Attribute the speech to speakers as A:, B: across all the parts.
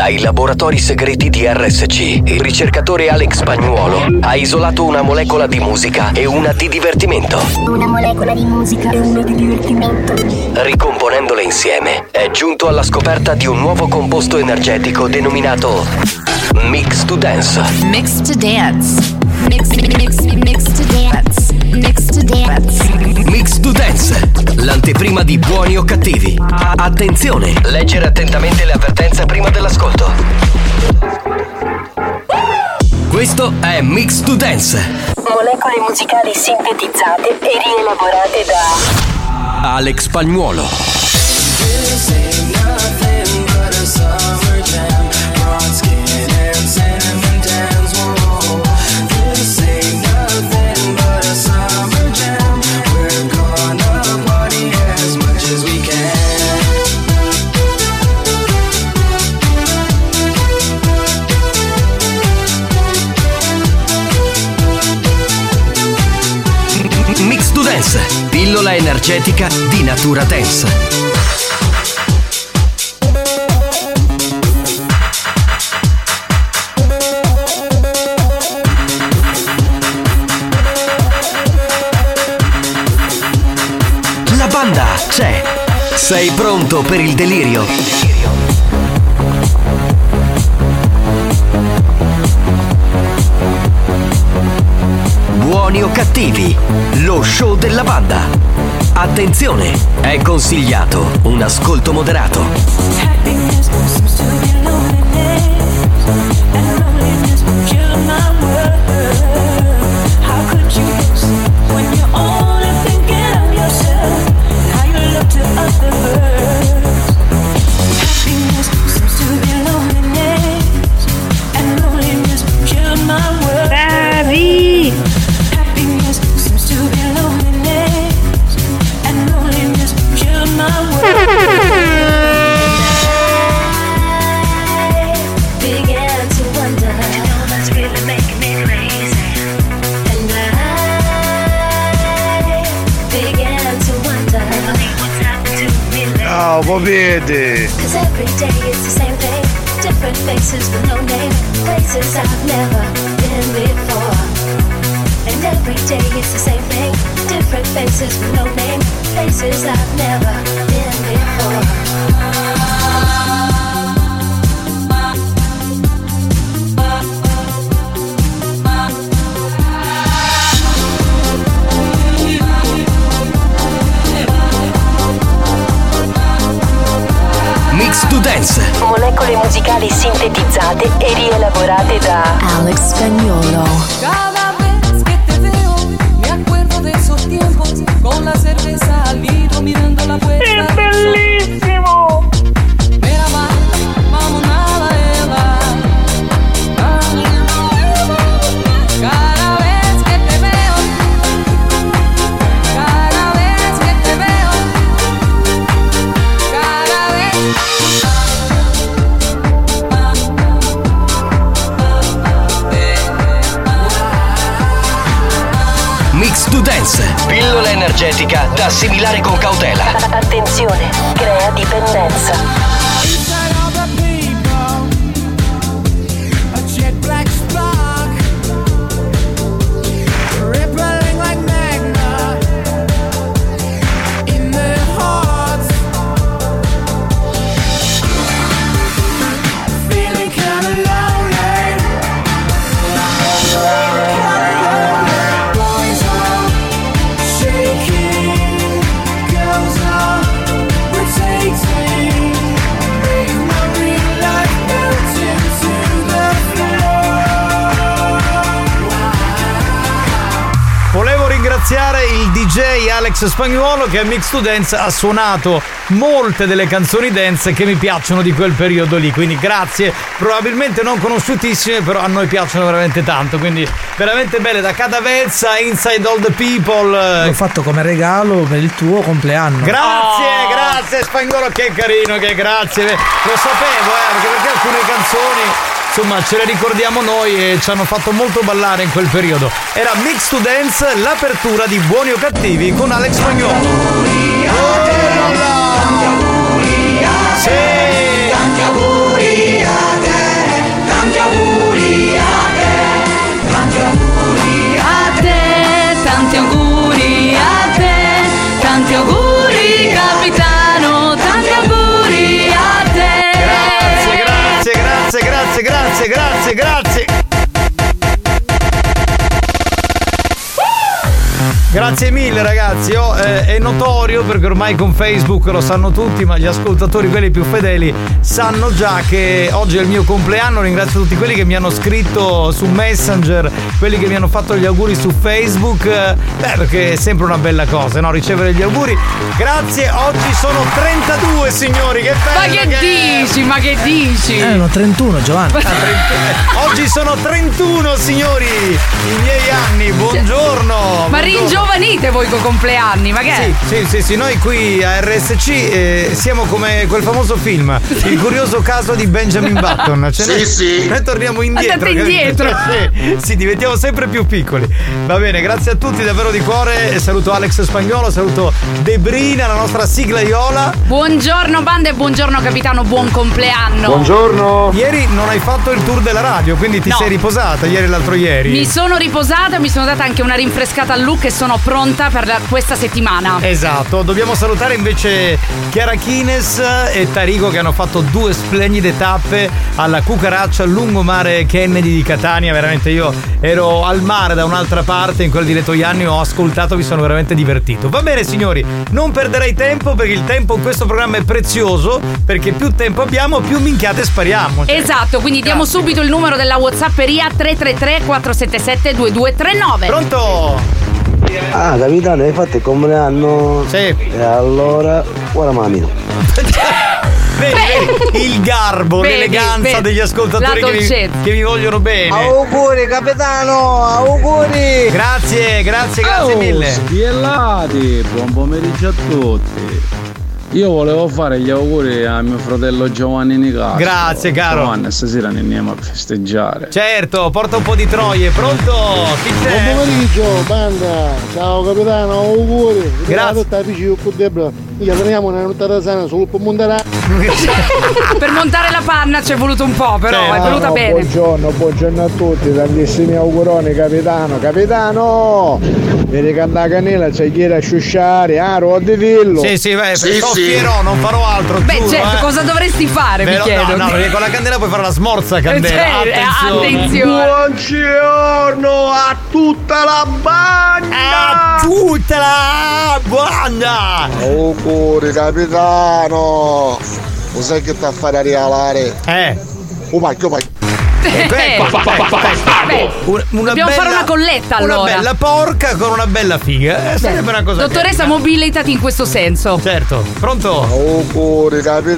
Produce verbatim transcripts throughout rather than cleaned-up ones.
A: Dai laboratori segreti di R S C, il ricercatore Alex Spagnuolo ha isolato una molecola di musica e una di divertimento.
B: Una molecola di musica e una di divertimento.
A: Ricomponendole insieme, è giunto alla scoperta di un nuovo composto energetico denominato Mix to Dance.
C: Mix to Dance. Mix, mix, mix to Dance. Mix to Dance.
A: Mix to Dance, l'anteprima di Buoni o Cattivi. Attenzione, leggere attentamente le avvertenze prima dell'ascolto. Questo è Mix to Dance.
B: Molecole musicali sintetizzate e rielaborate da
A: Alex Spagnuolo. Mix to Dance, pillola energetica di Natura Dance. La banda c'è. Sei pronto per il delirio? Buoni o Cattivi, lo show della banda. Attenzione, è consigliato un ascolto moderato.
D: Ciao, vedi?
B: Cause every day it's the same thing. Different faces with no name. Places I've never been before. And every day it's the same thing. Different faces with no name. Places I've never been before.
A: Mix to Dance.
B: Molecole musicali sintetizzate e rielaborate da
C: Alex Spagnuolo.
E: Cada vez que te veo, me acuerdo de esos tiempos con la cerveza al litro mirando la puerta.
D: È bellissimo!
E: Mira, va, vamos nada, Eva. Cada vez que te veo, cada vez que te veo, cada vez.
A: Mix to Dance, pillola energetica da assimilare con cautela.
B: Attenzione, crea dipendenza.
D: Ringraziare il D J Alex Spagnuolo che a Mix to Dance ha suonato molte delle canzoni dance che mi piacciono di quel periodo lì, quindi grazie, probabilmente non conosciutissime però a noi piacciono veramente tanto, quindi veramente belle, da Cadavezza, Inside All the People.
F: L'ho fatto come regalo per il tuo compleanno.
D: Grazie, oh. grazie Spagnuolo, che carino, che grazie, lo sapevo eh, perché, perché alcune canzoni insomma ce le ricordiamo noi e ci hanno fatto molto ballare in quel periodo. Era Mix to Dance, l'apertura di Buoni o Cattivi con Alex Spagnuolo.
G: Tanti auguri a te, tanti auguri a te.
D: grazie, grazie, grazie. Grazie mille ragazzi, oh, eh, è notorio perché ormai con Facebook lo sanno tutti, ma gli ascoltatori, quelli più fedeli, sanno già che oggi è il mio compleanno. Ringrazio tutti quelli che mi hanno scritto su Messenger, quelli che mi hanno fatto gli auguri su Facebook, eh, beh, perché è sempre una bella cosa, no? Ricevere gli auguri. Grazie, oggi sono trentadue signori, che bello!
G: Ma che, che dici, ma che dici?
F: Erano trentuno Giovanni.
D: Ah, oggi sono trentuno signori, i miei anni, buongiorno!
G: Ma ringiovanite voi con compleanni, ma che è?
D: Sì, sì, sì, sì, noi qui a R S C eh, siamo come quel famoso film, Il curioso caso di Benjamin Button. Cioè,
H: sì,
D: noi,
H: sì.
D: Noi torniamo indietro.
G: Andate indietro.
D: Sì, sì, diventiamo sempre più piccoli. Va bene, grazie a tutti davvero di cuore. Saluto Alex Spagnuolo, saluto Debrina, la nostra sigla Iola.
G: Buongiorno banda e buongiorno capitano, buon compleanno.
H: Buongiorno.
D: Ieri non hai fatto il tour della radio, quindi ti
G: No.
D: sei riposata ieri e l'altro ieri.
G: Mi sono riposata, mi sono data anche una rinfrescata al look e sono pronta per la- questa settimana.
D: Esatto, dobbiamo salutare invece Chiara Chines e Tarico che hanno fatto due splendide tappe alla Cucaraccia lungomare Kennedy di Catania. Veramente io ero al mare da un'altra parte in quel di Letojanni, ho ascoltato, mi sono veramente divertito. Va bene signori, non perderei tempo perché il tempo in questo programma è prezioso, perché più tempo abbiamo più minchiate spariamo. Cioè,
G: Esatto, quindi diamo subito il numero della WhatsApperia tre tre tre quattro sette sette due due tre nove.
D: Pronto?
I: Ah, capitano, hai fatto il compleanno?
D: Sì.
I: E allora, ora mamma.
D: Vedi, vedi, il garbo,
G: Vedi,
D: l'eleganza
G: vedi,
D: degli ascoltatori
G: la
D: che mi,
G: dolcezza.
D: che mi vogliono bene.
I: Auguri capitano, auguri.
D: Grazie, grazie, grazie
J: Oh,
D: mille.
J: Spiellati, buon pomeriggio a tutti. Io volevo fare gli auguri a mio fratello Giovanni Nicastro.
D: Grazie, caro.
J: Giovanni, stasera ne andiamo a festeggiare.
D: Certo, porta un po' di troie, pronto? Chi c'è?
K: Buon pomeriggio, banda. Ciao capitano, auguri.
D: Grazie.
K: Tutta la piscina con Debra. Io teniamo una nottata sana sul Monterà.
G: Per montare la panna ci è voluto un po', però
D: Certo.
G: è venuta
K: No,
G: bene.
K: Buongiorno, buongiorno a tutti, tantissimi auguroni capitano, capitano! Vedi che andare a canela c'è chi da sciusciare, ah, Roddivillo!
D: Sì, sì, beh,
H: Sì,
D: soffierò, non farò altro.
G: Beh,
D: giuro,
G: certo,
D: eh.
G: cosa dovresti fare,
D: Però-
G: mi chiedo.
D: No, no, perché con la candela puoi fare la smorza candela.
G: Cioè,
D: attenzione.
G: attenzione.
I: Buongiorno a tutta la banda!
D: A tutta la banda!
K: Auguri capitano! Lo sai che sta a fare a regalare?
D: Eh,
K: Oh pacchio, pacchio!
D: ecco, ecco, ecco, ecco, ecco.
G: Beh,
D: Una- una
G: dobbiamo
D: bella-
G: fare una colletta,
D: Una
G: allora.
D: bella porca con una bella figa. Eh, sarebbe una cosa
G: Dottoressa,
D: carina.
G: mobilitati in questo senso.
D: Certo, pronto?
K: Auguri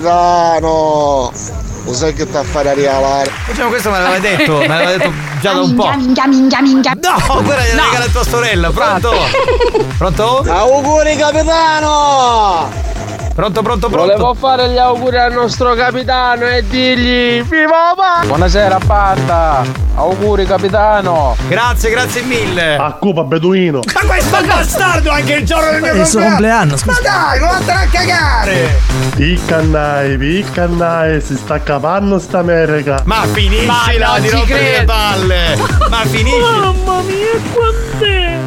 K: capitano! Lo sai che sta a fare a regalare?
D: Facciamo questo, me l'aveva detto, me l'aveva detto già da un po'.
C: Minchia, minchia, minchia.
D: No, quella gliela
G: No.
D: regala tua sorella, pronto? Pronto?
I: Auguri capitano!
D: Pronto, pronto, pronto?
J: Volevo fare gli auguri al nostro capitano e dirgli viva papà! Buonasera banda! Auguri capitano!
D: Grazie, grazie mille.
K: A Cuba Beduino!
D: Ma questo bastardo anche il giorno del mio
F: È il suo compleanno, scusa.
D: Ma dai, non vattene a cagare!
K: Piccannai, piccannai, si sta capando sta America!
D: Ma finiscila
G: Ma non
D: di
G: ci
D: rompere le
G: credo.
D: palle! Ma finisci!
J: Mamma mia, quant'è?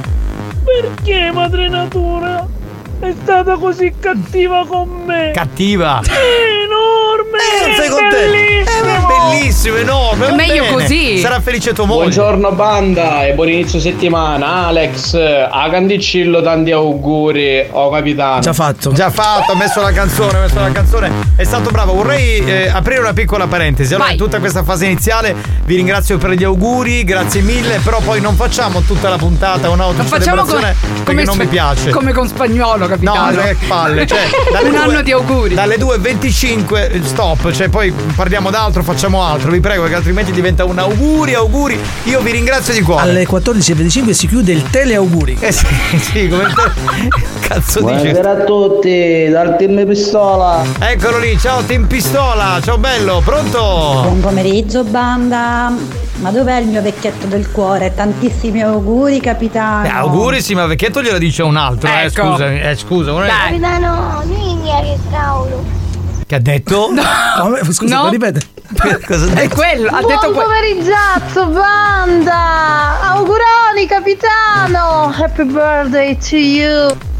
J: Perché madre natura è stata così cattiva con me?
D: Cattiva!
J: È enorme!
D: Eh, non sei
J: è
D: contento? Eh, ma è bellissimo, enorme! va
G: Meglio
D: bene.
G: così.
D: Sarà felice tua moglie.
L: Buongiorno banda e buon inizio settimana. Alex, a Canticillo tanti auguri, oh capitano.
F: Già fatto.
D: Già fatto, ha messo la canzone, ha messo la canzone. È stato bravo. Vorrei eh, aprire una piccola parentesi. Allora,
G: Vai.
D: in tutta questa fase iniziale vi ringrazio per gli auguri, grazie mille. Però poi non facciamo tutta la puntata
G: Lo facciamo
D: un'autocelebrazione
G: come,
D: perché non
G: spa-
D: mi piace.
G: come con Spagnolo,
D: No,
G: capitano.
D: che palle, cioè dalle
G: Un
D: due-
G: anno di auguri.
D: Dalle due e venticinque stop, cioè poi parliamo d'altro, facciamo altro, vi prego, perché altrimenti diventa un auguri, auguri. Io vi ringrazio di cuore.
F: Alle quattordici e venticinque si chiude il teleauguri.
D: Eh sì, sì, come te... cazzo dice?
I: Buonasera a tutti, dal team Pistola!
D: Eccolo lì, ciao Team Pistola, ciao bello, pronto?
M: Buon pomeriggio banda, ma dov'è il mio vecchietto del cuore? Tantissimi auguri capitano.
D: Eh, auguri sì, ma vecchietto glielo dice un altro, eh,
G: Ecco.
D: scusami, eh, scusa, non è-
G: Dai.
C: Capitano, minchia che cavolo.
D: che ha detto?
F: Come? Scusa,
G: No.
F: puoi ripetere?
D: Cosa ha
G: È
D: detto?
G: quello, ha
M: Buon
G: detto quello.
M: pomeriggiazzo banda, auguroni capitano, happy birthday to you.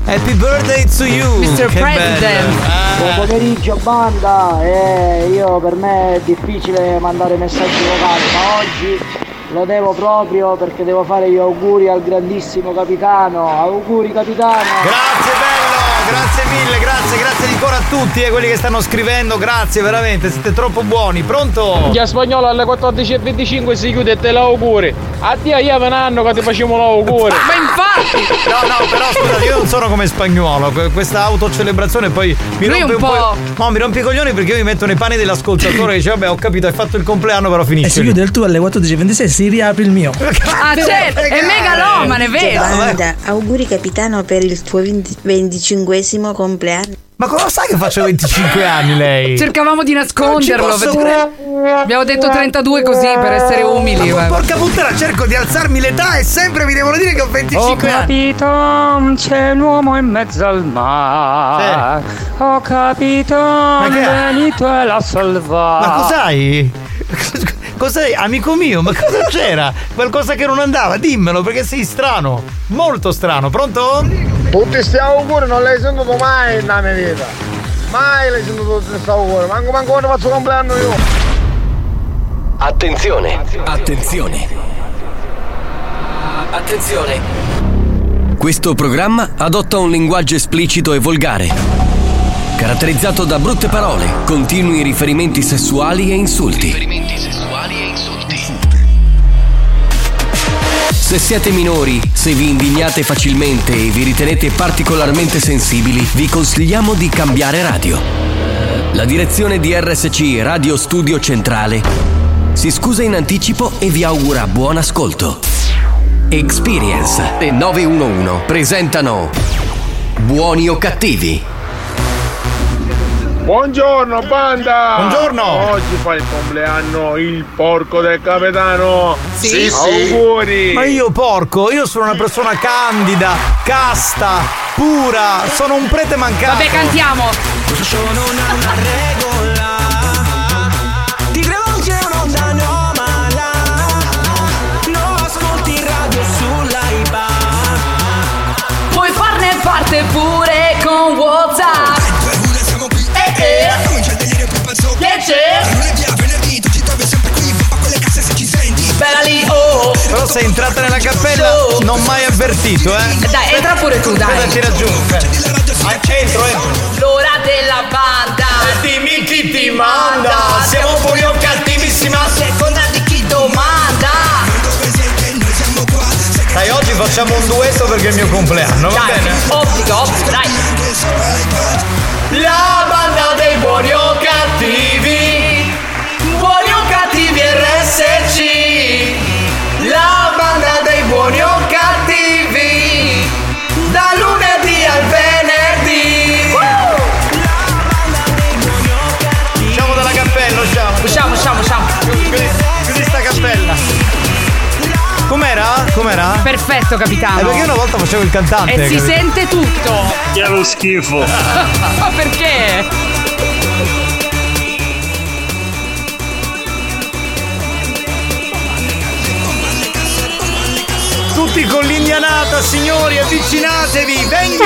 D: Happy birthday to you,
G: mister
D: che
G: President.
D: bello.
I: Buon pomeriggio banda, eh, io per me è difficile mandare messaggi vocali, ma oggi lo devo proprio perché devo fare gli auguri al grandissimo capitano. Auguri capitano.
D: Grazie bello, grazie mille, grazie, grazie di cuore a tutti e quelli che stanno scrivendo, grazie veramente, siete troppo buoni. Pronto?
L: Già spagnolo alle quattordici e venticinque si chiude e te l'auguri. Addio, io un anno che ti facciamo l'auguri.
G: Ma infatti!
D: No, no, però scusate, io non sono come Spagnuolo, questa autocelebrazione poi mi
G: Lui
D: rompe
G: un
D: un po'.
G: po'.
D: No, mi rompe i coglioni perché io mi metto nei panni dell'ascoltatore che dice vabbè ho capito, hai fatto il compleanno però
F: E
D: finisce.
F: si
D: lì.
F: chiude il tuo alle quattordici e ventisei, si riapre il mio.
G: Ah, certo, è megalomane, vero?
H: Banda, auguri capitano per il tuo venticinquesimo compleanno.
D: Ma cosa sai che faccio venticinque anni lei?
G: Cercavamo di nasconderlo.
D: Non ci posso
G: perché- Abbiamo detto trentadue così per essere umili.
D: Ma
G: guarda.
D: porca puttana, cerco di alzarmi l'età e sempre mi devono dire che ho
J: Ho
D: venticinque anni.
J: capito, c'è un uomo in mezzo al mare. Ho capito,
D: che è?
J: Benito e l'ha salvato.
D: Ma cos'hai? Cos'hai, amico mio? Ma cosa c'era? Qualcosa che non andava? Dimmelo perché sei strano. Molto strano. Pronto?
K: Tutti questi auguri non l'hai sentito mai nella mia vita. Mai l'hai sentito tutti questi auguri. Manco manco quando faccio compleanno io.
A: Attenzione, attenzione. Attenzione. Questo programma adotta un linguaggio esplicito e volgare, caratterizzato da brutte parole, continui riferimenti sessuali e insulti. Se siete minori, se vi indignate facilmente e vi ritenete particolarmente sensibili, vi consigliamo di cambiare radio. La direzione di R S C Radio Studio Centrale si scusa in anticipo e vi augura buon ascolto. Experience e nove uno uno presentano Buoni o Cattivi.
K: Buongiorno banda!
D: Buongiorno!
K: Oggi fa il compleanno il porco del capitano!
G: Sì,
K: Auguri!
D: Ma io porco, io sono una persona candida, casta, pura, sono un prete mancato.
G: Vabbè, cantiamo.
N: Sono una regola, ti rivolge un'onda anomala, non ascolti radio sull'Aiba.
G: Puoi farne parte pure con WhatsApp. Eh eh. Che c'è? Bella lì, oh.
D: Però sei entrata nella cappella, non mai avvertito, eh?
G: Dai, entra pure tu, dai.
D: Cosa ci raggiunge? Ah, entro, entro.
G: L'ora della banda.
D: Dimmi chi ti manda. Siamo buoni o cattivissimi a seconda di chi domanda. Dai, oggi facciamo un duetto perché è il mio compleanno, va
G: Dai,
D: bene?
G: obbligo, obbligo, dai.
D: La banda dei buoni o cattivi. Buoni o cattivi R S C. La banda dei buoni o cattivi. Da lunedì al venerdì. Usciamo dalla cappella, usciamo.
G: Usciamo, usciamo, usciamo.
D: Chiudi, chiudi sta cappella. Com'era? Com'era?
G: Perfetto, capitano.
D: Eh, perché io una volta facevo il cantante.
G: E si
D: capito?
G: sente tutto.
J: Che lo schifo.
G: Ma perché?
D: Tutti con l'indianata, signori, avvicinatevi, venga!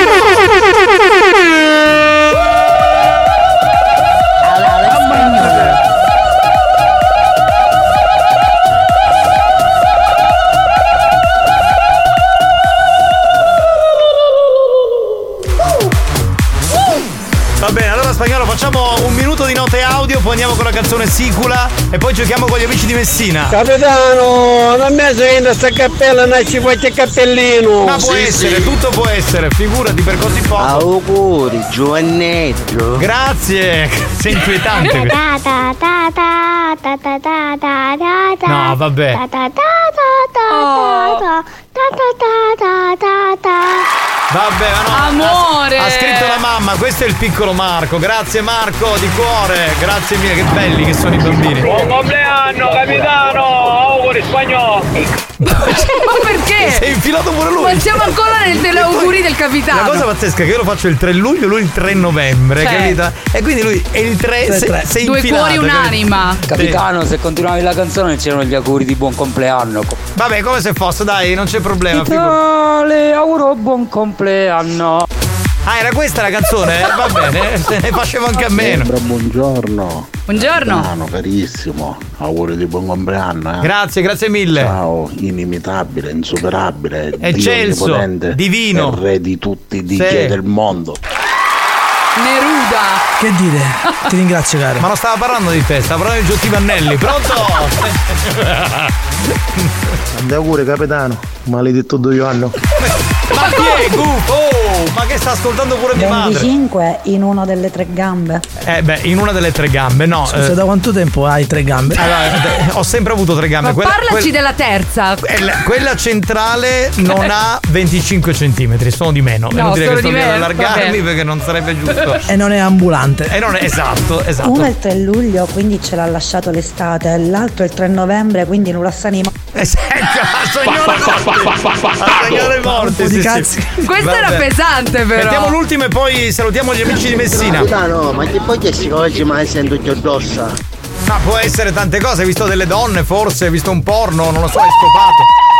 D: Va bene, allora Spagnolo facciamo un minuto di note audio, poi andiamo con la canzone Sicula e poi giochiamo con gli amici di Messina.
I: Capitano, non mi sei sta cappella, non ci fai il cappellino.
D: Ma può essere, tutto può essere, figurati per così poco.
I: Auguri, Giovannetto.
D: Grazie, sei inquietante. No, vabbè. Vabbè, ma no.
G: Amore.
D: Ha, ha scritto la mamma, questo è il piccolo Marco. Grazie Marco, di cuore. Grazie mille, che belli che sono i bambini.
L: Buon compleanno, capitano! Auguri spagnolo!
G: Ma perché?
D: Sei infilato pure lui.
G: Ma siamo ancora nel teleauguri del capitano.
D: La cosa pazzesca è che io lo faccio il tre luglio, lui il tre novembre,
G: Cioè.
D: capito? E quindi lui è il tre,
F: Tre,
D: se-
F: tre.
D: sei
G: Due
D: infilato,
G: cuori,
D: capito?
G: un'anima.
O: Capitano, se continuavi la canzone c'erano gli auguri di buon compleanno.
D: Vabbè, come se fosse, dai, non c'è problema. figurati.
J: Le auguro buon compleanno.
D: Ah, era questa la canzone? Eh, va bene, se ne facevo anche a meno.
P: Sembra, buongiorno.
G: Buongiorno.
P: Capitano, carissimo. Auguri di buon compleanno. Eh.
D: Grazie, grazie mille.
P: Ciao, inimitabile, insuperabile,
D: eccelso,
P: Dio onnipotente,
D: divino,
P: il re di tutti i D J
D: sì.
P: del mondo.
G: Neruda.
F: Che dire? Ti ringrazio, caro.
D: Ma non stava parlando di te, stava parlando di Giotti Vannelli. Pronto?
K: Tanti auguri, capitano. Maledetto due anni.
D: Ma chi è Gufo? Oh, ma che sta ascoltando pure mia madre?
M: venticinque in una delle tre gambe.
D: Eh beh, in una delle tre gambe, no.
F: Scusa,
D: eh.
F: da quanto tempo hai tre gambe?
D: Allora, eh, ho sempre avuto tre gambe.
G: Ma
D: quella,
G: parlaci
D: quella,
G: della terza.
D: quella, quella centrale non ha venticinque centimetri, sono di meno.
G: No,
D: non dire
G: sono
D: che sto
G: di
D: via ad
G: meno,
D: allargarmi
G: vabbè.
D: perché non sarebbe giusto.
F: E non è ambulante.
D: E non è esatto, esatto.
M: Uno è il tre luglio, quindi ce l'ha lasciato l'estate, l'altro è il tre novembre, quindi non la sanima.
D: Eh, signore morte, sì, sì.
G: Questo
D: Vabbè.
G: era pesante, però.
D: Mettiamo l'ultimo e poi salutiamo gli amici di Messina.
K: Capitano, ma che poi che si oggi mai sento che addossa?
D: Ma può essere tante cose, hai visto delle donne forse, hai visto un porno, non lo so, hai scopato.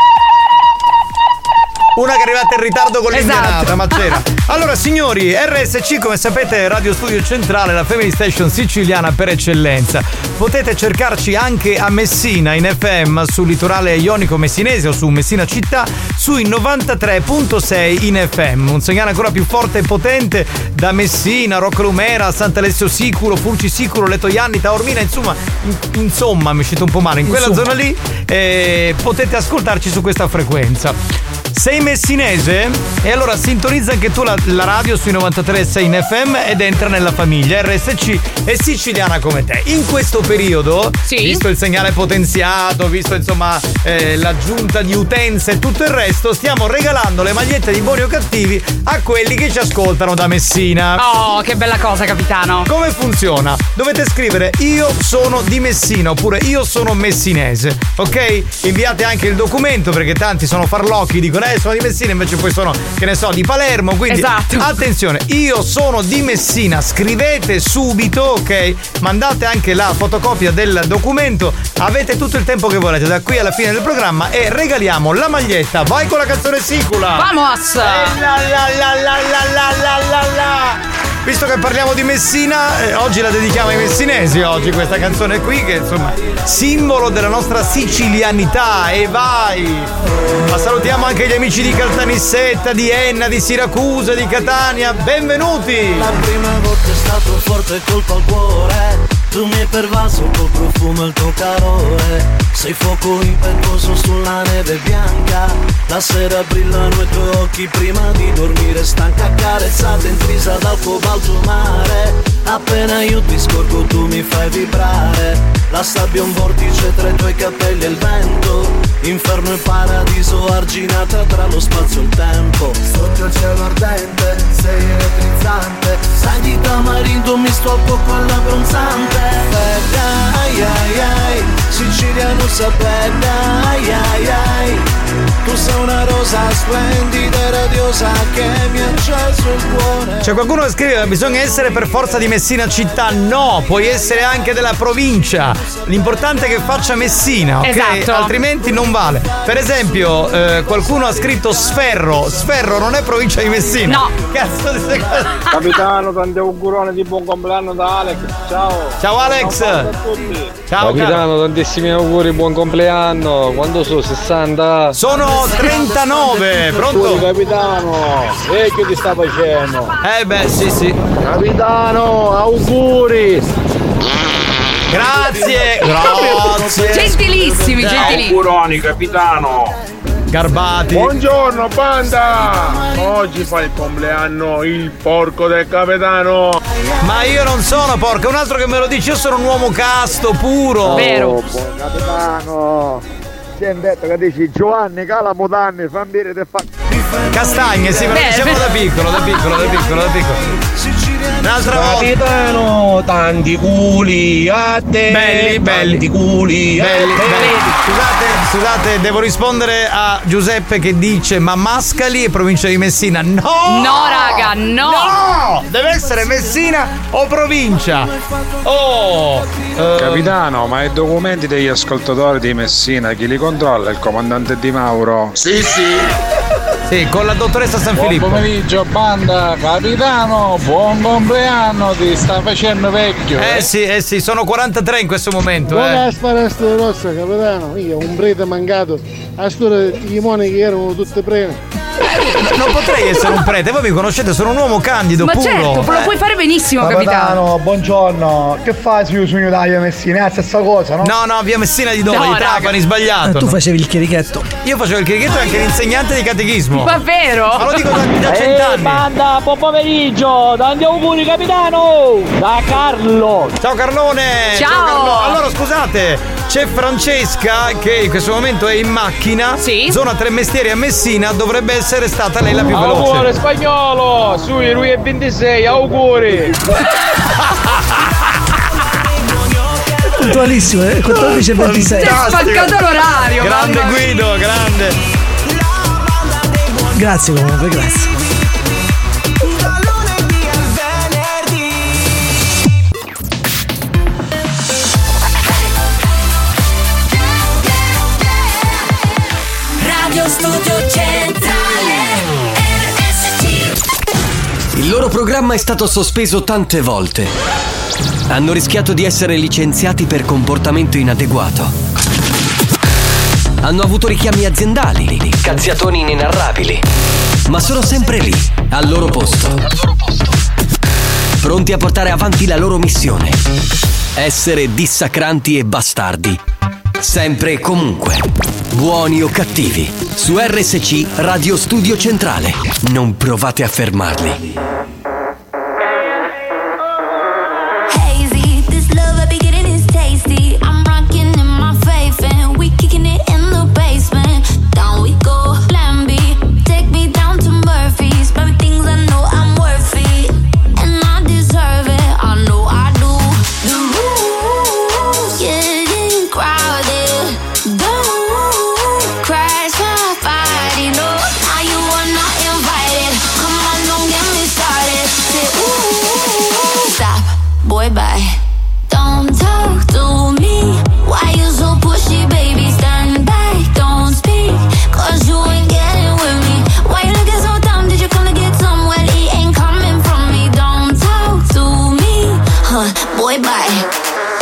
D: Una che è arrivata in ritardo con l'indianata,
G: Esatto.
D: ma c'era. Allora signori, R S C come sapete è Radio Studio Centrale, la Family Station siciliana per eccellenza. Potete cercarci anche a Messina in F M sul litorale ionico messinese o su Messina città sui novantatré virgola sei in F M. Un segnale ancora più forte e potente da Messina, Roccalumera, Sant'Alessio Siculo, Furci Siculo, Letoianni, Taormina, insomma, in, insomma mi è uscito un po' male. In quella
F: Insomma.
D: zona lì eh, potete ascoltarci su questa frequenza. Sei messinese? E allora sintonizza anche tu la, la radio sui novantatré virgola sei in F M ed entra nella famiglia R S C è siciliana come te. In questo periodo,
G: Sì.
D: visto il segnale potenziato, visto insomma eh, l'aggiunta di utenze e tutto il resto, stiamo regalando le magliette di buoni o cattivi a quelli che ci ascoltano da Messina.
G: Oh, che bella cosa, capitano.
D: Come funziona? Dovete scrivere io sono di Messina oppure io sono messinese, ok? Inviate anche il documento perché tanti sono farlocchi, dicono eh sono di Messina invece poi sono, che ne so, di Palermo, quindi
G: Esatto.
D: attenzione, io sono di Messina, scrivete subito, ok? Mandate anche la fotocopia del documento, avete tutto il tempo che volete da qui alla fine del programma e regaliamo la maglietta. Vai con la canzone sicula.
G: Vamos!
D: Eh, la, la, la, la, la, la, la, la, la. Visto che parliamo di Messina, eh, oggi la dedichiamo ai messinesi, oggi questa canzone qui che insomma simbolo della nostra sicilianità. E vai! Ma salutiamo anche gli amici di Caltanissetta, di Enna, di Siracusa, di Catania, benvenuti!
N: La prima volta è stato forte colpo al cuore. Tu mi hai pervaso col profumo e il tuo calore. Sei fuoco impetuoso sulla neve bianca. La sera brillano i tuoi occhi prima di dormire. Stanca accarezzata intrisa dal cobalto mare. Appena io ti scorgo tu mi fai vibrare. La sabbia è un vortice tra i tuoi capelli e il vento. Inferno e paradiso arginata tra lo spazio e il tempo. Sotto il cielo ardente sei elettrizzante. Sai di tamarindo misto al fuoco all'abbronzante. Bella, ai ai ai, siciliano sapella, ai ai ai. Tu sei una rosa splendida e radiosa che mi ha acceso il cuore.
D: C'è qualcuno che scrive bisogna essere per forza di Messina città. No, puoi essere anche della provincia. L'importante è che faccia Messina, ok?
G: Esatto.
D: Altrimenti non vale. Per esempio, eh, qualcuno ha scritto Sferro. Sferro non è provincia di Messina.
G: No.
D: Cazzo di queste cose.
K: Capitano, tanti auguroni di buon compleanno da Alex. Ciao.
D: Ciao Alex.
K: Ciao a tutti.
D: Ciao caro.
L: Capitano, tantissimi auguri, buon compleanno. Quando sono? sessanta?
D: Sono trentanove.
K: Auguri,
D: Pronto?
K: capitano. E che ti sta facendo?
D: Eh beh, sì, sì.
K: Capitano, auguri.
D: Grazie. Grazie.
G: Gentilissimi, gentilissimi.
K: Auguroni, capitano.
D: Garbati.
K: Buongiorno banda! Oggi fa il compleanno il porco del capitano!
D: Ma io non sono porco, è un altro che me lo dice, io sono un uomo casto, puro.
G: Vero.
K: Oh, buon capitano! Si è detto che dici Giovanni Calamutanni, fa bere te fa...
D: Castagne, sì, ma lo
G: Beh,
D: diciamo
G: beh.
D: da piccolo, da piccolo, da piccolo, da piccolo. Un'altra volta.
K: Capitano, tanti culi a te!
D: Belli, belli.
K: Tanti culi a
D: Belli,
K: te!
D: belli. Scusate, scusate, devo rispondere a Giuseppe che dice ma Mascali è provincia di Messina. No!
G: No, raga, no.
D: No! Deve essere Messina o provincia. Oh! eh,
Q: Capitano, ma i documenti degli ascoltatori di Messina chi li controlla? Il comandante Di Mauro?
K: Sì, sì!
D: Sì, Sì, con la dottoressa San
Q: Buon
D: Filippo.
Q: pomeriggio, banda, capitano, buon compleanno, ti sta facendo vecchio.
D: Eh, eh sì, eh sì, sono quarantatré in questo momento.
K: Buona
D: Eh.
K: sparesta rossa, capitano. Io un prete mancato. A storia i limoni che erano tutte prene.
D: Non potrei essere un prete, voi mi conoscete, sono un uomo candido,
G: Ma
D: puro.
G: certo, lo puoi fare benissimo, capitano.
K: Capitano, buongiorno. Che fai io sogno da via Messina? È la stessa cosa, no?
D: No, no, via Messina di dove?
G: No,
D: di Trapani, sbagliato.
F: Tu facevi il chierichetto.
D: Io facevo il chierichetto e anche l'insegnante di catechismo.
G: Ma vero?
D: Ma lo dico da, da
J: Ehi,
D: cent'anni.
J: banda, buon pomeriggio, tanti auguri capitano, da Carlo.
D: Ciao Carlone.
G: Ciao.
D: Carlo. Allora scusate, c'è Francesca che in questo momento è in macchina.
G: Sì.
D: Zona Tre Mestieri a Messina, dovrebbe essere stata lei la più
L: Auguri
D: veloce.
L: spagnolo, sui lui è ventisei, auguri.
F: Puntualissimo, eh? quattordici e ventisei.
G: Ti hai spaccato l'orario.
D: Grande
G: mamma mia.
D: Guido, grande.
F: Grazie comunque, grazie.
B: Radio Studio Centrale R S C.
A: Il loro programma è stato sospeso tante volte. Hanno rischiato di essere licenziati per comportamento inadeguato. Hanno avuto richiami aziendali, cazziatoni inenarrabili. Ma sono sempre lì, al loro posto. Pronti a portare avanti la loro missione. Essere dissacranti e bastardi. Sempre e comunque. Buoni o cattivi. Su R S C Radio Studio Centrale. Non provate a fermarli.
B: Hazy, this love I be getting is tasty. I'm rocking in my faith and we kicking it in the basement. Down we go, plan B. Take me down to Murphy's. Baby, things I know I'm worth it. And I deserve it, I know I do. The room getting crowded. Don't crash my party, no. Now you are not invited. Come on, don't get me started. Say ooh, stop, boy, bye. Don't talk to me. Why you so pushy, baby? Stand back, don't speak. Cause you ain't getting with me. Why you looking so dumb? Did you come to get some? Well, he ain't coming from me. Don't talk to me, huh, boy, bye.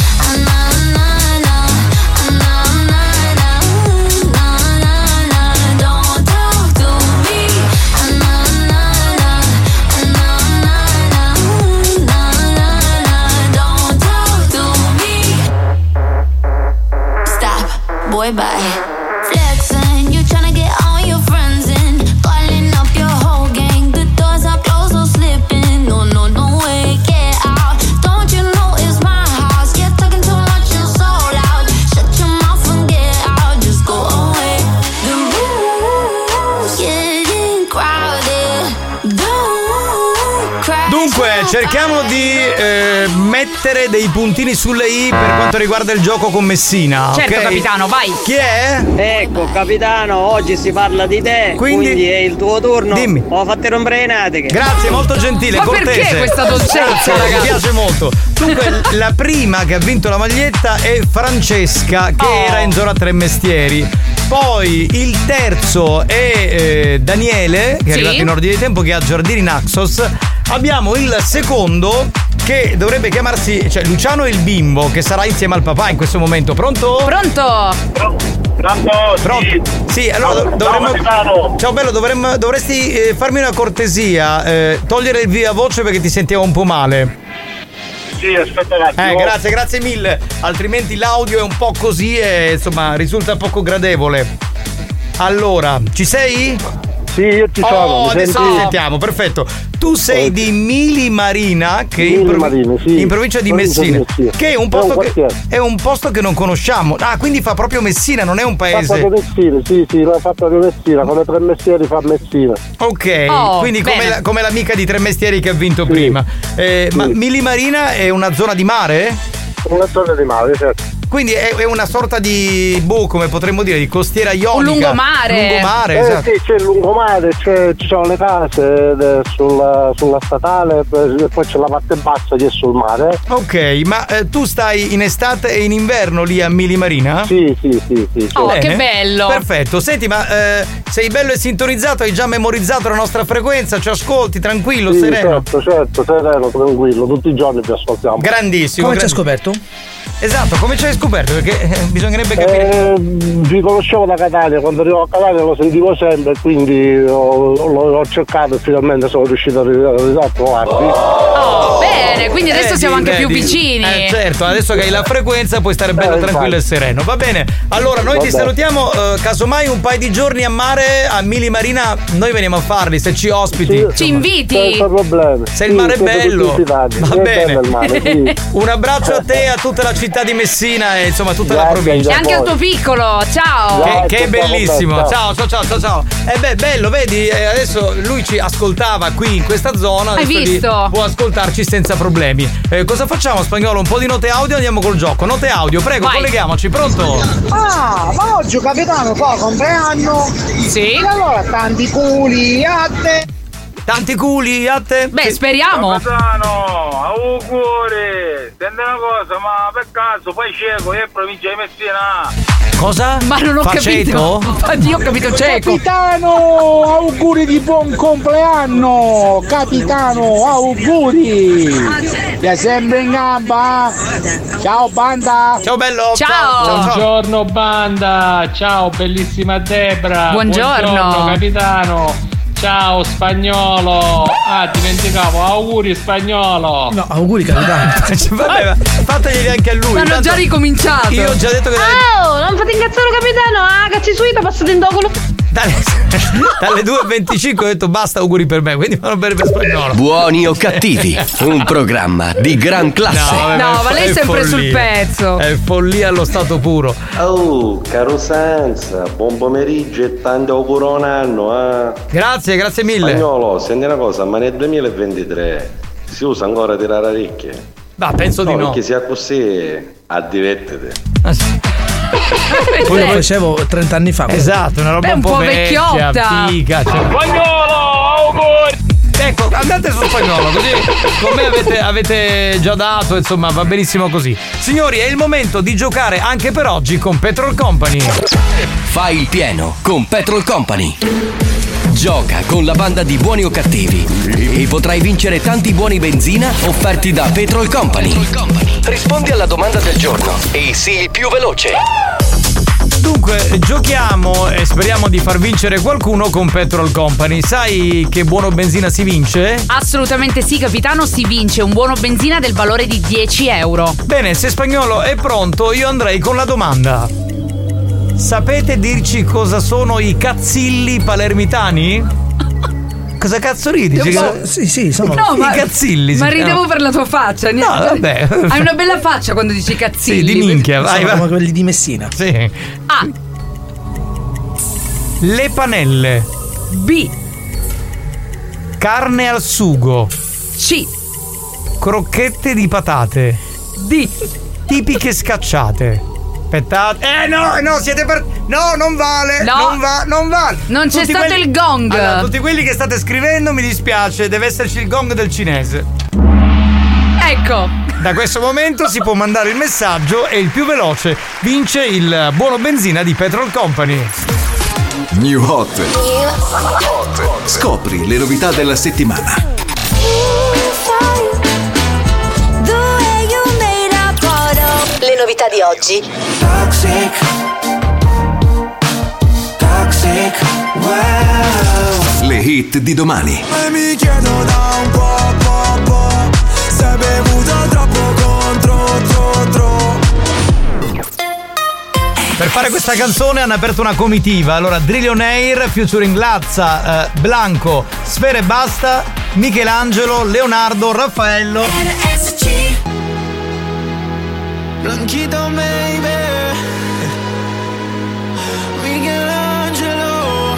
B: Boy, bye. Flexing, you tryna get all your friends in. Calling up your whole gang. The doors are closed, no slipping. No, no, no way, get out. Don't you know it's my house? You're talking too much, you're so loud. Shut your mouth and get out, just go away. The room's getting crowded. Don't cry.
D: Dunque, cerchiamo di eh, mettere dei puntini sulle i per quanto riguarda il gioco con Messina.
G: Certo,
D: ok?
G: capitano, vai.
D: Chi è?
I: Ecco, capitano, oggi si parla di te,
D: Quindi-
I: quindi, è il tuo turno.
D: Dimmi.
I: Ho fatto rompere le natiche.
D: Grazie, molto gentile,
G: Ma
D: cortese.
G: perché questa dolcezza,
D: Grazie,
G: ragazzi?
D: Mi piace molto. Dunque, la prima che ha vinto la maglietta è Francesca, che
G: Oh.
D: era in zona Tre Mestieri. Poi il terzo è eh, Daniele, che è
G: Sì.
D: arrivato in ordine di tempo, che ha Giardini Naxos. Abbiamo il secondo che dovrebbe chiamarsi, cioè Luciano il bimbo, che sarà insieme al papà in questo momento. Pronto?
G: Pronto?
R: Pronto?
D: Pronto? Sì, allora do- dovremmo. Ciao bello, dovremmo, dovresti eh, farmi una cortesia, eh, togliere il via voce perché ti sentiamo un po' male.
R: Sì, aspetta un attimo.
D: Eh, grazie, grazie mille. Altrimenti l'audio è un po' così e insomma risulta poco gradevole. Allora, ci sei?
K: Sì, io ci sono.
D: Oh,
K: mi
D: adesso
K: senti?
D: ti sentiamo, perfetto. Tu sei di Mili Marina, che è in,
K: Mili
D: provi-
K: Marina, sì.
D: in provincia di
K: Provincia di
D: Messina,
K: Messina.
D: che è un
K: È un
D: posto che
K: quartiere.
D: è un posto che non conosciamo. Ah, quindi fa proprio Messina, non è un
K: Fa
D: paese.
K: proprio Messina, sì, sì, l'ha fatta di Messina, come Tre Mestieri fa Messina.
D: Ok,
G: Oh,
D: quindi come,
G: bene.
D: la- come l'amica di Tre Mestieri che ha vinto prima. Eh, Ma Mili Marina è una zona di mare?
K: Una zona di mare, certo.
D: quindi è, è una sorta di boh, come potremmo dire, di costiera ionica.
G: Un lungomare.
D: Lungomare,
K: eh,
D: esatto.
K: sì, c'è il lungomare, c'è, ci sono le case eh, sulla, sulla statale, e poi c'è la parte bassa che è sul mare.
D: Ok, ma eh, tu stai in estate e in inverno lì a Mili Marina?
K: Sì, sì, sì, sì.
G: Oh, bene. Che bello.
D: Perfetto. Senti, ma eh, sei bello e sintonizzato, hai già memorizzato la nostra frequenza, ci ascolti tranquillo,
K: sì,
D: sereno.
K: Certo, certo, sereno, tranquillo, tutti i giorni vi ascoltiamo.
D: Grandissimo.
F: Come
D: grandi-
F: ci hai scoperto?
D: Esatto, come ci hai scoperto? Perché eh, bisognerebbe capire.
K: Eh, vi conoscevo da Catania, quando arrivo a Catania lo sentivo sempre, quindi ho, l'ho, l'ho cercato e finalmente sono riuscito a, a trovarvi.
G: Oh, bene, quindi adesso
D: Eh,
G: siamo
D: di-
G: anche
D: eh,
G: più
D: di-
G: vicini.
D: Eh, certo, adesso che hai la frequenza puoi stare bello
K: Eh,
D: tranquillo
K: infatti.
D: e sereno. Va bene. Allora, noi ti
K: Vabbè.
D: salutiamo. eh, casomai un paio di giorni a mare a Mili Marina, noi veniamo a farli se ci ospiti.
K: Sì,
G: Ci inviti?
K: senza problemi.
D: Se
K: Sì,
D: il mare è
K: siete
D: bello,
K: tutti invitati.
D: va
K: È
D: bene.
K: bello il mare, sì.
D: Un abbraccio a te e a tutta la città di Messina e insomma tutta la
K: Grazie,
D: provincia.
G: E anche al tuo piccolo, ciao.
D: Che, che è
K: Ciao,
D: bellissimo.
K: ciao.
D: Ciao, ciao, ciao, ciao, ciao. Eh beh, bello, vedi, eh, adesso lui ci ascoltava qui in questa zona.
G: Hai
D: adesso lì
G: visto?
D: può ascoltarci senza problemi. Eh, cosa facciamo, Spagnolo? Un po' di note audio, andiamo col gioco. Note audio, prego,
G: Vai.
D: colleghiamoci, pronto?
I: Ah, ma oggi capitano fa compleanno?
G: Sì.
I: E allora tanti culi a te.
D: Tanti culi a te?
G: Beh, speriamo.
R: Capitano, auguri! Senti una cosa, ma per caso fai cieco e provincia di Messina?
D: Cosa?
G: Ma non ho
D: Faceto?
G: capito. Io ho capito cieco.
I: Capitano, auguri di buon compleanno! Capitano, auguri! Vi è sempre in gamba? Ciao banda!
D: Ciao bello!
G: Ciao.
L: Buongiorno banda, ciao bellissima Debra.
G: Buongiorno.
L: Capitano. Ciao Spagnolo. Ah, dimenticavo, auguri Spagnolo.
F: No, auguri capitano.
D: Vabbè, ma fateglieli anche a lui.
G: Hanno
D: tanto
G: già ricominciato.
D: Io ho già detto che
M: Oh, non fate incazzare capitano, ah, cazzi suita, passate in docolo.
D: dalle, dalle due e venticinque ho detto basta auguri per me, quindi vanno bene per Spagnolo.
A: Buoni o cattivi, un programma di gran classe.
D: vabbè,
G: No,
D: è
G: ma lei è
D: è
G: sempre sul
D: follia.
G: pezzo.
D: È follia allo stato puro.
P: Oh, caro Sanza, buon pomeriggio e tanto auguri a un anno, eh.
D: Grazie, grazie mille.
P: Spagnolo, senti una cosa, ma nel duemilaventitré si usa ancora tirare orecchie?
D: Ma penso di no.
P: Perché sia così, a divertite.
D: Ah, sì.
F: Poi lo facevo trenta anni fa.
D: Esatto, una roba
G: Beh,
D: un,
G: un
D: po'
G: po'
D: vecchia,
G: vecchiotta.
D: figa. Cioè.
R: Spagnolo, auguri!
D: Ecco, andate su Spagnolo, così con me avete, avete già dato, insomma, va benissimo così. Signori, è il momento di giocare anche per oggi con Petrol Company.
A: Fai il pieno con Petrol Company. Gioca con la banda di Buoni o Cattivi e potrai vincere tanti buoni benzina offerti da Petrol Company. Rispondi alla domanda del giorno e sii il più veloce.
D: Dunque, giochiamo e speriamo di far vincere qualcuno con Petrol Company. Sai che buono benzina si vince?
G: Assolutamente sì, capitano, si vince un buono benzina del valore di dieci euro.
D: Bene, se Spagnolo è pronto, io andrei con la domanda. Sapete dirci cosa sono i cazzilli palermitani? Cosa cazzo ridi?
F: Io
D: Ci-
F: so- sì, sì, sono
G: No,
D: I
G: ma,
D: cazzilli si
G: ma
D: chiamano.
G: ridevo per la tua faccia.
D: No, vabbè.
G: Hai una bella faccia quando dici cazzilli.
D: Sì, di minchia, vai,
F: sono
D: vai.
F: come quelli di Messina.
D: Sì.
G: A.
D: Le panelle.
G: B.
D: Carne al sugo.
G: C.
D: Crocchette di patate.
G: D.
D: Tipiche scacciate. Aspettate. Eh no, no, siete per. No, non vale.
G: No.
D: Non va, non vale.
G: Non c'è
D: Tutti
G: stato
D: quelli-
G: il gong.
D: Allora, tutti quelli che state scrivendo, mi dispiace, deve esserci il gong del cinese.
G: Ecco.
D: Da questo momento si può mandare il messaggio e il più veloce vince il buono benzina di Petrol Company.
S: New Hot. Scopri le novità della settimana.
T: Le novità di oggi.
N: Toxic, toxic, wow.
S: Le hit di domani.
N: E mi chiedo da un po', po', po', se hai bevuto troppo contro, tro, tro.
D: Per fare questa canzone hanno aperto una comitiva. Allora, Drillionaire, featuring Lazza, eh, Blanco, Sfera e Basta, Michelangelo, Leonardo, Raffaello.
N: Blanchito baby, Michelangelo.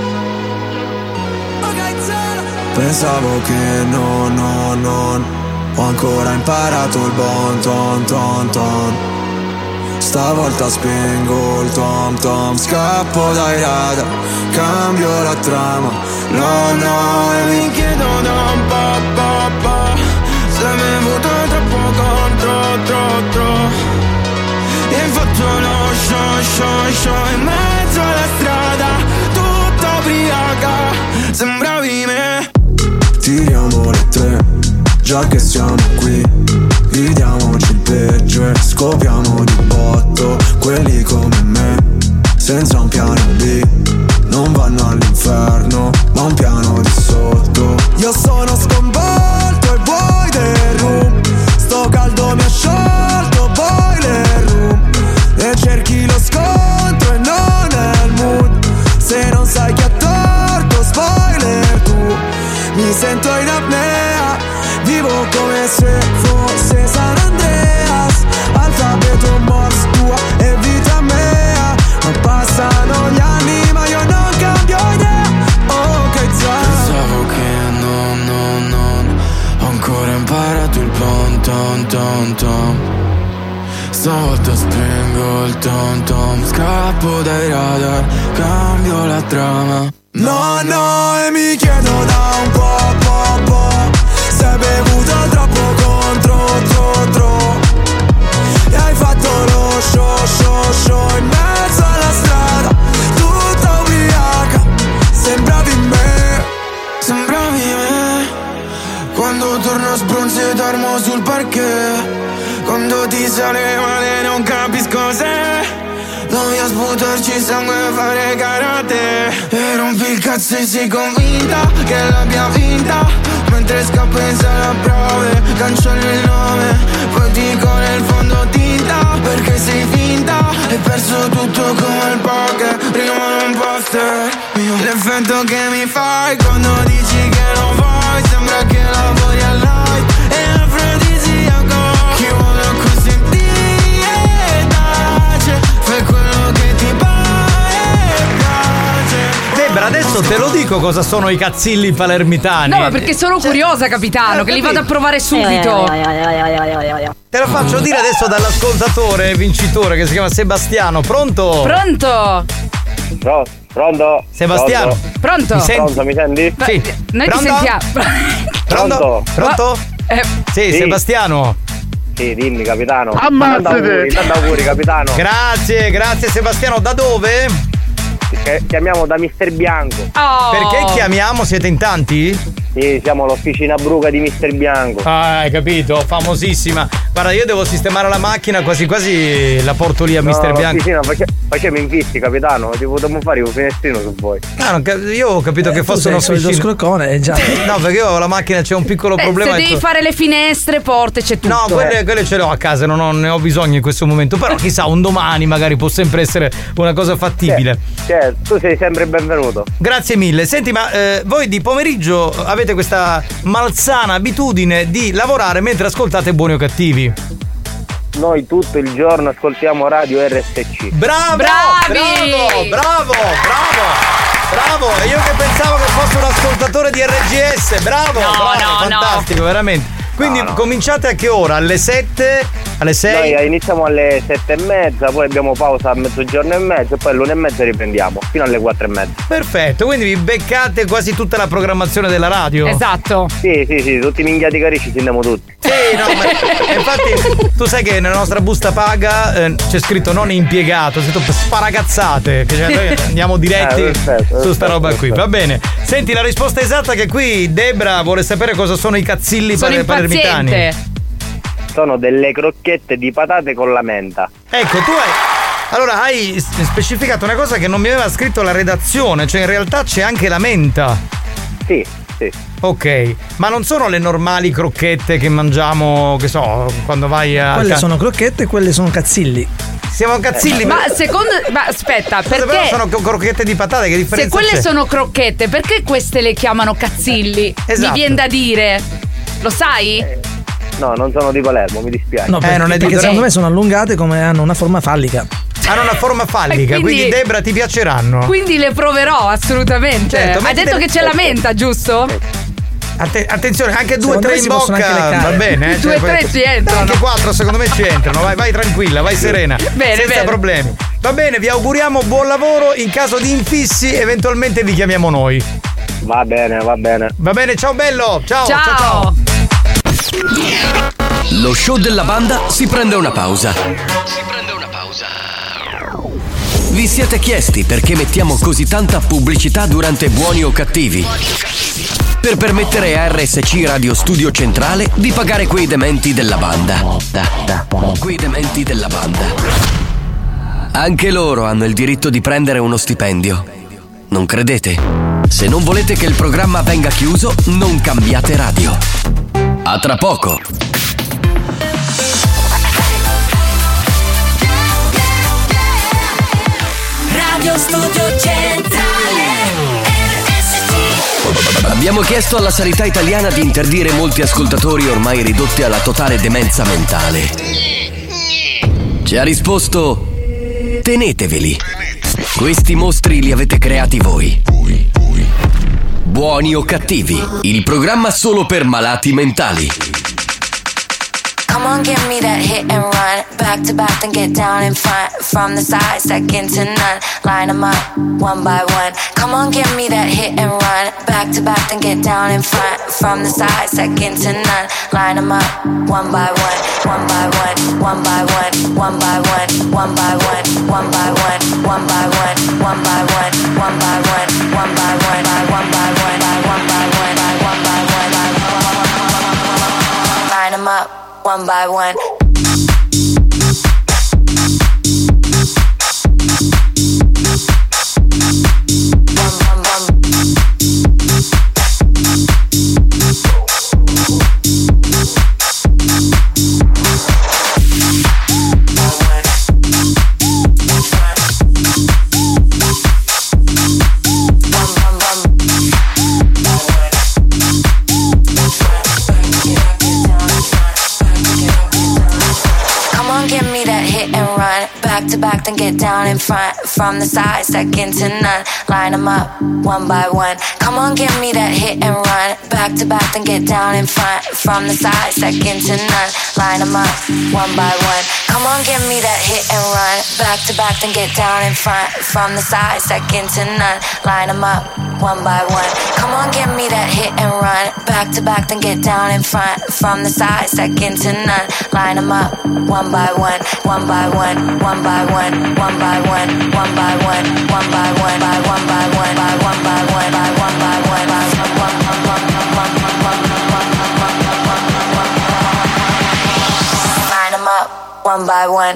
U: Pensavo che no, no, no, Ho ancora imparato il bon ton ton ton. Stavolta spengo il tom tom, scappo dai radar, cambio la trama. No no, e mi chiedo da un po' po' po' se mi è venuto troppo contro tro tro. E faccio lo show show show in mezzo alla strada, tutta ubriaca, sembravi me. Tiriamo le tre, già che siamo qui, gridiamoci il peggio e scopriamo di botto. Quelli come me, senza un piano B, non vanno all'inferno, ma un piano di sotto. Io sono sconvolto e vuoi del room, sto caldo mi ha sciolto, boiler room. E cerchi lo scontro e non è il mood, se non sai chi ha torto, spoiler tu. Mi sento in apnea, vivo come se fosse San Andreas, alfabeto Morse tua e vita mea. Ma passano gli anni ma io non cambio idea. Oh che zara. Pensavo che no, no, no, ho ancora imparato il bon ton ton ton. Stavolta spengo il tom tom, scappo dai radar, cambio la trama. No, no, e mi chiedo da un po', po', po' se hai bevuto troppo contro, tro, tro. E hai fatto lo show, show, show in mezzo alla strada, tutta ubriaca, sembravi me, sembravi me. Quando torno sbronzo e dormo sul parquet, quando ti sale male non capisco se provi a sputarci sangue e fare karate. E rompi il cazzo e sei convinta che l'abbia vinta, mentre scappo in sala prove, cancello il nome, poi dico nel fondo tinta, perché sei finta. Hai perso tutto come il poker, prima un poster mio. L'effetto che mi fai quando dici che non vuoi, sembra che lavori al light, è afrodisiaco. Chi vuole così fai quello che ti piace.
D: Debra, adesso te lo dico cosa sono i cazzilli palermitani.
G: No, ma perché sono curiosa, capitano,
D: eh,
G: che li vado a provare subito.
D: Te lo faccio dire adesso dall'ascoltatore vincitore che si chiama Sebastiano. Pronto?
G: Pronto?
V: Pro- pronto?
D: Sebastiano.
G: Pronto?
D: Mi senti?
V: Pronto, mi senti?
D: Sì.
G: Noi
D: Pronto?
G: ti sentiamo.
V: Pronto?
D: Pronto?
G: Eh.
D: Sì,
V: Sì.
D: Sebastiano.
V: Sì, dimmi capitano.
D: Ammazzate.
V: Tanti auguri, tanti auguri capitano.
D: Grazie, grazie Sebastiano. Da dove?
V: Che- chiamiamo da mister Bianco.
G: Oh.
D: Perché chiamiamo? Siete in tanti?
V: Sì, siamo l'officina bruca di mister Bianco.
D: Ah, hai capito, famosissima. Guarda, io devo sistemare la macchina, quasi quasi la porto lì a
V: No,
D: mister Bianco.
V: l'officina face- facciamo infissi capitano, ti potremmo fare un finestrino su voi.
D: Ah, non cap- io ho capito
F: Eh,
D: che
F: tu
D: fosse
F: sei
D: uno
F: il solito
D: scroccone.
F: scroccone, eh, già.
D: No, perché io ho la macchina, c'è un piccolo
G: Beh,
D: problema.
G: se devi
D: ecco.
G: fare le finestre, porte, c'è tutto.
D: No, quelle, quelle ce le ho a casa, non, ho, ne ho bisogno in questo momento. Però chissà, un domani magari può sempre essere una cosa fattibile.
V: Cioè, tu sei sempre benvenuto.
D: Grazie mille. Senti, ma eh, voi di pomeriggio avete questa malsana abitudine di lavorare mentre ascoltate Buoni o Cattivi?
V: Noi tutto il giorno ascoltiamo radio R S C.
D: Bravo!
G: Bravi!
D: Bravo! Bravo! Bravo! Bravo! E io che pensavo che fosse un ascoltatore di R G S. Bravo!
G: No,
D: bravo,
G: no, no.
D: fantastico, veramente. Quindi
V: No, no.
D: cominciate a che ora? Alle sette? Alle sei?
V: Noi iniziamo alle sette e mezza, poi abbiamo pausa a mezzogiorno e mezzo, e poi all'una e mezza riprendiamo fino alle quattro e mezza.
D: Perfetto, quindi vi beccate quasi tutta la programmazione della radio.
G: Esatto.
V: Sì, sì, sì, tutti i minchiati cari ci sentiamo tutti.
D: Sì, no, ma infatti tu sai che nella nostra busta paga eh, c'è scritto non impiegato, c'è scritto sparagazzate, che cioè noi andiamo diretti
V: Eh, perfetto,
D: su sta
V: perfetto,
D: roba qui.
V: perfetto.
D: Va bene. Senti, la risposta esatta che qui Debra vuole sapere cosa sono i cazzilli
G: Sono
D: pal- palermitani.
G: impaziente.
V: Sono delle crocchette di patate con la menta.
D: Ecco, tu hai allora hai s- specificato una cosa che non mi aveva scritto la redazione, cioè in realtà c'è anche la menta.
V: Sì, sì.
D: Ok, ma non sono le normali crocchette che mangiamo, che so, quando vai a
F: Quelle
D: ca-
F: sono crocchette e quelle sono cazzilli.
D: Siamo cazzilli,
G: Ma secondo. Ma aspetta,
D: Però
G: perché.
D: sono co- crocchette di patate, che
G: Se
D: differenza
G: quelle
D: c'è?
G: sono crocchette, perché queste le chiamano cazzilli?
D: Esatto.
G: Mi viene da dire. Lo sai?
V: No, non sono di Palermo, mi dispiace.
F: No, perché,
D: non è di
F: perché
D: Palermo.
F: secondo me sono allungate come hanno una forma fallica.
D: Hanno una forma fallica,
G: E
D: quindi,
G: quindi-
D: Debra ti piaceranno.
G: Quindi le proverò assolutamente.
D: Certo,
G: Hai
D: mettete-
G: detto che c'è la menta, giusto?
D: Atte- attenzione, anche due,
F: Secondo
D: tre
F: me
D: in
F: si possono
D: bocca.
F: anche leccare.
D: Va bene, eh?
G: Due, tre ci entrano.
D: Anche quattro secondo me ci entrano. Vai, vai tranquilla, vai serena.
G: Bene,
D: senza
G: bene.
D: problemi. Va bene, vi auguriamo buon lavoro. In caso di infissi, eventualmente vi chiamiamo noi.
V: Va bene, va bene.
D: Va bene, ciao bello. Ciao, ciao,
G: Ciao.
D: ciao.
A: Lo show della banda si prende una pausa. Vi siete chiesti perché mettiamo così tanta pubblicità durante Buoni o Cattivi? Per permettere a R S C Radio Studio Centrale di pagare quei dementi della banda. Da, da, quei dementi della banda. Anche loro hanno il diritto di prendere uno stipendio. Non credete? Se non volete che il programma venga chiuso, non cambiate radio. A tra poco.
B: Radio Studio Centrale R S C.
A: Abbiamo chiesto alla sanità italiana di interdire molti ascoltatori ormai ridotti alla totale demenza mentale. Ci ha risposto: teneteveli. Questi mostri li avete creati voi. Buoni o Cattivi, il programma solo per malati mentali.
C: Come on, give me that hit and run. Back to back, then get down in front. From the side, second to none. Line them up, one by one. Come on, give me that hit and run. Back to back, then get down in front. From the side, second to none. Line them up, one by one. One by one, one by one. One by one, one by one. One by one, one by one. One by one, one by one. One by one, by one by one. By one by one, by one by one. By one by one. Line them up. One by one. Back to back, then get down in front. From the side, second to none. Line them up, one by one. Come on, give me that hit and run. Back to back, then get down in front. From the side, second to none. Line them up, one by one. Come on, give me that hit and run. Back to back, then get down in front. From the side, second to none. Line them up, one by one. Come on, give me that hit and run. Back to back, then get down in front. From the side, second to none. Line them up, one by one. One by one. One by one, one by one, one by one, one by one, by one by one, by one by one, by one by one, by one one one one one one one. Line them up, one by one.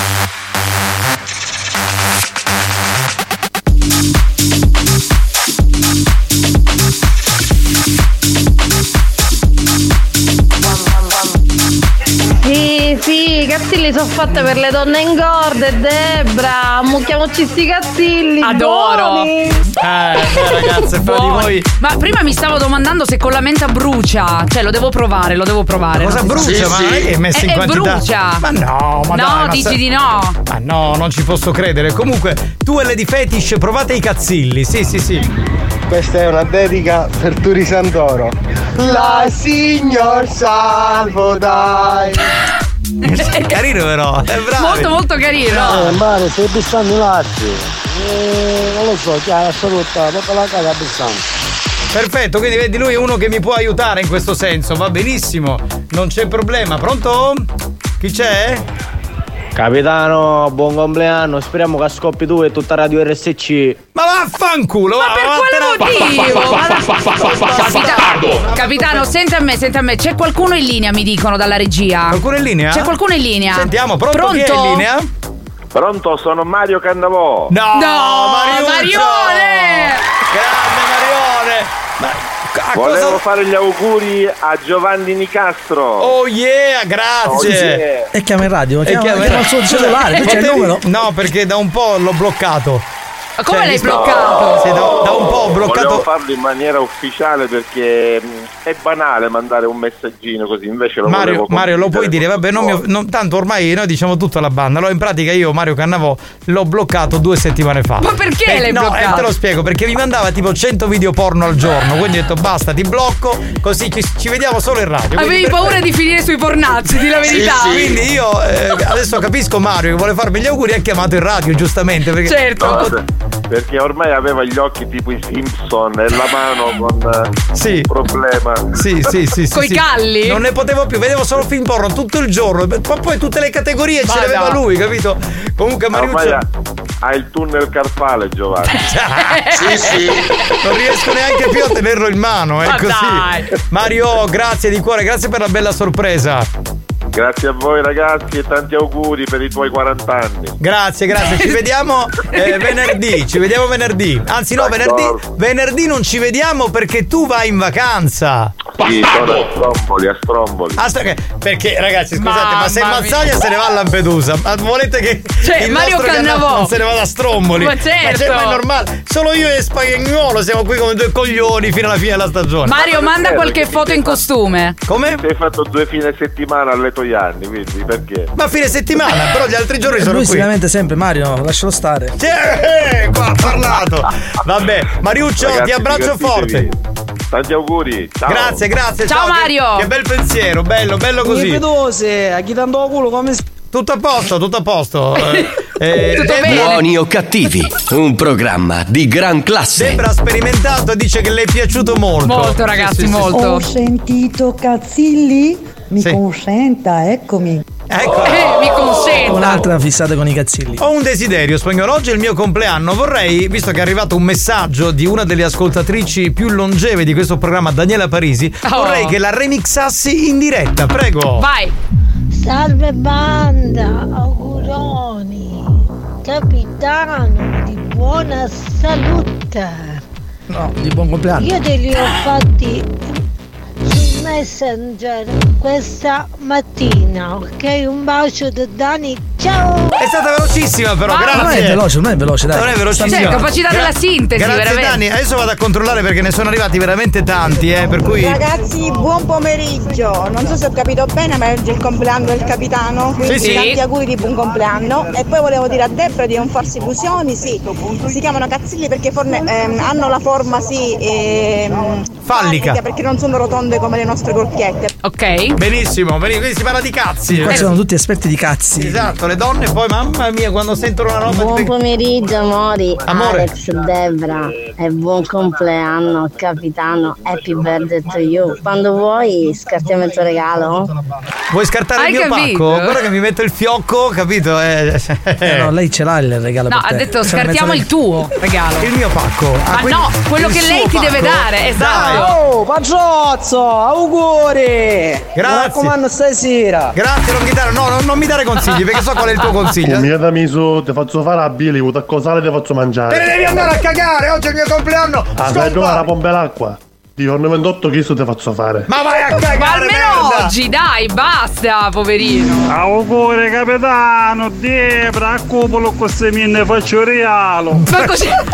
E: Sì, sì, i cazzilli sono fatte per le donne ingorde, Debra. Mucchiamoci sti cazzilli.
G: Adoro.
E: Buoni.
D: Eh, beh, ragazze, fra di
G: Buoni.
D: voi.
G: Ma prima mi stavo domandando se con la menta brucia. Cioè, lo devo provare, lo devo provare.
D: Cosa
G: no?
D: brucia?
G: Sì,
D: Ma
G: sì.
D: non è che è messa in
G: È- è
D: quantità.
G: brucia.
D: Ma no, ma
G: No,
D: dai, ma
G: dici
D: se-
G: di no.
D: Ma no, non ci posso credere. Comunque, tu e Lady Fetish provate i cazzilli. Sì, sì, sì.
W: Questa è una dedica per Turi Santoro. La signor Salvo, dai.
D: È carino però, è bravo.
G: Molto molto carino.
W: Eh, mare, stai bissando i latti. Eh, non lo so, chiara assoluta, dopo la casa bissando.
D: Perfetto, quindi vedi, lui è uno che mi può aiutare in questo senso, va benissimo, non c'è problema. Pronto? Chi c'è?
V: Capitano, buon compleanno, speriamo che scoppi tu e tutta Radio R S C.
D: Ma vaffanculo!
G: Ma per quale motivo? Ma la- Capitano, capitano, senti a me, senti a me. C'è qualcuno in linea, mi dicono dalla regia.
D: Qualcuno in linea?
G: C'è qualcuno in linea.
D: Sentiamo, pronto?
G: Pronto?
D: Chi è in linea?
P: Pronto, sono Mario Cannavò.
D: No,
G: No,
D: Mariuccio!
G: Marione!
D: Grande Marione! Ma a
P: Volevo
D: cosa...
P: fare gli auguri a Giovanni Nicastro.
D: Oh yeah, grazie!
P: Oh yeah.
F: E chiama in radio,
D: E
F: chiama,
D: chiama-
F: chiama il suo cellulare, qui c'è il
D: Potevi-
F: numero.
D: No, perché da un po' l'ho bloccato.
G: Ma come
D: Cioè,
G: l'hai
D: mi sta-
G: bloccato?
D: Sì, da, da un po' ho bloccato.
R: Volevo farlo in maniera ufficiale perché mh, è banale mandare un messaggino così, invece lo
D: Mario,
R: volevo
D: Mario, lo puoi
R: condividere
D: dire, vabbè, non mi- non- tanto ormai noi diciamo tutto alla banda. Allora, in pratica io, Mario Cannavò, l'ho bloccato due settimane fa.
G: Ma perché
D: Eh,
G: l'hai
D: no,
G: bloccato?
D: eh, te lo spiego, perché mi mandava tipo cento video porno al giorno. Quindi ho detto basta, ti blocco, così ci, ci vediamo solo in radio. Quindi
G: Avevi
D: per-
G: paura di finire sui pornazzi, di la verità.
D: Quindi io eh, adesso capisco Mario che vuole farmi gli auguri e ha chiamato in radio, giustamente. Perché
G: Certo.
R: No, per- perché ormai aveva gli occhi tipo i Simpson e la mano con eh,
D: Sì.
R: un problema.
D: Sì, sì, sì, sì.
G: Coi
D: sì.
G: calli?
D: Non ne potevo più, vedevo solo film porno tutto il giorno. Ma poi tutte le categorie ce
G: Ma
D: le aveva
G: no.
D: lui, capito? Comunque
R: Ormai
D: Mariuccio.
R: ha, ha il tunnel carpale, Giovanni.
D: Sì, sì. Non riesco neanche più a tenerlo in mano, è
G: Ma
D: così.
G: dai.
D: Mario, grazie di cuore, grazie per la bella sorpresa.
R: Grazie a voi ragazzi e tanti auguri per i tuoi quaranta anni.
D: Grazie, grazie. Ci vediamo eh, venerdì. Ci vediamo venerdì. Anzi, no, venerdì. Venerdì non ci vediamo perché tu vai in vacanza.
R: Sì, sono a Stromboli, a Stromboli.
D: Ah, sta che- perché ragazzi, scusate,
G: Mamma
D: ma se
G: mia.
D: Mazzaglia se ne va a Lampedusa, ma volete che
G: Cioè,
D: il
G: Mario
D: nostro
G: Cannavò
D: Cannavò non se ne vada a Stromboli?
G: Ma certo.
D: cioè, ma è normale. Solo io e Spagnuolo siamo qui come due coglioni fino alla fine della stagione.
G: Mario, manda qualche foto in costume.
D: Come?
R: Ti hai fatto due fine settimana alle Toianni, quindi perché?
D: Ma fine settimana, però gli altri giorni sono
F: Lui si
D: qui.
F: lamenta sempre, Mario, lascialo stare.
D: Sì, eh, qua ha parlato. Vabbè, Mariuccio,
R: Ragazzi,
D: ti abbraccio
R: divertitevi.
D: forte.
R: Tanti auguri. Ciao.
D: Grazie, grazie.
G: Ciao,
D: che-
G: Mario.
D: Che, bel pensiero, bello, bello così.
F: Pedose, a chi tanto culo come
D: Tutto a posto, tutto a posto. Eh, eh,
G: Tutto
D: Debra-
G: bene?
A: Buoni o cattivi, un programma di gran classe.
D: Debra ha sperimentato e dice che le è piaciuto molto.
G: Molto, ragazzi,
D: Sì, sì, sì.
G: molto.
M: Ho sentito Cazzilli? Mi
D: Sì.
M: consenta, eccomi.
D: Ecco.
G: Eh, mi consenta.
F: un'altra fissata con i cazzilli.
D: Ho un desiderio, Spagnolo. Oggi è il mio compleanno. Vorrei, visto che è arrivato un messaggio di una delle ascoltatrici più longeve di questo programma, Daniela Parisi,
G: Oh.
D: vorrei che la remixassi in diretta. Prego.
G: Vai.
J: Salve banda, auguroni, capitano di buona salute.
F: No, di buon compleanno.
J: Io te li ho fatti su Messenger questa mattina, ok? Un bacio da Dani, ciao!
D: È stata velocissima, però,
G: Ma-
D: grazie.
F: Non è veloce, non è veloce, dai.
D: Non è velocissima.
G: Cioè, capacità della sintesi,
D: Grazie,
G: veramente.
D: Dani. Adesso vado a controllare perché ne sono arrivati veramente tanti, eh. Per cui.
H: Ragazzi, buon pomeriggio. Non so se ho capito bene, ma oggi è il compleanno del capitano. Quindi
D: Sì, sì.
H: tanti auguri di buon compleanno. E poi volevo dire a Debra di non farsi illusioni. Sì, si chiamano cazzilli perché forne- ehm, hanno la forma, sì, ehm,
D: Fallica.
H: perché non sono rotonde come le nostre corchiette.
G: Ok.
D: Benissimo, benissimo. Quindi si parla di cazzi.
F: Qua sono tutti esperti di cazzi.
D: Esatto, le donne poi, mamma mia, quando sentono una roba.
O: Buon pomeriggio amori,
D: Amore.
O: Alex, Debra e buon compleanno capitano, happy birthday to you. Quando vuoi scartiamo il tuo regalo?
D: Vuoi scartare
G: Hai
D: il mio
G: capito?
D: pacco? Guarda che mi metto il fiocco, capito? Eh,
F: Eh, no, lei ce l'ha il regalo
G: No,
F: per
G: ha
F: te.
G: detto
F: C'è
G: scartiamo
F: mezzo-
G: il tuo regalo.
D: Il mio pacco. Ah,
G: Ma
D: quindi
G: no, quello
D: il
G: che lei
D: suo
G: ti deve
D: pacco?
G: dare, esatto.
D: Dai.
I: Oh, Pagiozzo, auguri!
D: Grazie.
I: Mi raccomando stasera.
D: Grazie, non mi dare, no, no, non mi dare consigli perché so qual è il tuo consiglio.
Q: Mi da miso, ti faccio fare a Billy, a cosa ti faccio mangiare?
D: Te ne devi andare a cagare, oggi è il mio compleanno.
Q: Ah,
D: Scompa-
Q: vai a trovare la pompa l'acqua. Di giorno ventotto che ti faccio fare?
D: Ma vai a cagare,
G: Ma almeno
D: merda.
G: oggi, dai, basta, poverino.
X: Auguri capitano, Debra, a cupolo con se ne faccio regalo.
G: Ma così, ma,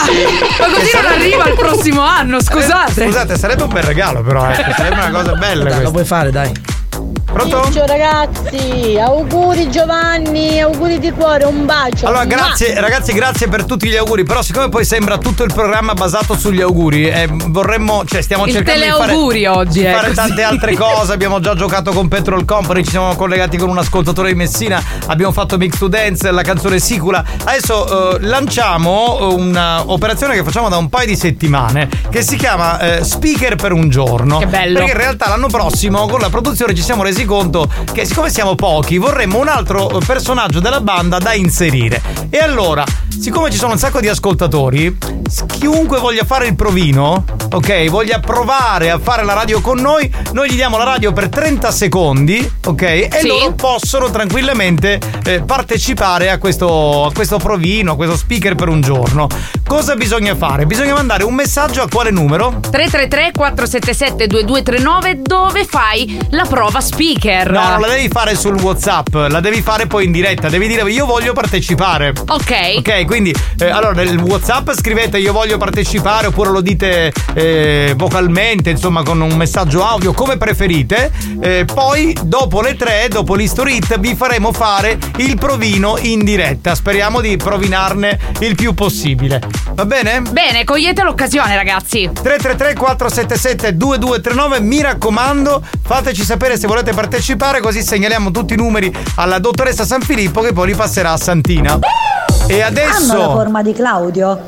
G: ma così non arriva il prossimo anno, scusate.
D: Eh, scusate, sarebbe un bel regalo, però, eh. Sarebbe una cosa bella
F: Dai, lo
D: questa.
F: puoi fare, dai.
D: Pronto?
J: Ciao ragazzi, auguri Giovanni, auguri di cuore, un bacio.
D: Allora, grazie, ragazzi, grazie per tutti gli auguri. Però, siccome poi sembra tutto il programma basato sugli auguri, eh, vorremmo, cioè, stiamo
G: Il
D: cercando di fare,
G: teleauguri oggi,
D: di
G: eh,
D: fare
G: così.
D: tante altre cose. Abbiamo già giocato con Petrol Company, ci siamo collegati con un ascoltatore di Messina, abbiamo fatto Mix to Dance, la canzone Sicula. Adesso eh, lanciamo un'operazione che facciamo da un paio di settimane che si chiama eh, Speaker per un giorno.
G: Che bello.
D: Perché in realtà l'anno prossimo con la produzione ci siamo resi conto che siccome siamo pochi vorremmo un altro personaggio della banda da inserire. E allora, siccome ci sono un sacco di ascoltatori, chiunque voglia fare il provino, ok, voglia provare a fare la radio con noi, noi gli diamo la radio per trenta secondi, ok, e
G: Sì.
D: loro possono tranquillamente eh, partecipare a questo, a questo provino, a questo speaker per un giorno. Cosa bisogna fare? Bisogna mandare un messaggio a quale numero?
G: tre tre tre quattro sette sette due due tre nove dove fai la prova speaker. speaker.
D: No, non la devi fare sul WhatsApp, la devi fare poi in diretta. Devi dire io voglio partecipare.
G: Ok.
D: Ok, quindi eh, allora nel WhatsApp scrivete io voglio partecipare, oppure lo dite eh, vocalmente, insomma con un messaggio audio, come preferite. Eh, poi dopo le tre, dopo l'History Hit, vi faremo fare il provino in diretta. Speriamo di provinarne il più possibile. Va bene?
G: Bene, cogliete l'occasione, ragazzi.
D: tre tre tre quattro sette sette due due tre nove, mi raccomando, fateci sapere se volete partecipare, così segnaliamo tutti i numeri alla dottoressa Sanfilippo, che poi li passerà a Santina. E adesso
M: hanno la forma di Claudio.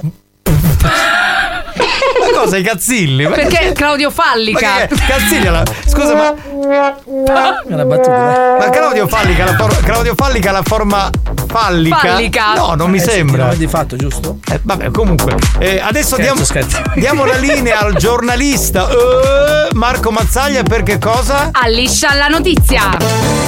D: Ma cosa, i cazzilli?
G: Perché Claudio Fallica.
D: Cazzilli la... Scusa, ma
F: una battuta.
D: Ma Claudio Fallica la for... Claudio Fallica la forma fallica?
G: Fallica.
D: No, non mi
F: eh,
D: sembra.
F: Sì, di fatto, giusto?
D: Eh, vabbè, comunque. Eh, adesso
F: Scherzo,
D: diamo,
F: scherzo.
D: diamo la linea al giornalista eh, Marco Mazzaglia, perché cosa?
G: Alliscia la notizia.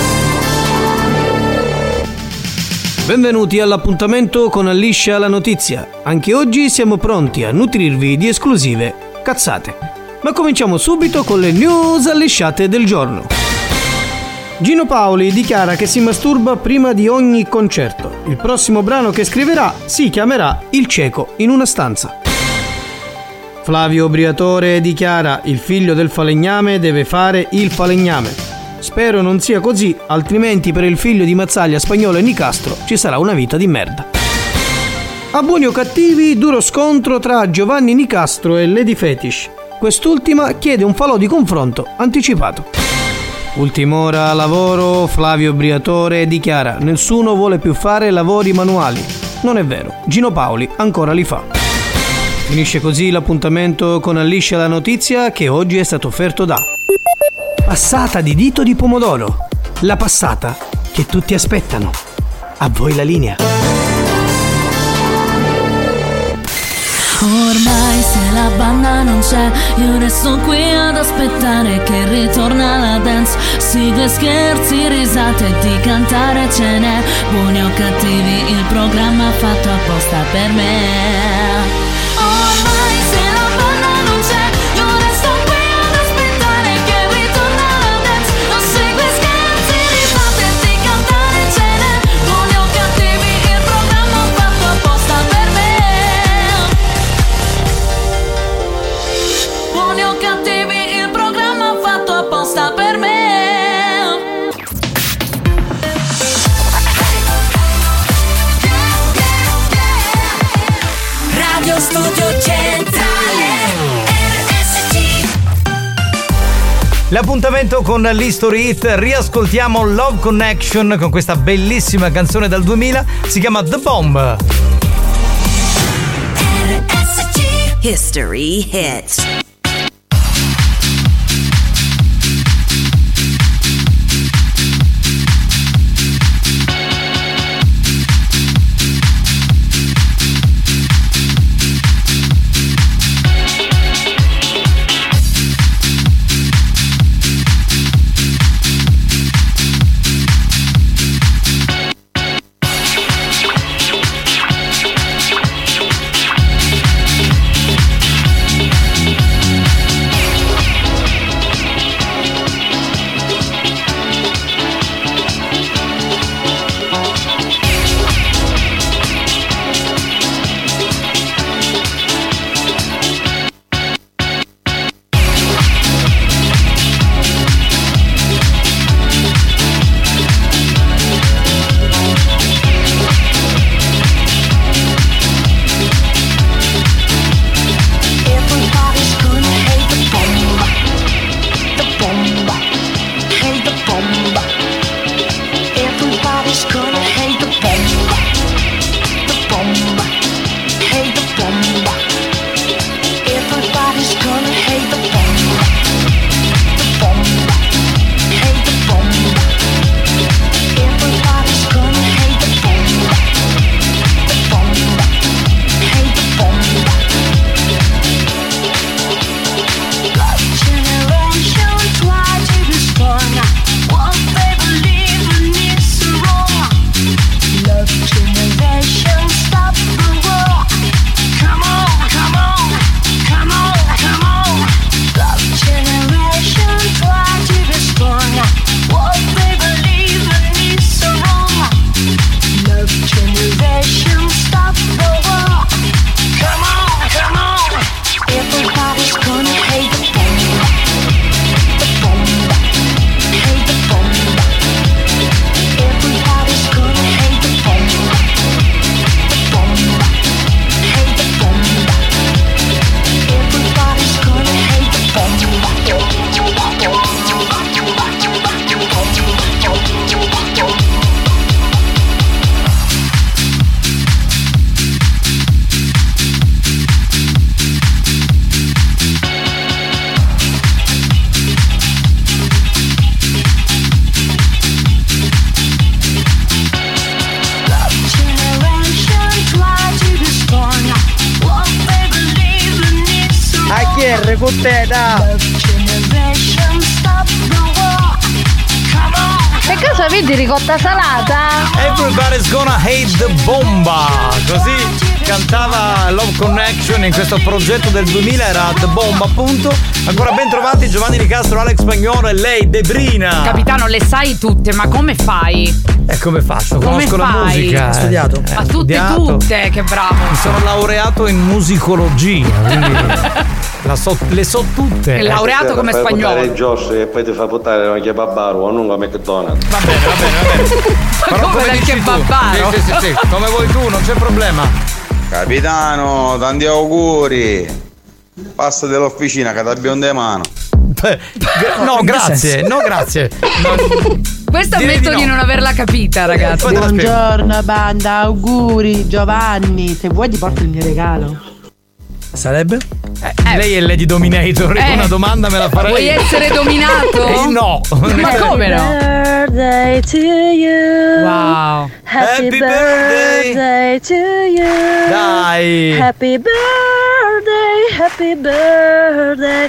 K: Benvenuti all'appuntamento con Alliscia la notizia. Anche oggi siamo pronti a nutrirvi di esclusive cazzate. Ma cominciamo subito con le news allisciate del giorno. Gino Paoli dichiara che si masturba prima di ogni concerto. Il prossimo brano che scriverà si chiamerà Il cieco in una stanza. Flavio Briatore dichiara: il figlio del falegname deve fare il falegname. Spero non sia così, altrimenti per il figlio di Mazzaglia, Spagnolo e Nicastro ci sarà una vita di merda. A buoni o cattivi, duro scontro tra Giovanni Nicastro e Lady Fetish. Quest'ultima chiede un falò di confronto anticipato. Ultim'ora lavoro, Flavio Briatore dichiara: nessuno vuole più fare lavori manuali. Non è vero, Gino Paoli ancora li fa. Finisce così l'appuntamento con Alliscia la notizia, che oggi è stato offerto da Passata di dito di pomodoro, la passata che tutti aspettano. A voi la linea.
B: Ormai se la banda non c'è, io resto qui ad aspettare che ritorna la dance. Sigle, scherzi, risate, di cantare ce n'è. Buoni o cattivi, il programma fatto apposta per me. Ormai se la banda non c'è, io resto qui ad aspettare che ritorna la dance. Non segue scherzi, risate, di cantare ce n'è. Buoni o cattivi, il programma fatto apposta per me. Buoni o cattivi, il programma fatto apposta per me. Radio Studio Centrale R S C.
D: L'appuntamento con l'History Hit, riascoltiamo Love Connection con questa bellissima canzone dal duemila, si chiama The Bomb.
B: R S C History Hit.
D: ballare con te,
E: Per caso avete ricotta salata?
D: Everybody's gonna hate the bomba. Così cantava Love Connection in questo progetto del duemila, era The Bomba appunto. Ancora ben trovati Giovanni Di Castro, Alex Spagnuolo e lei Debrina.
G: Capitano, le sai tutte, ma come fai?
D: E come faccio?
G: Come
D: Conosco
G: fai?
D: la musica.
G: Ho
F: studiato.
G: Ma tutte
D: studiato.
G: tutte, che bravo.
D: Mi sono laureato in musicologia, quindi la so, le so tutte.
G: È laureato come spagnolo.
P: Fai Josh e poi ti fa portare una kebabaro o non come McDonald's.
D: Va bene, va bene, va bene. Però
G: Come dal
D: dici tu.
G: kebabaro?
D: Sì, sì, sì, sì, come vuoi tu, non c'è problema.
L: Capitano, tanti auguri. Passa dell'officina che ti abbiamo de mano.
D: Beh, no, grazie, no, grazie. No.
G: Questa
D: Direi
G: ammetto
D: di
G: di
D: no.
G: non averla capita, ragazzi.
N: Buongiorno banda, auguri Giovanni, se vuoi ti porto il mio regalo.
F: Sarebbe?
D: Eh, lei è Lady Dominator,
G: Eh.
D: una domanda me la farei.
G: Vuoi essere dominato?
D: Eh, no.
G: Ma come no?
J: Birthday to you.
G: Wow.
J: Happy,
D: Happy
J: birthday to you.
D: Dai.
J: Happy birthday, happy birthday,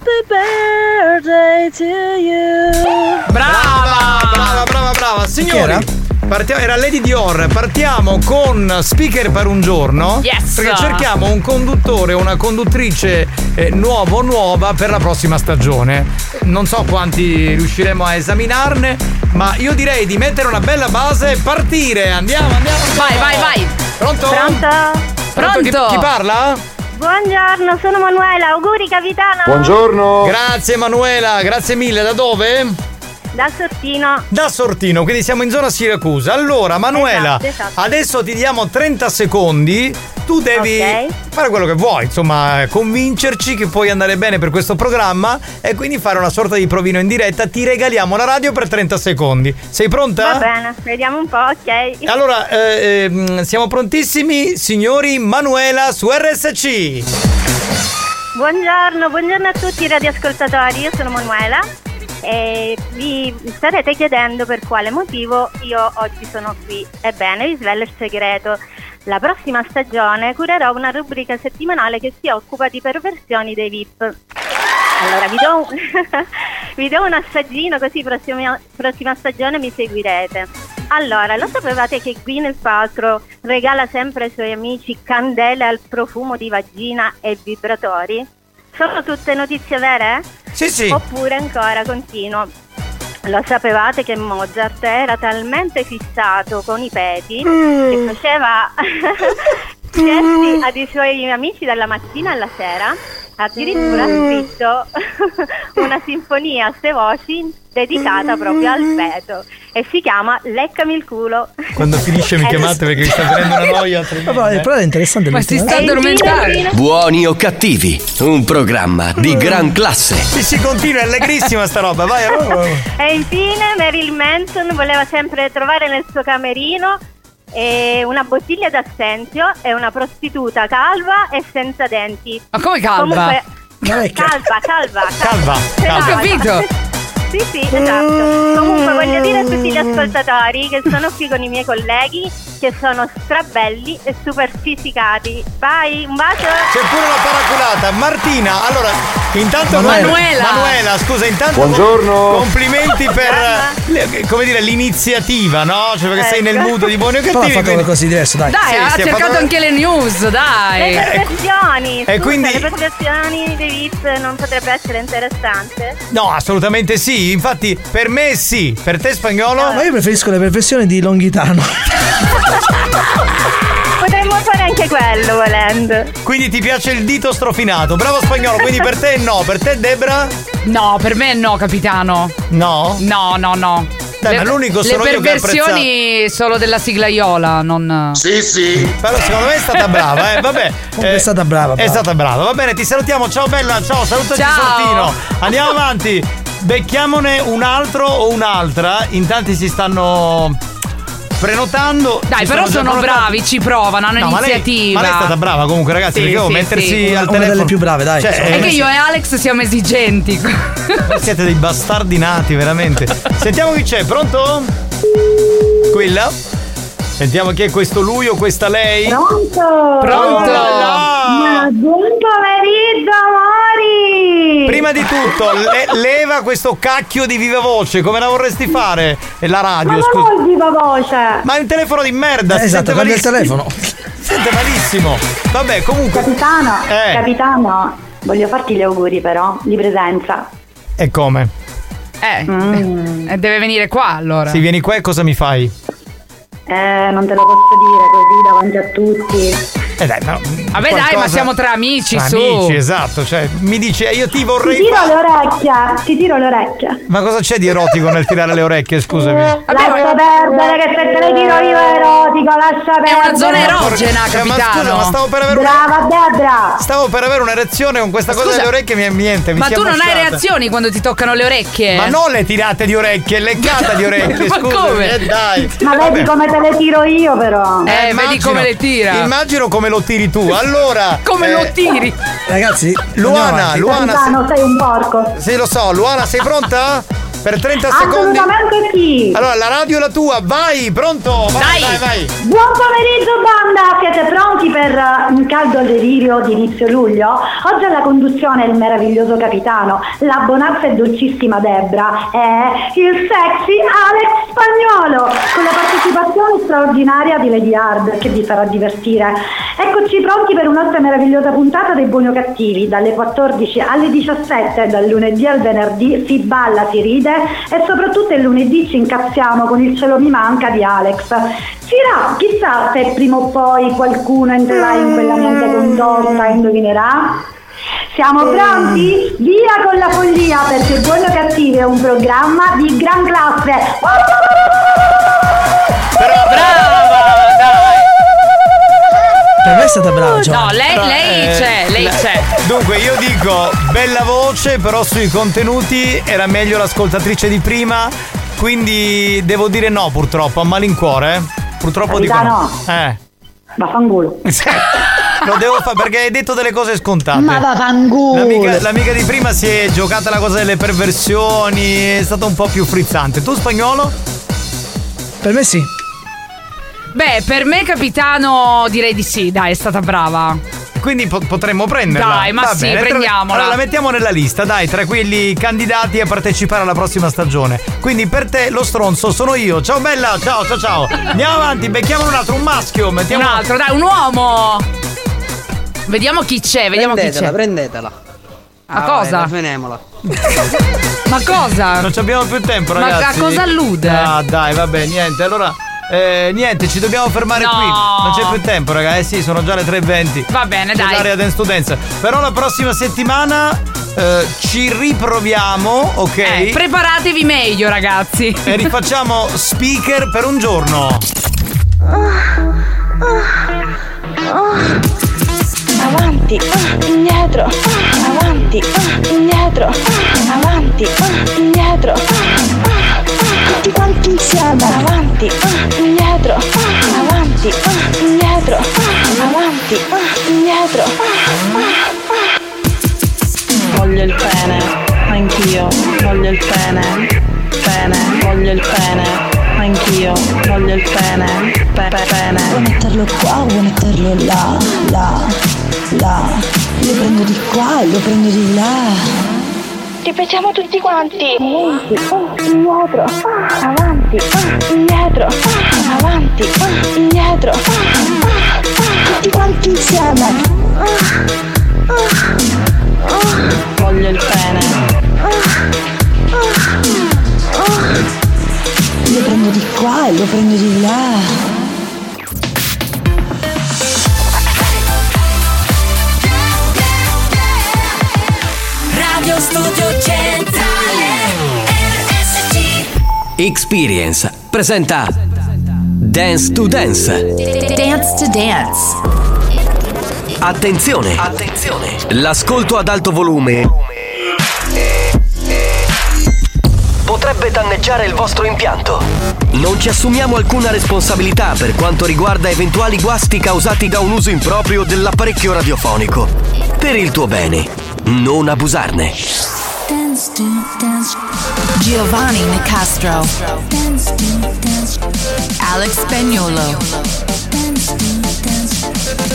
J: happy birthday to you.
D: Brava, brava, brava, brava. Signori, partiamo, era Lady Dior. Partiamo con Speaker per un giorno.
G: Yes.
D: Perché cerchiamo un conduttore, una conduttrice eh, nuovo, nuova per la prossima stagione. Non so quanti riusciremo a esaminarne, ma io direi di mettere una bella base e partire. Andiamo, andiamo.
G: Vai, vai, vai.
D: Pronto?
H: Pronto?
D: Pronto? Chi,
G: Pronto?
D: chi parla?
H: Buongiorno, sono Manuela, auguri capitano.
P: Buongiorno.
D: Grazie Manuela, grazie mille. Da dove?
H: Da Sortino.
D: Da Sortino, quindi siamo in zona Siracusa. Allora, Manuela,
H: Esatto, esatto.
D: adesso ti diamo trenta secondi. Tu devi
H: Ok.
D: fare quello che vuoi, insomma, convincerci che puoi andare bene per questo programma e quindi fare una sorta di provino in diretta. Ti regaliamo la radio per trenta secondi. Sei pronta?
H: Va bene, vediamo un po', ok.
D: Allora, eh, ehm, siamo prontissimi, signori. Manuela su R S C.
H: Buongiorno, buongiorno a tutti i radioascoltatori, io sono Manuela e vi starete chiedendo per quale motivo io oggi sono qui. Ebbene, vi svelo il segreto. La prossima stagione curerò una rubrica settimanale che si occupa di perversioni dei V I P. Allora vi do un, vi do un assaggino così prossima, prossima stagione mi seguirete. Allora, lo sapevate che Gwyneth Paltrow regala sempre ai suoi amici candele al profumo di vagina e vibratori? Sono tutte notizie vere?
D: Sì, sì.
H: Oppure ancora continuo. Lo sapevate che Mozart era talmente fissato con i peti che faceva gesti ai suoi amici dalla mattina alla sera? Addirittura ha scritto una sinfonia a sei voci dedicata proprio al feto e si chiama Leccami il culo.
D: Quando finisce mi
H: Eh,
D: chiamate perché mi sta venendo una noia tremenda.
F: Vabbè, però è interessante.
G: Ma si
F: l'ultima.
G: sta addormentando.
A: Buoni o cattivi, un programma di gran classe.
D: Sì, sì, continua, è allegrissima sta roba, vai.
H: E infine Marilyn Manson voleva sempre trovare nel suo camerino eh, una bottiglia d'assenzio e una prostituta calva e senza denti.
G: Ma come calva?
H: Comunque,
F: Ma è che-
H: calva, calva,
D: Calva,
G: Ho capito.
H: Sì, sì, esatto. Comunque voglio dire a tutti gli ascoltatori che sono qui con i miei colleghi che sono strabelli e super fisicati. Vai, un bacio.
D: C'è pure la paraculata. Martina, allora, intanto
G: Manuela.
D: Manuela, scusa, intanto
P: Buongiorno.
D: complimenti per le- come dire l'iniziativa, no? Cioè perché sei nel
H: Ecco.
D: mood di buoni o
F: Però ha
D: cattivi.
F: fatto
D: quindi-
F: qualcosa di diverso, dai.
G: Dai,
D: Sì,
G: ha
D: sì, ha
G: cercato
D: fatto-
G: anche le news,
H: Le
G: dai.
H: perversioni,
D: e
H: scusa,
D: quindi-
H: le perversioni dei V I P non potrebbe essere interessante?
D: No, assolutamente sì. Infatti, per me sì. Per te spagnolo?
F: Ma io preferisco le professioni di Longhitano.
H: Potremmo fare anche quello volendo.
D: Quindi ti piace il dito strofinato. Bravo spagnolo, quindi per te no. Per te Debra?
G: No, per me no, capitano.
D: No?
G: No, no, no.
D: Dai, ma l'unico
G: le
D: sono io che ho
G: perversioni solo della sigla Iola, non.
P: Sì, sì.
D: Però secondo me è stata brava, eh. Vabbè.
F: Comunque
D: eh,
F: è stata brava,
D: È
F: brava.
D: stata brava. Va bene, ti salutiamo. Ciao bella, ciao, salutaci
G: Ciao.
D: Sortino. Andiamo avanti. Becchiamone un altro o un'altra. In tanti si stanno prenotando.
G: Dai,
D: Si
G: però
D: già
G: sono
D: prenotati.
G: bravi, ci provano, hanno
D: No, ma lei,
G: iniziativa.
D: ma lei è stata brava comunque, ragazzi,
G: Sì,
D: perché devo
G: sì,
D: mettersi
G: sì.
D: al
F: Una
D: telefono.
F: delle più brave, dai.
D: Cioè,
G: È che io e Alex siamo esigenti.
D: siete dei bastardi nati, veramente. Sentiamo chi c'è, pronto? Quella? Sentiamo chi è questo lui o questa lei?
H: Pronto?
G: Pronto?
D: Oh là là!
H: Ma buon pomeriggio auguri!
D: Prima di tutto, le- leva questo cacchio di viva voce, come la vorresti fare? E la radio,
H: Ma
D: scusa.
H: non ho il viva voce!
D: Ma è un telefono di merda,
F: Eh,
D: si
F: esatto,
D: sente
F: cambia il
D: malissimo.
F: telefono.
D: Sente malissimo. Vabbè, comunque.
H: Capitano,
D: Eh.
H: capitano, voglio farti gli auguri però, di presenza.
D: E come?
G: Eh,
H: Mm.
G: eh, deve venire qua allora.
D: Se vieni qua e cosa mi fai?
H: Eh, non te lo posso dire così davanti a tutti.
D: Eh dai, ma
G: Vabbè dai, ma siamo tra amici,
D: tra
G: su.
D: amici, esatto, cioè mi dice io ti
H: Ti
D: vorrei
H: tiro
D: fa-
H: l'orecchia, ti tiro l'orecchia.
D: Ma cosa c'è di erotico nel tirare le orecchie, scusami?
H: Lascia perdere che se te le tiro io è erotico, lascia perdere.
G: È una zona erogena,
D: Eh, ma
G: capitano.
D: scusa, ma stavo per avere una...
H: Brava Debra!
D: Stavo per avere un'erezione con questa cosa
G: Scusa,
D: delle orecchie, mi niente, mi
G: Ma
D: si è
G: tu non hai
D: mosciata.
G: reazioni quando ti toccano le orecchie?
D: Ma non le tirate di orecchie, leccata di orecchie,
G: Ma
D: scusami,
G: come?
D: eh, dai.
H: Ma vedi
D: Vabbè.
H: come te le tiro io però.
G: Eh,
D: immagino-
G: vedi come le tira.
D: Immagino come lo tiri tu. Allora,
G: Come lo
D: eh,
G: tiri?
F: Ragazzi,
D: Luana, Luana,
H: Capitano, sei un porco.
D: sì, lo so, Luana, sei pronta? Per trenta secondi.
H: Assolutamente sì.
D: Allora, la radio è la tua, vai, pronto? Vai, vai, vai.
H: Buon pomeriggio banda, siete pronti per uh, un caldo delirio di inizio luglio? Oggi alla conduzione il meraviglioso capitano, la bonazza e dolcissima Debra e il sexy Alex Spagnuolo con la partecipazione straordinaria di Lady Hard che vi farà divertire. Eccoci pronti per un'altra meravigliosa puntata dei Buoni o Cattivi, dalle quattordici alle diciassette, dal lunedì al venerdì si balla, si ride e soprattutto il lunedì ci incazziamo con il cielo mi manca di Alex. Sirà, chissà se prima o poi qualcuno entrerà in quella mente contorta e indovinerà. Siamo pronti? Via con la follia perché Buoni o Cattivi è un programma di gran classe.
D: Però brava, dai.
F: Per me è stata brava,
G: No,
F: Giovanni.
G: lei, lei
D: Eh,
G: c'è, lei
D: la-
G: c'è.
D: Dunque io dico bella voce, però sui contenuti era meglio l'ascoltatrice di prima, quindi devo dire no purtroppo, a malincuore. eh. Purtroppo
H: Capitano.
D: dico no. Eh.
H: Vaffanculo.
D: Lo devo fare perché hai detto delle cose scontate.
J: Ma vaffanculo.
D: L'amica, l'amica di prima si è giocata la cosa delle perversioni, è stata un po' più frizzante. Tu Spagnolo?
F: Per me sì.
G: Beh, per me capitano direi di sì, dai, è stata brava.
D: Quindi po- potremmo prenderla.
G: Dai, ma
D: Va
G: sì,
D: bene, tra-
G: prendiamola.
D: Allora la mettiamo nella lista, dai, tra quelli candidati a partecipare alla prossima stagione. Quindi per te lo stronzo sono io. Ciao bella, ciao, ciao, ciao. Andiamo avanti, becchiamo un altro, un maschio. Mettiamo
G: Un altro, dai, un uomo. Vediamo chi c'è, vediamo chi c'è.
C: Prendetela.
G: Ma cosa?
C: Finiamola.
G: Ma cosa?
D: Non ci abbiamo più tempo,
G: Ma
D: ragazzi.
G: a cosa allude?
D: Ah, dai, vabbè, niente. Allora, eh, niente, ci dobbiamo fermare
G: No.
D: qui. Non c'è più tempo, ragazzi. Eh sì, sono già le tre e venti.
G: Va bene,
D: C'è
G: dai.
D: l'area dance to dance. Però la prossima settimana eh, ci riproviamo, ok?
G: Eh, preparatevi meglio, ragazzi.
D: E rifacciamo speaker per un giorno.
J: Avanti, ah, indietro, ah, avanti, ah, indietro, ah, avanti, ah, indietro, ah, ah, tutti quanti insieme, avanti, ah, indietro, ah, avanti, ah, indietro, ah, avanti, ah, indietro. ah, ah.
N: Voglio il pene, anch'io, voglio il pene, pene, voglio il pene, anch'io, voglio il pene, pe- pe- pene.
J: Vuoi metterlo qua, vuoi metterlo là, là, là. Lo prendo di qua e lo prendo di là. Ripetiamo tutti quanti. Avanti, ah, indietro, ah, avanti, ah, indietro, ah, avanti, ah, ah, tutti quanti insieme. Ah, ah, ah.
N: Voglio il pene,
J: Lo prendo di qua e lo prendo di là.
B: Radio Studio Centrale R S C.
A: Experience presenta Dance to Dance.
B: Dance to Dance.
A: Attenzione! Attenzione! L'ascolto ad alto volume potrebbe danneggiare il vostro impianto. Non ci assumiamo alcuna responsabilità per quanto riguarda eventuali guasti causati da un uso improprio dell'apparecchio radiofonico. Per il tuo bene, non abusarne.
B: Dance to Dance. Giovanni Nicastro. Dance to Dance. Alex Spagnuolo. Dance to Dance.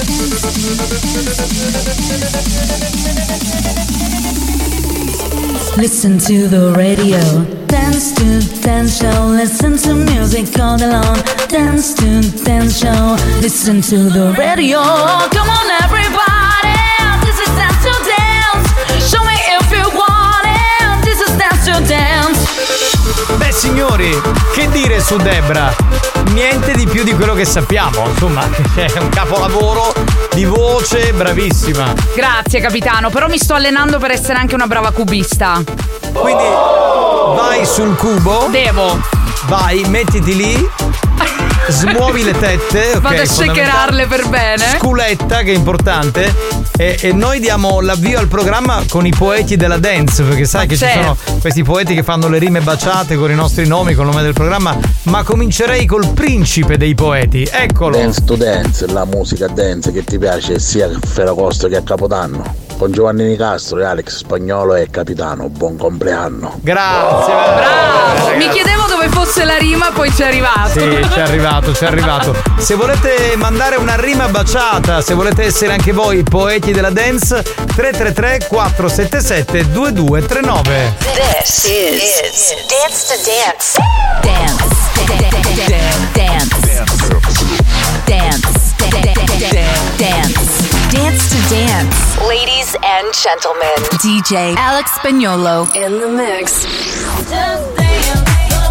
B: Listen to the radio, dance to dance show, listen to music all day long, dance to dance show, listen to the radio, come on everybody, this is dance to dance, show me if you want it, this is dance to dance.
D: Beh signori, che dire su Debra? Niente di più di quello che sappiamo, insomma, è un capolavoro di voce, bravissima.
G: Grazie capitano, però mi sto allenando per essere anche una brava cubista.
D: Quindi vai sul cubo.
G: Devo.
D: Vai, mettiti lì. Smuovi le tette, ok?
G: Vado a shakerarle per bene.
D: Sculetta, che è importante. E, e noi diamo l'avvio al programma con i poeti della dance, perché sai
G: Ma
D: che
G: certo.
D: ci sono questi poeti che fanno le rime baciate con i nostri nomi, con il nome del programma. Ma comincerei col principe dei poeti. Eccolo.
C: Dance to dance, la musica dance che ti piace sia a Ferragosto che a Capodanno. Con Giovanni Nicastro e Alex Spagnolo e Capitano, buon compleanno.
D: Grazie.
G: Bravo. Mi chiedevo dove fosse la rima, poi ci è arrivato.
D: Sì, ci è arrivato, ci è arrivato. Se volete mandare una rima baciata, se volete essere anche voi poeti della dance, tre tre tre quattro sette sette due due tre nove.
B: This is, is Dance to Dance. Dance. Dance. Dance. Dance. Dance to Dance. Ladies and gentlemen, D J Alex Spagnolo in the mix. Just dance.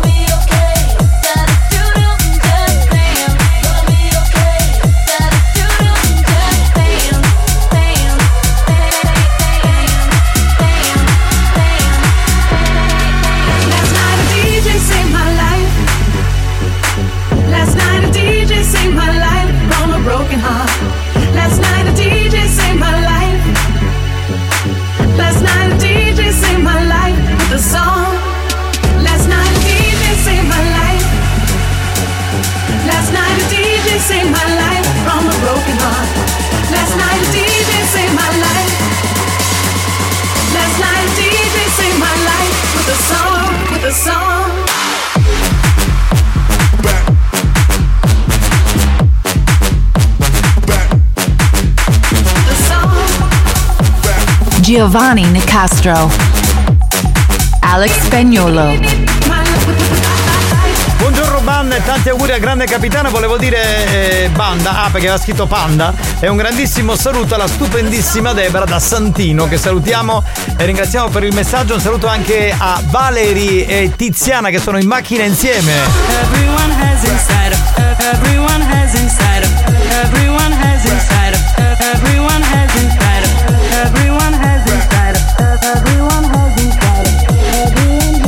S: Broken heart. Last night a D J saved my life. Last night a D J saved my life with a song. Last night a D J saved my life. Last night a D J saved my life from a broken heart. Last night a D J saved my life. Last night a D J saved my life with a song, with a song.
B: Giovanni Nicastro, Alex Spagnolo.
D: Buongiorno banda e tanti auguri al grande capitano. Volevo dire eh, banda, ah perché aveva scritto panda. E un grandissimo saluto alla stupendissima Debra da Santino, che salutiamo e ringraziamo per il messaggio. Un saluto anche a Valerie e Tiziana che sono in macchina insieme.
B: Everyone has inside of, everyone has inside of, everyone has inside of, everyone has inside of, everyone has inside of, everyone has inside of, everyone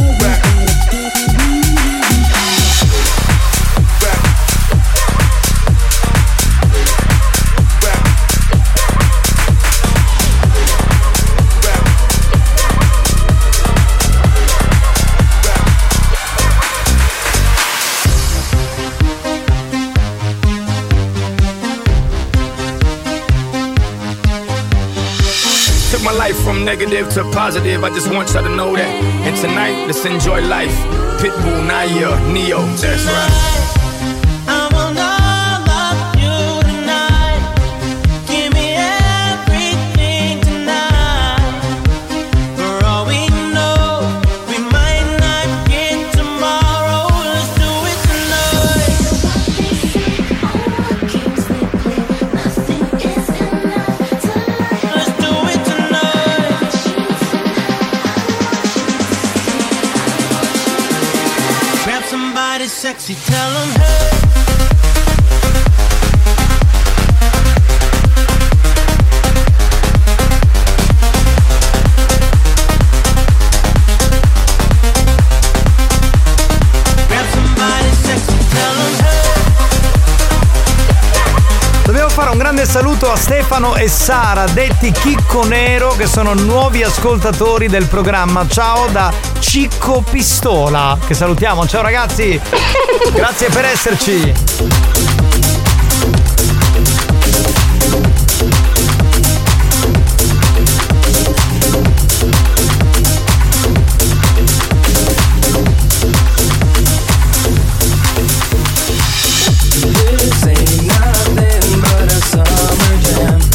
T: My life from negative to positive, I just want y'all to know that. And tonight, let's enjoy life. Pitbull, Naya, Neo, that's right.
B: Sexy, tell them hey. Grab somebody sexy, tell them hey.
D: Dobbiamo fare un grande saluto a Stefano e Sara, detti Chicco Nero, che sono nuovi ascoltatori del programma. Ciao da Cicco Pistola, che salutiamo. Ciao ragazzi, grazie per esserci.
B: This ain't nothing but a summer jam.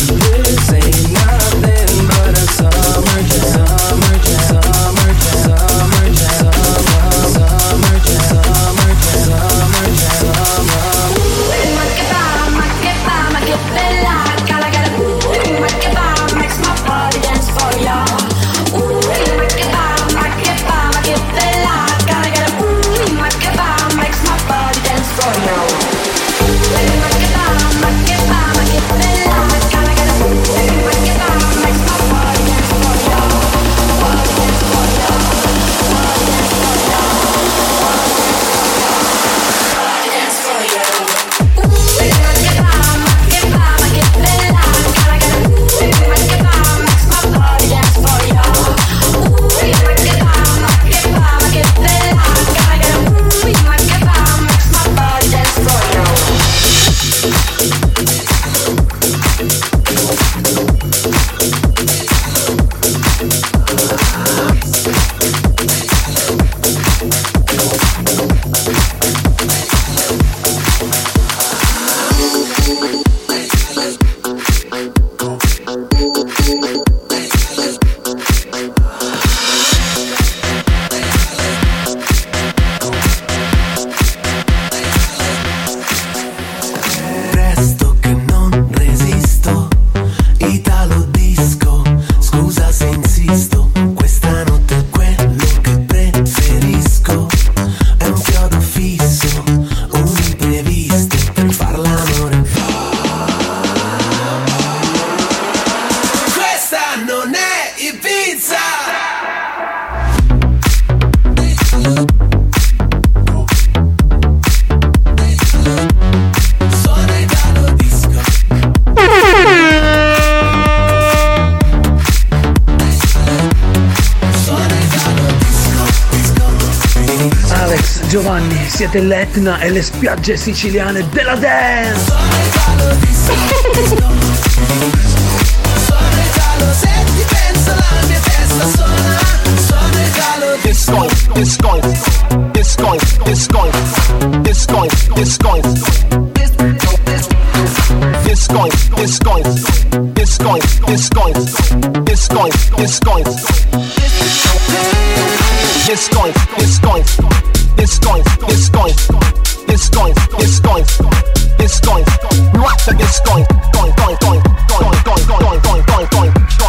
F: siete l'Etna e le spiagge siciliane della dance.
S: Se ti penso la mia testa suona, suona il calo. Disco, disco, disco, disco, disco, disco, disco, disco, disco, disco, disco, disco, disco, disco, disco, disco, disco, disco, disco, what the disco, going, going, going, going, going, going, going, going, going.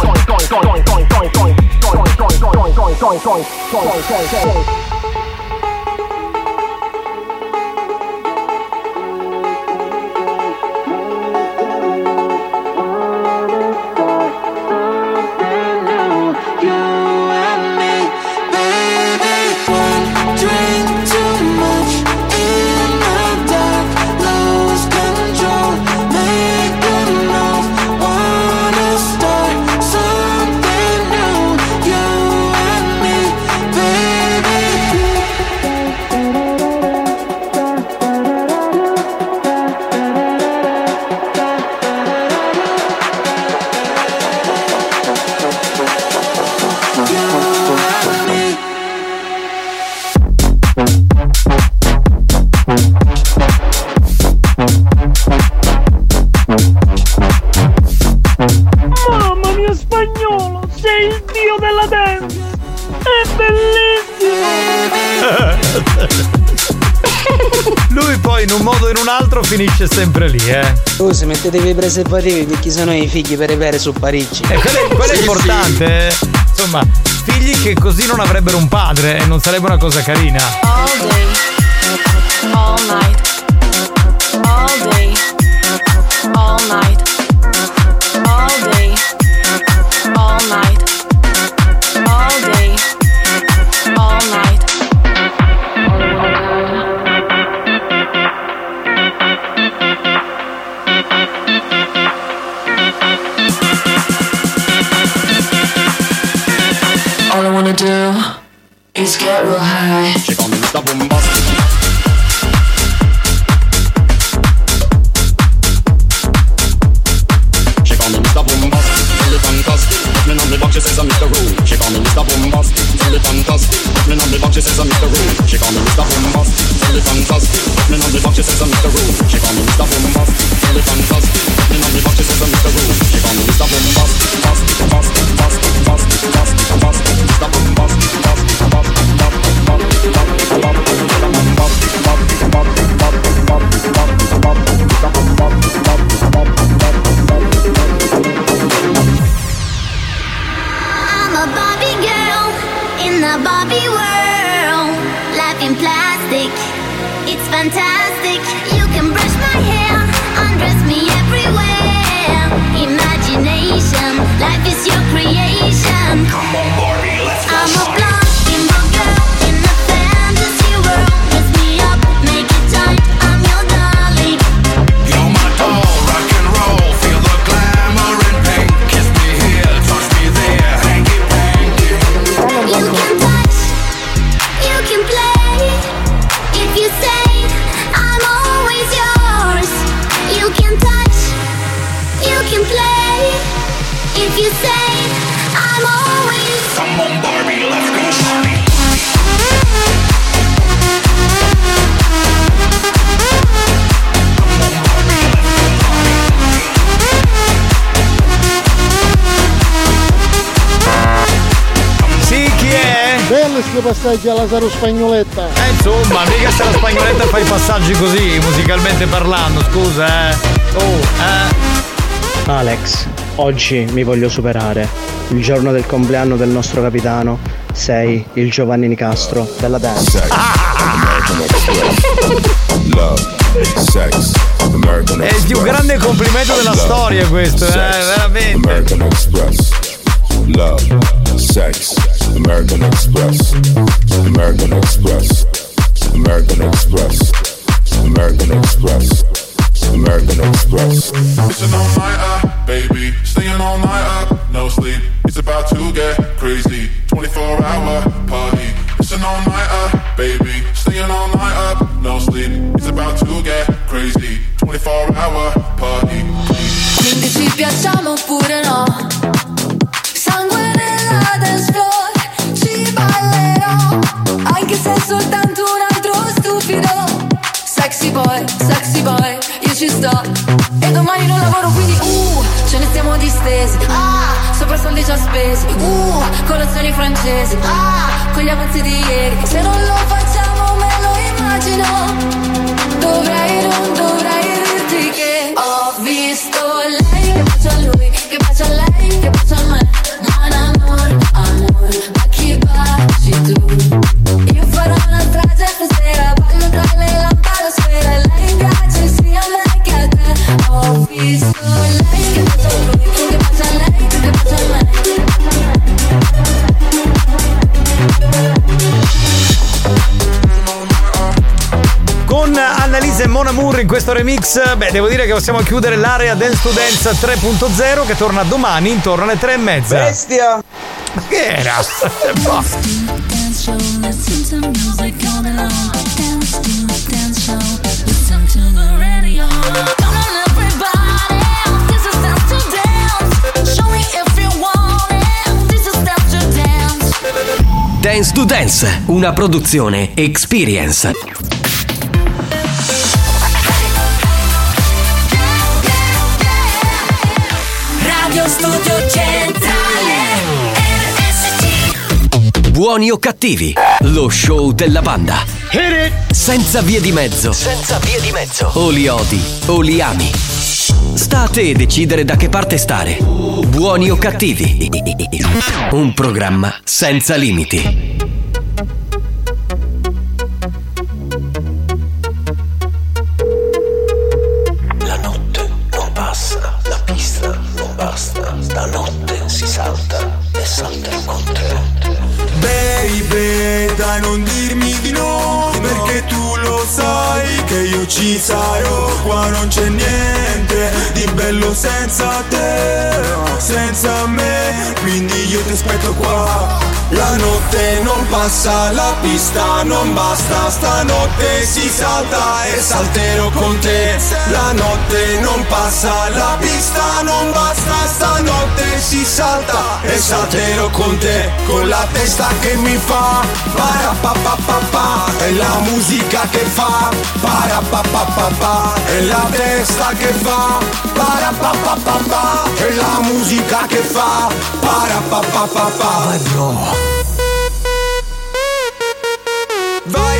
D: Lui poi in un modo o in un altro finisce sempre lì, eh.
F: Oh, se mettetevi i preservativi perché sono i figli per bere su Parigi.
D: E quello è, quello è
F: Sì,
D: importante,
F: sì.
D: eh. Insomma, figli che così non avrebbero un padre e non sarebbe una cosa carina.
N: All day, all night, all day, all night, all day, all night, all day, all night.
S: All I wanna do is get real high. Check on the boom boss. Check on the Mister Bombastic, really fantastic. Me on the box, she says I'm Mister Rude. Check on the Mister Bombastic, really fantastic. Me on the box, she says I'm Mister Rude. Check on the Mister Bombastic, really fantastic. Me on the box, she says I'm Mister Rude. Check on the Mister Bombastic, really fantastic. Me on the box, she says I'm Mister Rude. Check on the Mister Bombastic, bastic, bastic, bastic, bastic, bastic, bastic, Mister Bombastic, bastic, bastic, bastic, bastic,
B: I'm a Barbie girl in the Barbie world. Life in plastic, it's fantastic. You can brush my hair, undress me everywhere. Imagination, life is your creation. Come on, Barbie, let's go. I'm a blonde bimbo girl in a fantasy world. Dress me up, make it tight, I'm your darling.
S: You're my doll, rock and roll. Feel the glamour and pink. Kiss me here, touch me there. Hanky panky.
B: You can touch, you can play. If you say I'm always yours. You can touch, you can play. If you say I'm always.
S: Come on, Barbie, let's go, Barbie.
D: Sì, chi è?
Q: Bello sti passaggi alla Saro Spagnoletta.
D: Eh, insomma, mica se la Spagnoletta fa i passaggi così, musicalmente parlando, scusa, eh. Oh, eh.
F: Alex, oggi mi voglio superare. Il giorno del compleanno del nostro capitano, sei il Giovanni Nicastro della dance.
D: È il più grande complimento della storia questo, eh, veramente.
R: American Express. Love, sex, American Express. American Express. American Express. American Express. American Express.
U: It's an all-nighter, baby. Staying all night up, no sleep. It's about to get crazy. twenty-four hour party. It's an all-nighter, baby. Staying all night up,
S: oppure no. Sangue nella dance floor, ci ballerò, anche se è soltanto un altro stupido. Sexy boy, sexy boy, io ci sto. E domani non lavoro quindi uh, ce ne stiamo distesi. Ah, sopra soldi già spesi. Uh, colazioni francesi. Ah, con gli avanzi di ieri. Se non lo facciamo me lo immagino. Dovrei, non dovrei dirti che ho visto lei che bacia a lui, che bacia a lei, che bacia a me. Man amor, amor, ma chi baci tu? Io farò una strage stasera, ballo tra le lampadosfere. Lei piace sia a me che a te. Ho visto lei che bacia a lui, che bacia a lei, che bacia a me.
D: Con Annalisa e Mon Amour in questo remix, beh, devo dire che possiamo chiudere l'area Dance to Dance tre punto zero che torna domani intorno alle tre e mezza.
L: Bestia!
D: Ma che era?
A: Dance to Dance, una produzione Experience.
S: Radio Studio Centrale R S C.
A: Buoni o cattivi, lo show della banda.
D: Hit it!
A: Senza vie di mezzo.
I: Senza vie di mezzo.
A: O li odi o li ami. Sta a te decidere da che parte stare. Buoni o cattivi. Un programma senza limiti.
I: La notte non passa, la pista non basta. Stanotte si salta e salterò con te.
O: Baby, dai non dirmi di no, perché tu lo sai che io ci sarò. Qua non c'è niente di bello senza te, senza me, quindi io ti aspetto qua. La notte non passa, la pista non basta. Stanotte si salta e salterò con te. La notte non passa, la pista non basta. Stanotte si salta e salterò con te. Con la testa che mi fa parapapapapa, è la musica che fa parapapapapa, è la testa che fa parapapapapa, è la musica che fa parapapapapa. Vai bro, vai.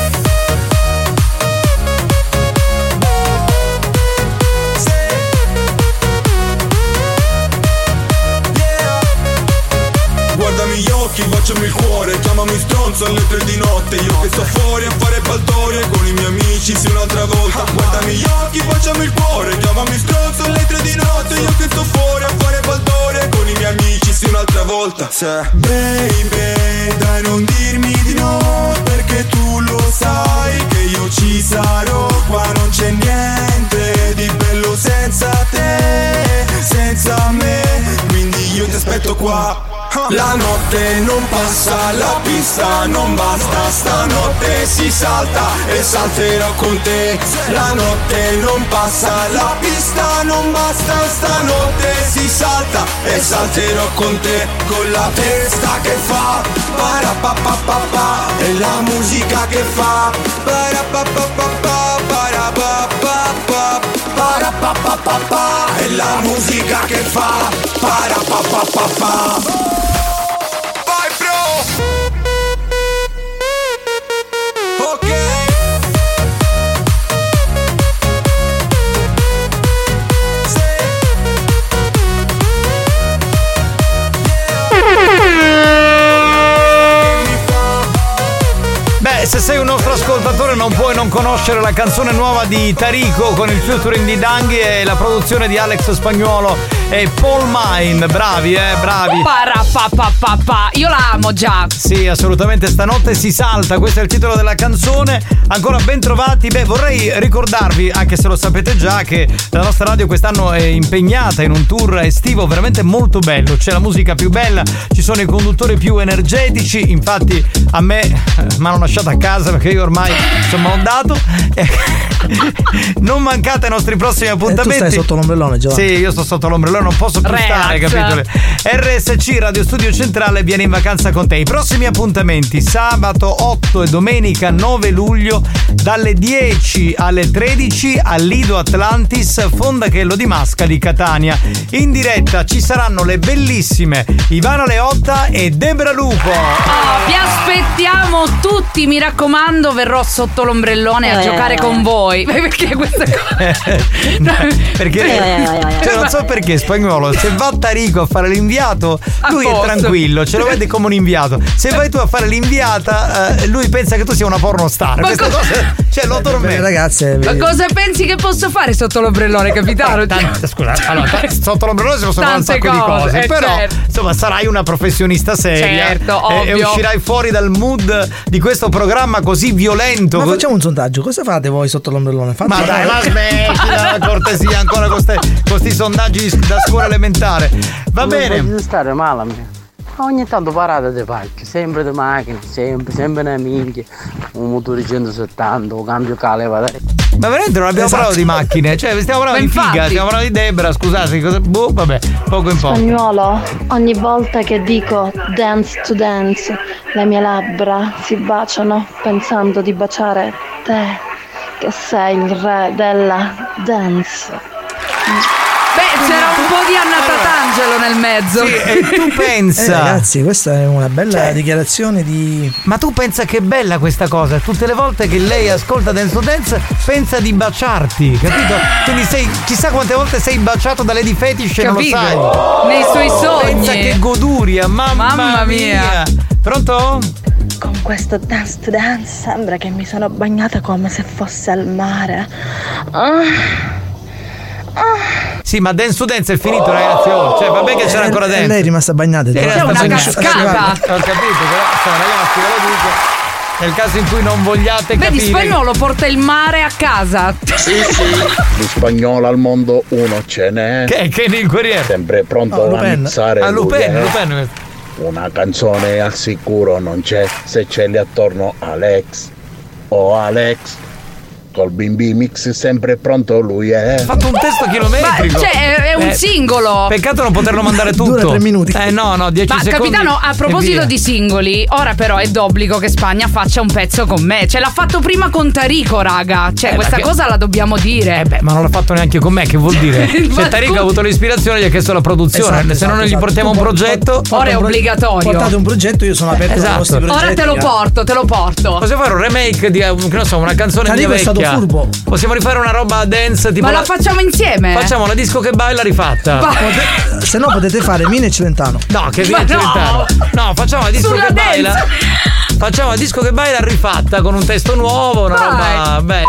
O: Guardami gli occhi, baciami il cuore, chiamami stronzo alle tre di notte. Io che sto fuori a fare baldoria con i miei amici, sì un'altra volta. Guardami gli occhi, baciami il cuore, chiamami stronzo alle tre di notte. Io che sto fuori a fare baldoria con i miei amici, sì un'altra volta. Baby, dai non dirmi di no, perché tu lo sai che io ci sarò. Qua non c'è niente di bello senza te, senza me, quindi io ti aspetto qua. La notte non passa, la pista non basta. Stanotte si salta e salterò con te. La notte non passa, la pista non basta. Stanotte si salta e salterò con te. Con la testa che fa parapapapapa, è la musica che fa parapapapapa, parapapapapa, parapapapapa, è la musica che fa parapapapapa.
D: Se sei un nostro ascoltatore non puoi non conoscere la canzone nuova di Tarico con il featuring di Danghi e la produzione di Alex Spagnuolo e Paul Mine. Bravi, eh, bravi.
G: Parapapapapa. Io la amo già.
D: Sì, assolutamente. Stanotte si salta, questo è il titolo della canzone. Ancora ben trovati. Beh, vorrei ricordarvi, anche se lo sapete già, che la nostra radio quest'anno è impegnata in un tour estivo veramente molto bello. C'è la musica più bella, ci sono i conduttori più energetici. Infatti a me mi hanno lasciato a casa perché io ormai insomma ho dato. Non mancate ai nostri prossimi appuntamenti.
M: Eh, tu stai sotto l'ombrellone, Giovanni.
D: Sì, io sto sotto l'ombrellone, non posso più
M: Relax.
D: stare, capito? R S C Radio Studio Centrale viene in vacanza con te. I prossimi appuntamenti: sabato otto e domenica nove luglio dalle dieci alle tredici al Lido Atlantis, Fondachello di Mascali, Catania. In diretta ci saranno le bellissime Ivana Leotta e Debra Lupo.
G: Oh, vi aspettiamo tutti, mi raccomando, verrò sotto l'ombrellone a
M: Eh.
G: giocare con voi. Perché questa cosa.
D: Perché cioè, non so perché Spagnolo, se va Tarico a fare l'inviato, lui è
G: posto.
D: tranquillo, ce lo vede come un inviato. Se vai tu a fare l'inviata, eh, lui pensa che tu sia una pornostar.
G: Ma
D: Questa
G: co-
D: cosa, cioè, lo tormenta.
M: Ragazze,
G: Ma cosa pensi che posso fare sotto l'ombrellone, capitano?
D: Tante- scusa, allora, t- sotto l'ombrellone si possono fare un
G: Tante
D: sacco di
G: cose,
D: cose,
G: eh,
D: però
G: certo.
D: insomma sarai una professionista seria.
G: Certo,
D: e, e
G: ovvio.
D: uscirai fuori dal mood di questo programma così violento.
M: Ma
D: co-
M: facciamo un sondaggio, cosa fate voi sotto l'ombrellone? Fate
D: Ma dai, ma smettila, la cortesia ancora con questi sondaggi di- da scuola elementare. Va
V: Non
D: bene.
V: voglio stare male a me. Ogni tanto parate di faccio, sempre di macchine, sempre, sempre una minchia. Un motore centosettanta, un cambio caleva.
D: Ma veramente non abbiamo
V: Esatto.
D: parlato di macchine, cioè stiamo parlando
V: Ma
D: di figa,
V: infatti.
D: stiamo parlando di Debra, scusate, cosa- boh, vabbè, poco in poco.
E: Spagnuolo, ogni volta che dico dance to dance, le mie labbra si baciano pensando di baciare te, che sei il re della dance.
G: Beh, c'era un po' di Anna Tatangelo nel mezzo.
D: Sì, e tu pensa?
M: Eh, ragazzi, questa è una bella
D: Cioè,
M: dichiarazione di.
D: Ma tu pensa che è bella questa cosa? Tutte le volte che lei ascolta Dance to Dance pensa di baciarti, capito? Quindi sei, chissà quante volte sei baciato da Lady Fetish e non lo
G: Capito?
D: sai.
G: Nei suoi sogni.
D: Pensa che goduria, mamma,
G: Mamma mia.
D: Pronto?
J: Con questo dance to dance sembra che mi sono bagnata come se fosse al mare. Ah.
D: Sì, ma Dance to Dance è finito, ragazzi. Oh, cioè, vabbè che c'era ancora
M: Eh,
D: dentro.
M: Lei è rimasta bagnata.
D: Era
M: C'è
D: una
M: cascata.
D: Ho capito, però, cioè, ragazzi, ve lo dico. Nel caso in cui non vogliate
G: Vedi,
D: capire.
G: Spagnolo porta il mare a casa.
C: Sì, sì. Di spagnolo al mondo uno ce n'è.
D: Che, che il Corriere?
C: Sempre pronto
D: Oh,
C: a
D: Lupin.
C: mixare.
D: Ah,
C: lui,
D: Lupin,
C: eh.
D: Lupin.
C: Una canzone al sicuro non c'è se c'è lì attorno Alex. Oh Alex. Col bimbi mix sempre pronto lui è.
D: Ha fatto un testo chilometrico.
G: Ma, cioè, è- è un singolo.
D: Peccato non poterlo mandare tutto.
M: Dura tre minuti.
D: Eh no, no, dieci
G: Ma
D: secondi.
G: capitano, a
D: e
G: proposito
D: via.
G: di singoli, ora però è d'obbligo che Spagna faccia un pezzo con me. Ce l'ha fatto prima con Tarico, raga. Cioè,
D: Eh,
G: questa
D: ma che-
G: cosa la dobbiamo dire.
D: Eh beh, ma non l'ha fatto neanche con me, che vuol dire?
G: Ma
D: Se Tarico
G: scusa-
D: ha avuto l'ispirazione, gli ha chiesto la produzione.
M: Esatto,
D: Se non
M: esatto,
D: gli
M: esatto.
D: portiamo
M: Tu
D: un
M: por-
D: progetto.
M: porta
G: Ora è
M: un pro-
G: obbligatorio.
M: Portate un progetto, io sono aperto
D: Esatto.
M: ai vostri progetti.
G: Ora te lo
M: eh.
G: porto, te lo porto.
D: Possiamo fare un remake di, eh, che non so, una canzone
M: Tarico
D: mia
M: è stato
D: vecchia.
M: furbo.
D: Possiamo rifare una roba dance tipo.
G: Ma
D: la...
G: la facciamo insieme?
D: Facciamo la disco che baila rifatta.
G: Va-
M: Pote- Se no potete fare Mina e Celentano.
D: No, che
G: Ma
D: viene
G: no!
D: Celentano. No, facciamo la disco
G: Sulla
D: che
G: dance.
D: baila. Facciamo la disco che baila rifatta con un testo nuovo, una
G: Vai.
D: roba bella.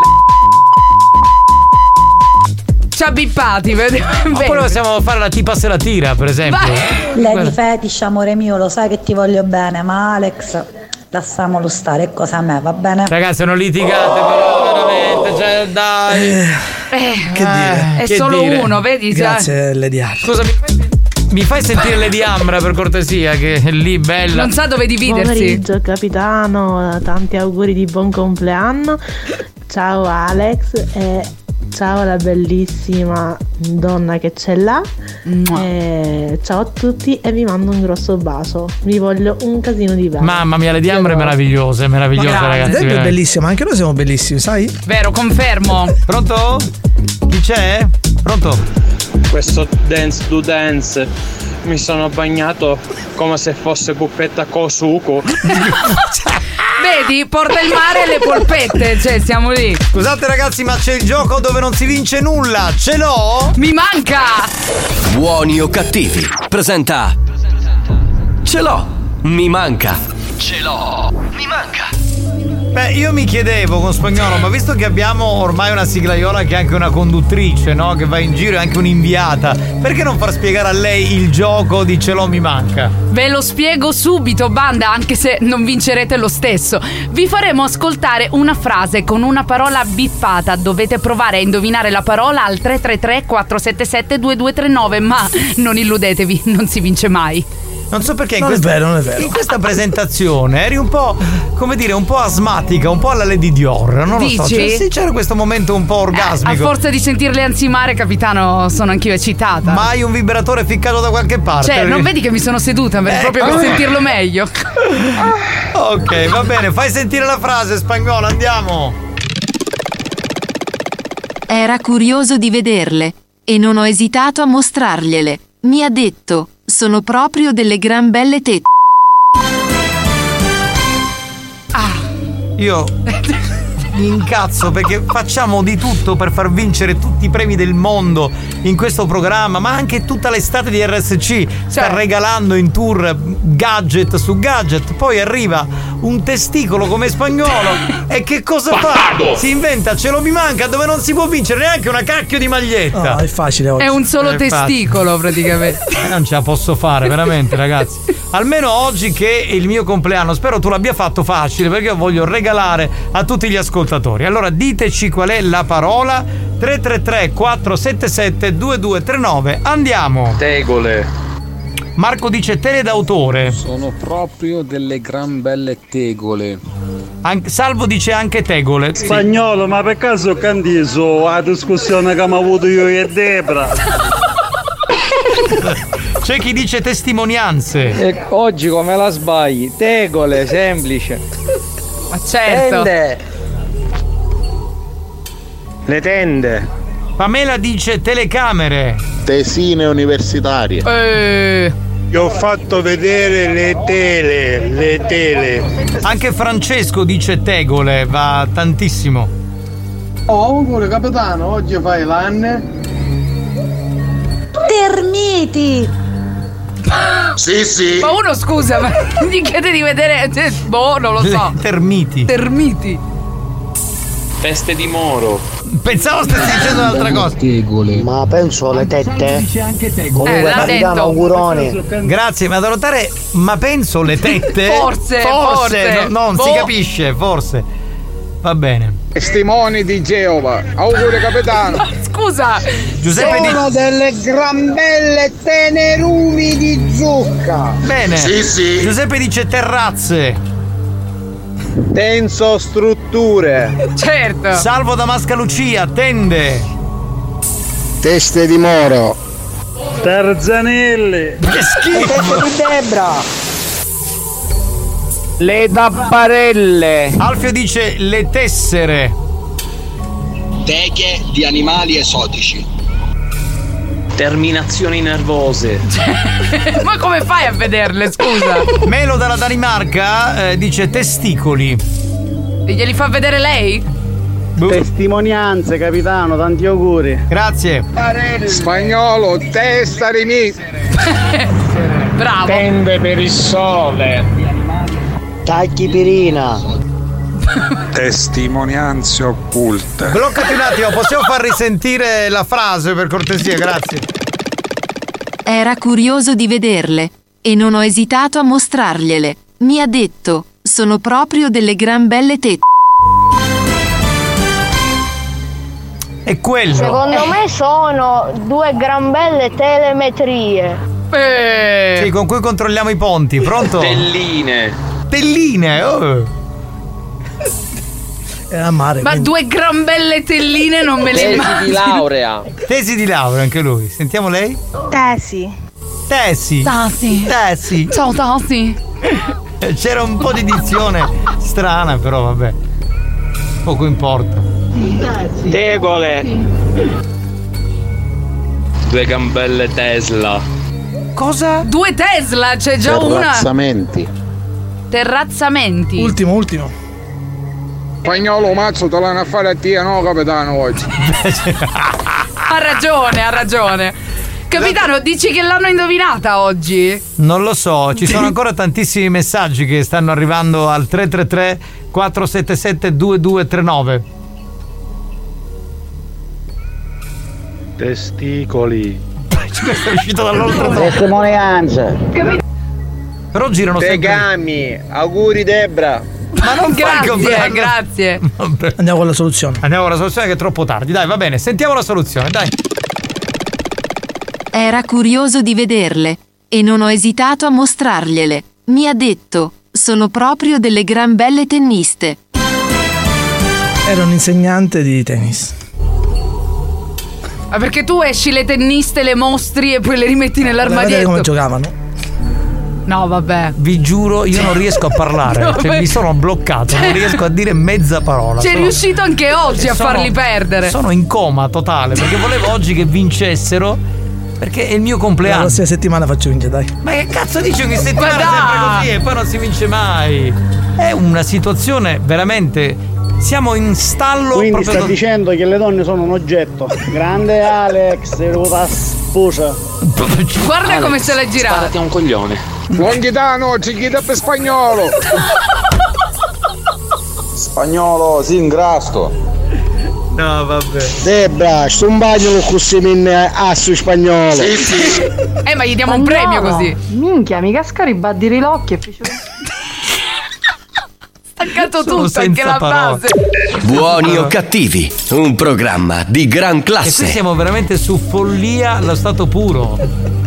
G: Ci ha bippati, vedi?
D: Oppure possiamo fare la tipa se la tira, per esempio.
G: Vai.
W: Lady Fetish, amore mio, lo sai che ti voglio bene, ma Alex, lasciamolo stare, è cosa a me, va bene?
D: Ragazzi, non litigate, però veramente, cioè, dai.
G: Eh,
M: Che dire?
G: è
D: Che
G: solo
D: dire?
G: uno, vedi?
M: Grazie, Lady Art.
D: Scusami, mi fai sentire Lady Ambra per cortesia, che è lì bella.
G: Non sa dove
N: Buon
G: dividersi.
N: pomeriggio capitano, tanti auguri di buon compleanno. Ciao Alex e ciao alla bellissima donna che c'è là. E ciao a tutti e vi mando un grosso bacio. Vi voglio un casino di bene.
D: Mamma mia, Lady Ambra è meravigliosa, è meravigliosa,
G: Grazie.
D: ragazzi.
M: Debra è
D: veramente.
M: bellissima, anche noi siamo bellissimi, sai?
G: Vero, confermo.
D: Pronto? Chi c'è? Pronto?
X: Questo dance to dance mi sono bagnato come se fosse puppetta Kosuko.
G: Vedi, porta il mare e le polpette, cioè siamo lì.
D: Scusate ragazzi, ma c'è il gioco dove non si vince nulla. Ce l'ho?
G: Mi manca!
A: Buoni o cattivi, presenta Ce l'ho, mi manca. Ce l'ho, mi manca.
D: Beh, io mi chiedevo con Spagnolo, ma visto che abbiamo ormai una siglaiola che è anche una conduttrice, no? Che va in giro e anche un'inviata, perché non far spiegare a lei il gioco di Ce l'ho mi manca?
G: Ve lo spiego subito, banda, anche se non vincerete lo stesso. Vi faremo ascoltare una frase con una parola bippata. Dovete provare a indovinare la parola al tre tre tre quattro sette sette due due tre nove, ma non illudetevi, non si vince mai.
D: Non so perché in
M: Non è
D: questa,
M: vero, non è vero.
D: in questa presentazione eri un po', come dire, un po' asmatica, un po' alla Lady Dior, non lo so.
G: Dici?
D: Cioè, sì, c'era questo momento un po'
G: A
D: orgasmico.
G: forza di sentirle anzimare, capitano, sono anch'io eccitata.
D: Ma hai un vibratore ficcato da qualche parte?
G: Cioè, non vedi che mi sono seduta per,
D: Eh,
G: proprio per
D: ah.
G: sentirlo meglio?
D: Ok, va bene, fai sentire la frase, Spagnolo, andiamo.
H: Era curioso di vederle e non ho esitato a mostrargliele. Mi ha detto, sono proprio delle gran belle tette.
D: Io mi incazzo perché facciamo di tutto per far vincere tutti i premi del mondo in questo programma, ma anche tutta l'estate di R S C sta regalando in tour gadget su gadget. Poi arriva un testicolo come Spagnolo e che cosa
M: Bastardo!
D: fa? Si inventa ce lo mi manca dove non si può vincere neanche una cacchio di maglietta.
M: No, è facile oggi.
G: È un solo
D: È
G: testicolo praticamente.
D: Eh, non ce la posso fare, veramente, ragazzi. Almeno oggi che è il mio compleanno, spero tu l'abbia fatto facile perché io voglio regalare a tutti gli ascoltatori. Allora diteci qual è la parola. Tre tre tre quattro sette sette due due tre nove. Andiamo.
K: Tegole.
D: Marco dice tele d'autore.
K: Sono proprio delle gran belle tegole.
D: An- Salvo dice anche tegole. Sì.
P: Spagnolo, ma per caso candiso la discussione che abbiamo avuto io e Debra?
D: C'è chi dice testimonianze.
T: E oggi come la sbagli? Tegole, semplice.
G: Ma certo.
T: Tende.
D: Le tende. Pamela dice telecamere.
C: Tesine universitarie.
G: Eh.
P: Gli ho fatto vedere le tele, le tele.
D: Anche Francesco dice tegole, va tantissimo.
Y: Oh, auguri capitano, oggi fai l'anno.
W: Termiti!
C: Sì, sì.
G: Ma uno scusa, ma gli chiede di vedere. Boh, non lo so.
D: Le termiti.
G: Termiti.
K: Teste di moro.
D: Pensavo stessi dicendo un'altra cosa.
K: Tegole.
F: Ma penso alle tette.
G: Eh,
F: Comunque
G: l'ha
F: capitano,
G: detto.
F: auguroni.
D: Grazie, ma da notare, ma penso le tette.
G: Forse,
D: forse,
G: forse.
D: no, non
G: Boh.
D: si capisce, forse. Va bene.
Y: Testimoni di Geova. Auguri capitano.
G: Ma scusa.
D: Giuseppe
Y: Sono
D: di...
Y: delle gran belle tenerumi di zucca.
D: Bene.
C: Sì, sì.
D: Giuseppe dice terrazze.
Y: Tenso strutture.
G: Certo.
D: Salvo da Mascalucia, tende.
C: Teste di moro.
P: Tarzanelli.
D: Che schifo.
T: Teste di Debra. Le tapparelle.
D: Alfio dice le tessere.
Z: Teche di animali esotici.
K: Terminazioni nervose.
G: Ma come fai a vederle, scusa?
D: Melo dalla Danimarca eh, dice testicoli.
G: E glieli fa vedere lei?
F: Testimonianze, capitano, tanti auguri.
D: Grazie.
Y: Spagnolo, testa di mi.
G: Bravo.
T: Tende per il sole.
F: Tacchi pirina.
L: Testimonianze occulte.
D: Bloccati un attimo, possiamo far risentire la frase per cortesia, grazie.
H: Era curioso di vederle e non ho esitato a mostrargliele. Mi ha detto, sono proprio delle gran belle tette.
D: È quello.
J: Secondo me sono due gran belle telemetrie.
G: Eh.
D: Sì, con cui controlliamo i ponti, pronto?
K: Telline.
D: Telline, oh.
M: Era a mare.
G: Ma
M: quindi.
G: due gran belle telline non me le
T: Tesi
G: immagino.
T: di laurea.
D: Tesi di laurea, anche lui. Sentiamo lei?
W: Tesi.
D: Tesi.
G: Tassi.
D: Tesi.
G: Ciao Tassi.
D: C'era un po' di dizione strana, però vabbè. Poco importa.
T: Tegole.
K: Due gambelle Tesla.
D: Cosa?
G: Due Tesla, c'è già una.
C: Terrazzamenti.
G: Terrazzamenti.
M: Ultimo, ultimo.
Y: Spagnolo, mazzo, te l'hanno a fare a te, no capitano oggi.
G: Ha ragione, ha ragione. Capitano, dici che l'hanno indovinata oggi?
D: Non lo so, ci sono ancora tantissimi messaggi che stanno arrivando al tre tre tre quattro sette sette due due tre nove.
P: Testicoli.
D: Questo è uscito dall'oltretomba.
F: Testimonianze.
D: Però girano sempre.
T: Tegami. Auguri Debra.
D: Ma non fai il
G: Grazie,
D: compleanno.
G: grazie.
D: Vabbè.
M: Andiamo con la soluzione.
D: Andiamo con la soluzione che è troppo tardi. Dai, va bene, sentiamo la soluzione, dai.
H: Era curioso di vederle e non ho esitato a mostrargliele. Mi ha detto: sono proprio delle gran belle tenniste.
M: Era un insegnante di tennis.
G: Ma perché tu esci le tenniste, le mostri e poi le rimetti
M: Vedete
G: nell'armadietto?
M: come giocavano?
G: No, vabbè.
D: Vi giuro, io non riesco a parlare.
G: No,
D: Cioè,
G: beh.
D: mi sono bloccato, non riesco a dire mezza parola.
G: Sei
D: Sono-
G: riuscito anche oggi a
D: sono-
G: farli perdere.
D: Sono in coma totale perché volevo oggi che vincessero perché è il mio
M: La
D: compleanno.
M: prossima settimana faccio vincere, dai.
D: Ma che cazzo dici ogni settimana
G: Ma
D: è sempre
G: dai!
D: così e poi non si vince mai? È una situazione veramente. Siamo in stallo.
F: Quindi
D: proprio
F: sta
D: to-
F: dicendo che le donne sono un oggetto. Grande Alex, la sposa.
G: Guarda come se l'è girata.
X: Sparati a un coglione.
Y: Longhitano, ci chiede per spagnolo.
L: Spagnolo, sì, ingrasto.
D: No, vabbè.
F: Debra, sto un bagno con minne asso spagnolo.
Y: Sì, sì.
G: Eh, ma gli diamo un
E: Spagnolo.
G: premio così.
E: Minchia, mica scaribbaddi rilocchi e piscioli.
G: Staccato
D: Sono
G: tutto, anche
D: senza
G: la
D: parole.
G: base.
A: Buoni o cattivi, un programma di gran
D: E qui
A: classe.
D: siamo veramente su follia allo stato puro.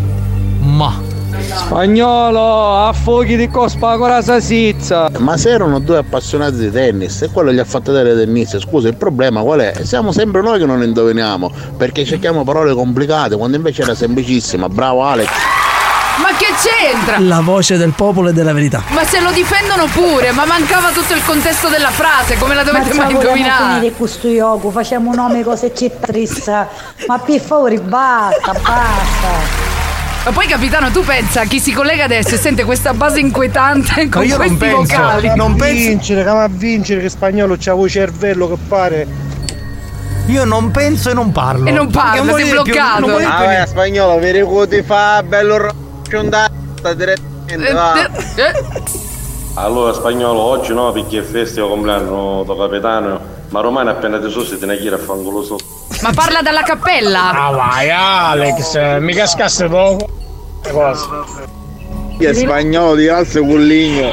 D: Ma
T: Spagnolo, a fuochi di cospa con la salsiccia.
C: Ma se erano due appassionati di tennis e quello gli ha fatto delle tenniste, scusa, il problema qual è? Siamo sempre noi che non indoviniamo, perché cerchiamo parole complicate quando invece era semplicissima. Bravo Alex.
G: Ma che c'entra?
M: La voce del popolo e della verità.
G: Ma se lo difendono pure, ma mancava tutto il contesto della frase, come la dovete mai
W: finire
G: indovinare?
W: questo yoga, facciamo un nome cose citrissa. Ma per favore basta, basta.
G: Ma poi capitano, tu pensa, chi si collega adesso e sente questa base inquietante con
D: io non
G: questi
D: penso,
G: vocali?
D: non penso-
F: Vincere, come a vincere che spagnolo c'ha un cervello che pare.
D: io non penso e non parlo.
G: E non parla,
D: Perché non
G: sei
D: vuol dire più-
G: bloccato.
D: non vuol dire più
L: Ah,
D: niente.
L: spagnolo, mi ricordo ti fa bello raccontata direttamente, va.
G: Eh, eh,
B: Allora spagnolo, oggi no, perché è festa di compleanno tuo capitano, ma romano appena ti so si te ne chiede a fangolo sotto.
G: Ma parla dalla cappella.
T: Ah vai Alex, mi cascasse poco. Le cose.
L: Che spagnolo di alzo culligno.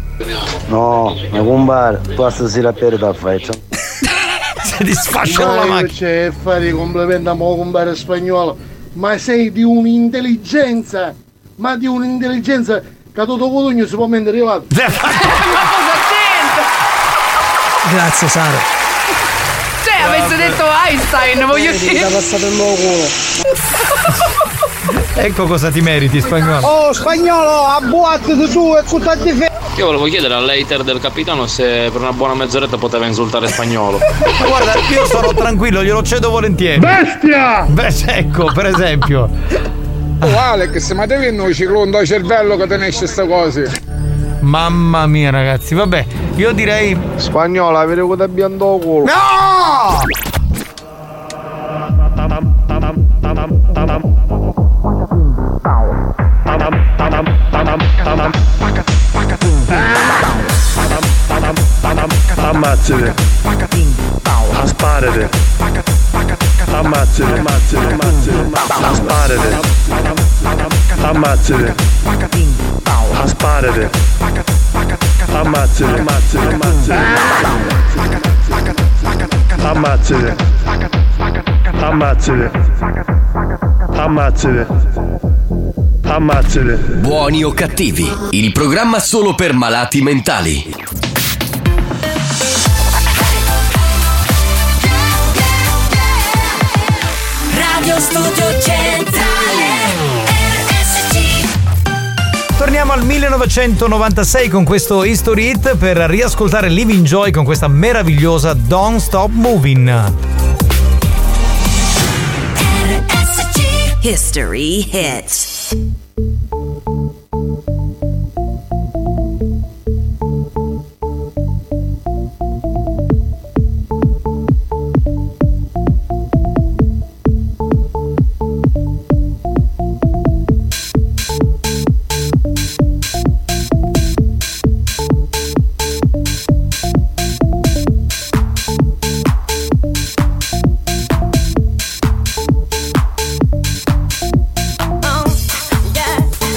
F: No, ma compare, tu stasera per da faccia.
D: Se ti sfasciano la macchina.
F: C'è fare i complimenti a mo compare spagnolo. Ma sei di un'intelligenza. Ma di un'intelligenza che tutto codogno si può mettere arrivato.
G: Ma cosa c'entra?
M: Grazie Sara.
G: Cioè, avesse detto Einstein, voglio
F: Ti
G: dire.
F: ha passato il nuovo culo.
D: Ecco cosa ti meriti, spagnolo.
F: Oh spagnolo, a boatte di tu e cuttati fe.
X: Io volevo chiedere all'hater del capitano se per una buona mezz'oretta poteva insultare spagnolo.
D: Ma guarda, io sono tranquillo, glielo cedo volentieri.
F: Bestia!
D: Beh, ecco, per esempio.
Y: Oh Alex, ma devi noi ciclondo al cervello che te ne esce sta cose.
D: Mamma mia, ragazzi, vabbè, io direi.
F: Spagnolo, avere che ti abbiamo dato culo.
D: No!
F: Ammazzate. Asparate. Ammazzate. Ammazzate. Asparate. Ammazzate. Asparate. Ammazzate. Ammazzate. Ammazzate. Ammazzate. Ammazzate.
A: Buoni o cattivi, il programma solo per malati mentali.
I: Radio Studio Centrale R S C.
D: Torniamo al millenovecentonovantasei con questo History Hit per riascoltare Living Joy con questa meravigliosa Don't Stop Moving.
I: R S C History Hits.
Q: Oh, yeah.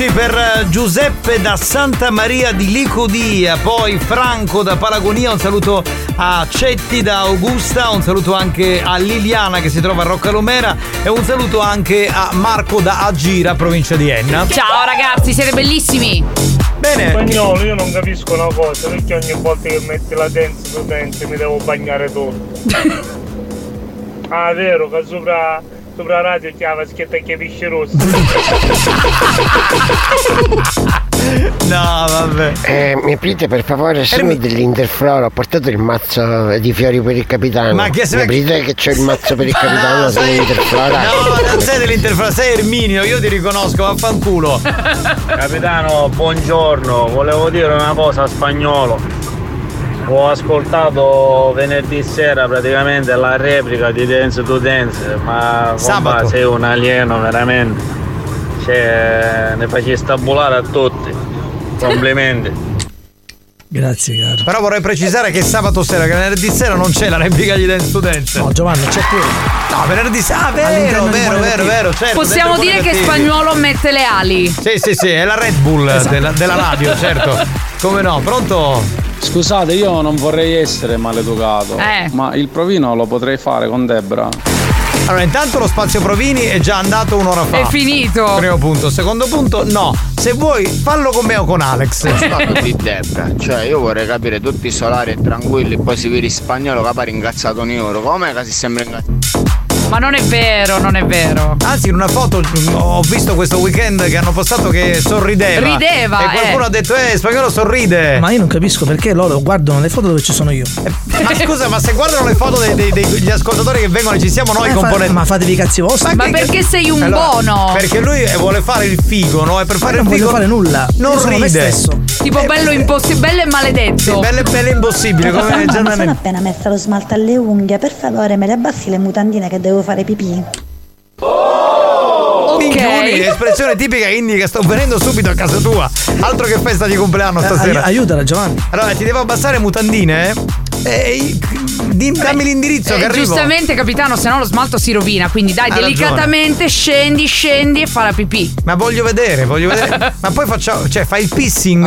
D: auguri per Giuseppe da Santa Maria di Licodia, poi Franco da Palagonia, un saluto a Cetti da Augusta, un saluto anche a Liliana che si trova a Roccalumera e un saluto anche a Marco da Agira, provincia di Enna.
G: Ciao ragazzi, siete bellissimi.
D: Bene.
O: Spagnolo, io non capisco una cosa, perché ogni volta che metti la dance su dance mi devo bagnare tutto. Ah, vero, che sopra, sopra radio chiama schietta che pisce rossa.
D: No, vabbè.
Q: Eh, mi aprite per favore, sono
D: mi...
Q: dell'Interflora, ho portato il mazzo di fiori per il capitano.
D: Ma che se...
Q: Mi aprite che c'è il mazzo per il capitano, no, sono sei... dell'Interflora.
D: No, non sei dell'Interflora, sei Erminio, io ti riconosco, vaffanculo.
R: Capitano, buongiorno, volevo dire una cosa a Spagnolo. Ho ascoltato venerdì sera praticamente la replica di Dance to Dance, ma compa, sei un alieno veramente. Cioè, ne facevi stabulare a tutti. Complimenti.
M: Grazie caro.
D: Però vorrei precisare che sabato sera, che venerdì sera non c'è la replica di Dance to Dance.
M: No, Giovanni, c'è pure.
D: No, venerdì sera. Ah, vero, vero, vero, vero, certo.
G: Possiamo dire che Spagnolo mette le ali.
D: Sì, sì, sì, è la Red Bull esatto. della, della radio, certo. Come no, pronto?
K: Scusate, io non vorrei essere maleducato,
G: eh.
K: ma il provino lo potrei fare con Debra.
D: Allora, intanto lo spazio provini è già andato un'ora fa.
G: È finito.
D: Primo punto. Secondo punto, no. Se vuoi, fallo con me o con Alex.
C: Lo stato di Debra. Cioè, io vorrei capire tutti solari e tranquilli, poi si vede in spagnolo che pare ingazzato in euro. Come che si sembra ingazzato?
G: Ma non è vero, non è vero.
D: Anzi, in una foto ho visto questo weekend che hanno postato che sorrideva.
G: Rideva.
D: E qualcuno
G: eh.
D: ha detto, eh, Spagnolo sorride.
M: Ma io non capisco perché loro guardano le foto dove ci sono io.
D: Ma scusa, ma se guardano le foto dei, dei, degli ascoltatori che vengono, ci siamo noi
M: eh,
D: componenti.
M: Fa, ma fatevi i cazzi vostri.
G: Ma, ma perché sei un
D: allora,
G: buono?
D: Perché lui vuole fare il figo, no? E per fare
M: ma
D: il
M: non
D: figo
M: voglio fare nulla.
D: Non
M: io
D: ride.
M: stesso.
G: Tipo
D: eh,
G: bello impossibile, bello e maledetto.
D: Sì, bello e bello impossibile.
W: Ma
D: come
W: sono, sono appena messa lo smalto alle unghie. Per favore, me le abbassi le mutandine che devo fare pipì.
G: Ok.
D: Minchioni, espressione tipica indica sto venendo subito a casa tua. Altro che festa di compleanno stasera.
M: Eh, aiutala Giovanni.
D: Allora ti devo abbassare mutandine? E dammi l'indirizzo
G: eh,
D: che arrivo.
G: Giustamente capitano, se no lo smalto si rovina. Quindi dai,
D: Hai
G: delicatamente
D: ragione.
G: scendi, scendi e fa la pipì.
D: Ma voglio vedere, voglio vedere. Ma poi facciamo, cioè fai il pissing?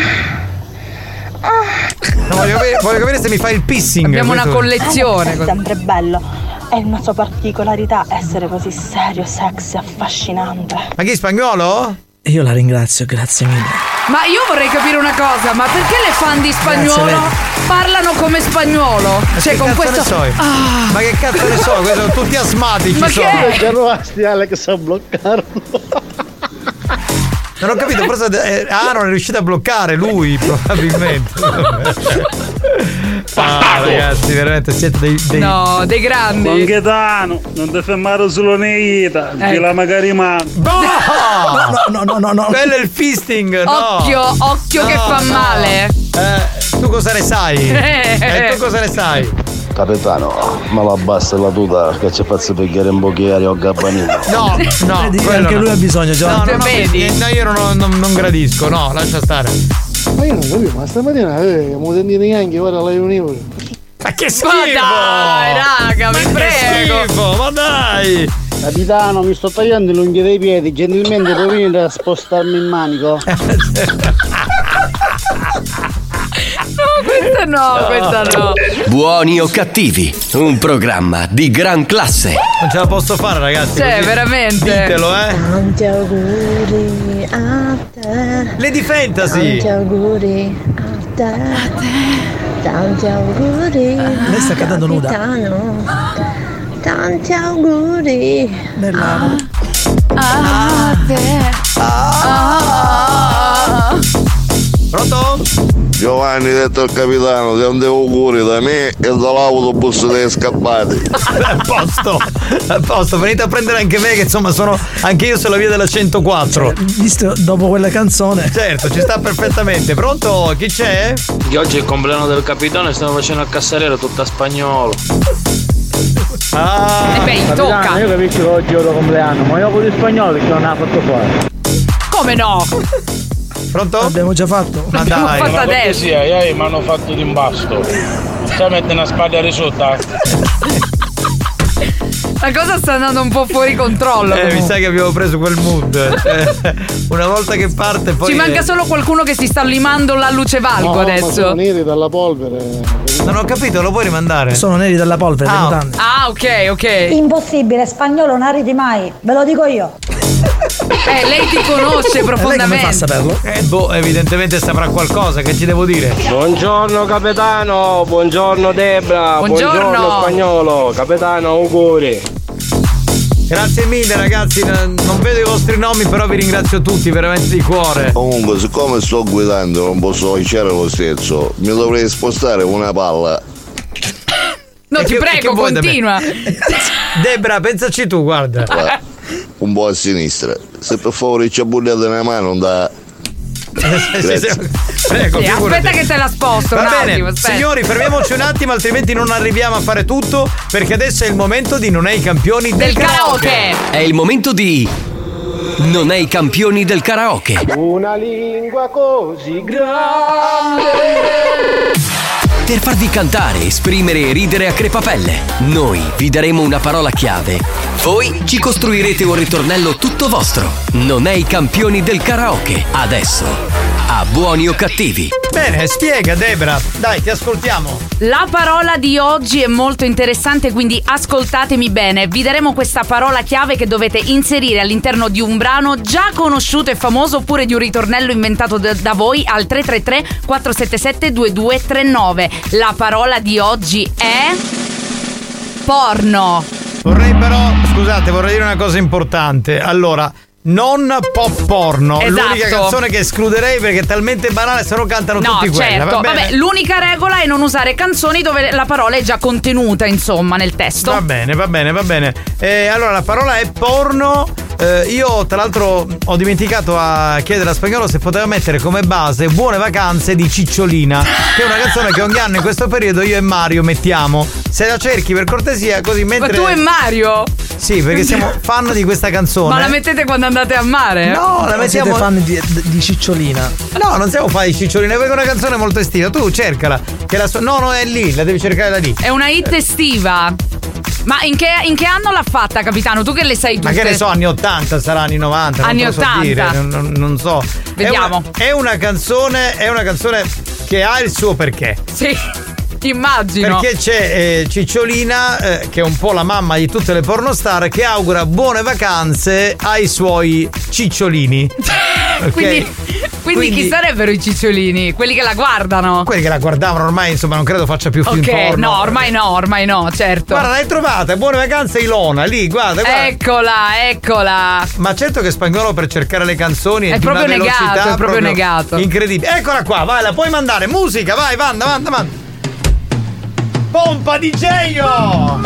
D: No, voglio, capire, voglio capire se mi fai il pissing.
G: Abbiamo
D: questo.
G: una collezione.
J: È sempre bello. È una sua particolarità essere così serio, sexy, affascinante.
D: Ma chi, Spagnolo?
M: Io la ringrazio, grazie mille.
G: Ma io vorrei capire una cosa, ma perché le fan di Spagnolo
M: Grazie,
G: parlano come Spagnolo?
D: Ma
G: cioè
D: che
G: con
D: cazzo
G: questo.
D: ne so io?
G: Ah.
D: Ma che cazzo ne so? Questi sono tutti asmatici.
G: Ma
D: sono.
G: che?
C: Già rovasti Alex a bloccarlo.
D: Non ho capito, forse eh, ah, non è riuscito a bloccare lui, probabilmente. Ah, ragazzi, veramente siete dei, dei...
G: No, dei grandi.
P: Congetano, non ti fermare solo neita,
G: Ecco.
P: di la magari mano.
D: No!
M: No, no, no, no, no.
D: Quello è il fisting, no!
G: Occhio, occhio
D: No,
G: che fa
D: no.
G: male.
D: Eh, tu cosa ne sai? Eh, tu cosa ne sai?
S: Capitano, ma la basta la tuta che ci faccio pigliare un po' di aria o gabbanino.
D: No, no,
M: Vedi,
D: quello
M: anche
D: no.
M: lui ha bisogno,
D: No,
M: Giovanni.
D: no, no,
G: Vedi?
D: no, io non, non, non gradisco, no, lascia stare.
U: Ma io non capivo, ma stamattina eh, non sentite neanche, ora lei un euro.
D: Ma che schifo!
G: Ma dai, raga,
D: ma
G: vi
D: che
G: prego.
D: schifo, ma dai!
U: Capitano, mi sto tagliando le unghie dei piedi, gentilmente puoi venire a spostarmi il manico?
G: No, questa no, questa no.
A: Buoni o cattivi, un programma di gran classe.
D: Non ce la posso fare, ragazzi.
G: Cioè,
D: così.
G: veramente.
D: Ditelo, eh.
J: Tanti auguri a te.
D: Lady Fantasy.
J: Tanti auguri a te. A te. Tanti auguri.
M: Lei sta cantando nuda.
J: Capitano. Tanti auguri.
M: Nella...
G: A te. Ah.
D: Pronto?
S: Giovanni, detto al capitano, ti devo auguri da me e dall'autobus dei scappati.
D: A posto, a posto, venite a prendere anche me che insomma sono anche io sulla via della centoquattro.
M: Cioè, visto dopo quella canzone.
D: Certo, ci sta perfettamente. Pronto? Chi c'è?
X: Che oggi è il compleanno del capitano e stiamo facendo il cassariere tutta spagnolo.
D: Ah,
G: E beh, tocca.
U: Io capisco che oggi è il tuo compleanno, ma io con il spagnolo perché non ha fatto fare.
G: Come no?
D: Pronto?
M: L'abbiamo già fatto.
D: Ma
G: L'abbiamo
D: dai.
G: fatto
X: Ma perché
G: adesso.
X: sì, eh, mi hanno fatto l'imbasto. Sai mettere una spada risotto?
G: La cosa sta andando un po' fuori controllo.
D: Eh, mi sa che abbiamo preso quel mood. Eh, una volta che parte poi.
G: Ci manca solo qualcuno che si sta limando la luce valgo
U: No,
G: adesso.
U: ma sono neri dalla polvere.
D: Non ho capito, lo puoi rimandare?
M: Sono neri dalla polvere,
D: Ah,
M: mutande.
G: Ah, ok, ok.
W: Impossibile, spagnolo non ridi mai, ve lo dico io.
G: Eh, lei ti conosce profondamente.
M: saperlo?
D: Eh, boh, evidentemente saprà qualcosa, che ci devo dire?
T: Buongiorno capitano, buongiorno Debra,
G: Buongiorno.
T: spagnolo, capitano auguri.
D: Grazie mille ragazzi, n- non vedo i vostri nomi, però vi ringrazio tutti, veramente di cuore.
S: Comunque, siccome sto guidando non posso lasciare lo stesso, mi dovrei spostare una palla.
G: No, ti
D: che-
G: prego,
D: che vuoi da me?
G: continua.
D: Debra, pensaci tu, guarda.
S: Guarda, un po' a sinistra. Se per favore ci abbugliate una mano da. Grazie.
D: Prego,
G: Sì,
D: figurati.
G: aspetta che te la sposto
D: Va
G: un
D: bene,
G: attimo, aspetta.
D: signori, fermiamoci un attimo, altrimenti non arriviamo a fare tutto, perché adesso è il momento di Non è i campioni del,
G: Del karaoke.
A: È il momento di Non è i campioni del karaoke.
T: Una lingua così grande.
A: Per farvi cantare, esprimere e ridere a crepapelle, noi vi daremo una parola chiave. Voi ci costruirete un ritornello tutto vostro. Non è i campioni del karaoke. Adesso, a buoni o cattivi.
D: Bene, spiega Debra, dai, ti ascoltiamo.
G: La parola di oggi è molto interessante, quindi ascoltatemi bene. Vi daremo questa parola chiave che dovete inserire all'interno di un brano già conosciuto e famoso, oppure di un ritornello inventato da, da voi al tre tre tre quattro sette sette due due tre nove. La parola di oggi è porno.
D: Vorrei però, scusate, vorrei dire una cosa importante. Allora, non pop porno.
G: Esatto.
D: L'unica canzone che escluderei perché è talmente banale, se no cantano
G: No,
D: tutti quella.
G: certo.
D: Va bene?
G: Vabbè, l'unica regola è non usare canzoni dove la parola è già contenuta, insomma, nel testo.
D: Va bene, va bene, va bene. Eh, allora, la parola è porno. Eh, io, tra l'altro, ho dimenticato a chiedere a Spagnolo se poteva mettere come base Buone vacanze di Cicciolina, che è una canzone che ogni anno in questo periodo io e Mario mettiamo. Se la cerchi per cortesia, così mentre.
G: Ma tu e Mario?
D: Sì, perché siamo fan di questa canzone.
G: Ma la mettete quando andate a mare?
D: No, la
M: Ma siete
D: mettiamo.
M: fan di, di Cicciolina?
D: No, non siamo fan di Cicciolina, perché è una canzone molto estiva. Tu cercala. Che la so- no, no, è lì, la devi cercare da lì.
G: È una hit estiva. Ma in che, in che anno l'ha fatta, capitano? Tu che le sai tutte?
D: Ma che ne so, anni ottanta, sarà anni novanta,
G: Anni
D: non posso
G: ottanta.
D: dire, non, non- non so.
G: Vediamo.
D: È una, è una canzone, è una canzone che ha il suo perché.
G: Sì, immagino.
D: Perché c'è eh, Cicciolina, eh, che è un po' la mamma di tutte le pornostar, che augura buone vacanze ai suoi cicciolini. Ok?
G: Quindi, quindi chi sarebbero i cicciolini? Quelli che la guardano?
D: Quelli che la guardavano ormai, insomma, non credo faccia più film
G: Ok,
D: porno.
G: no, ormai no, ormai no, certo.
D: Guarda, l'hai trovata, buone vacanze Ilona, lì, guarda, guarda.
G: Eccola, eccola.
D: Ma certo che Spagnolo per cercare le canzoni
G: È
D: di
G: proprio
D: una
G: negato,
D: velocità
G: è proprio negato.
D: incredibile. Eccola qua, vai, la puoi mandare. Musica, vai, manda, manda, manda. Pompa di Geio!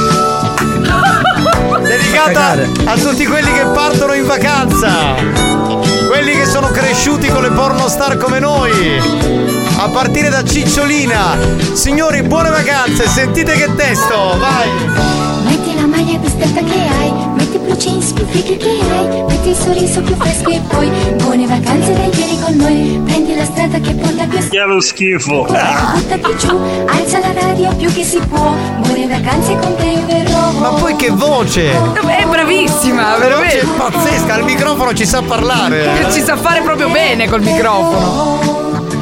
D: Dedicata a tutti quelli che partono in vacanza, quelli che sono cresciuti con le pornostar come noi, a partire da Cicciolina. Signori, buone vacanze, sentite che testo, vai!
B: Metti la maglia più stretta che hai, metti i jeans più fighi che hai, metti il sorriso più fresco e poi buone vacanze dai vieni con noi, prendi la strada che porta più
P: Che lo schifo.
B: butta più giù, alza la radio più che si può, buone vacanze con te io verrò.
D: Ma poi che voce!
G: È bravissima,
D: Veloce,
G: veramente.
D: pazzesca, al microfono ci sa parlare.
G: Che ci sa fare proprio bene col microfono.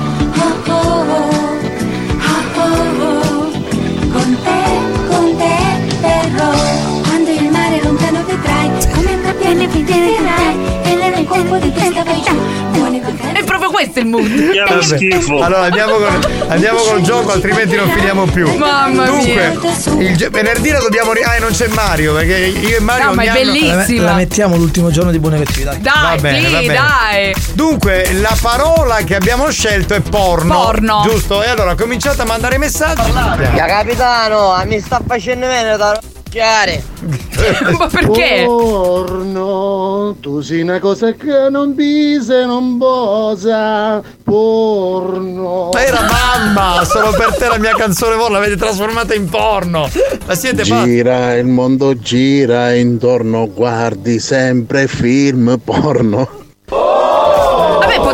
B: Con te, con te verrò, quando il mare lontano vedrai, come una piena vedrai, e nel colpo di testa vai giù, buone vacanze.
G: È proprio questo il mood.
P: Che lo schifo.
D: Allora andiamo, con, andiamo col gioco, altrimenti non finiamo più.
G: Mamma
D: Dunque,
G: mia.
D: il gio- venerdì la dobbiamo. Ri- ah, non c'è Mario, perché io e Mario.
G: No, ma è
D: ogni anno-
G: bellissima.
M: La, la mettiamo l'ultimo giorno di buone cattive, dai.
G: Dai,
D: Va bene,
G: sì,
D: va bene.
G: dai.
D: Dunque, la parola che abbiamo scelto è porno.
G: Porno.
D: Giusto? E allora cominciate a mandare i messaggi.
U: Ya capitano, mi sta facendo bene da rocciare.
G: Ma perché?
U: Porno, tu sei una cosa che non dice, non posa. Porno.
D: Ma era mamma, solo per te la mia canzone porno, l'avete trasformata in porno. Ma siete pazzi?
C: Gira, il mondo gira intorno, guardi sempre film porno.
G: Vabbè, potevi dire anche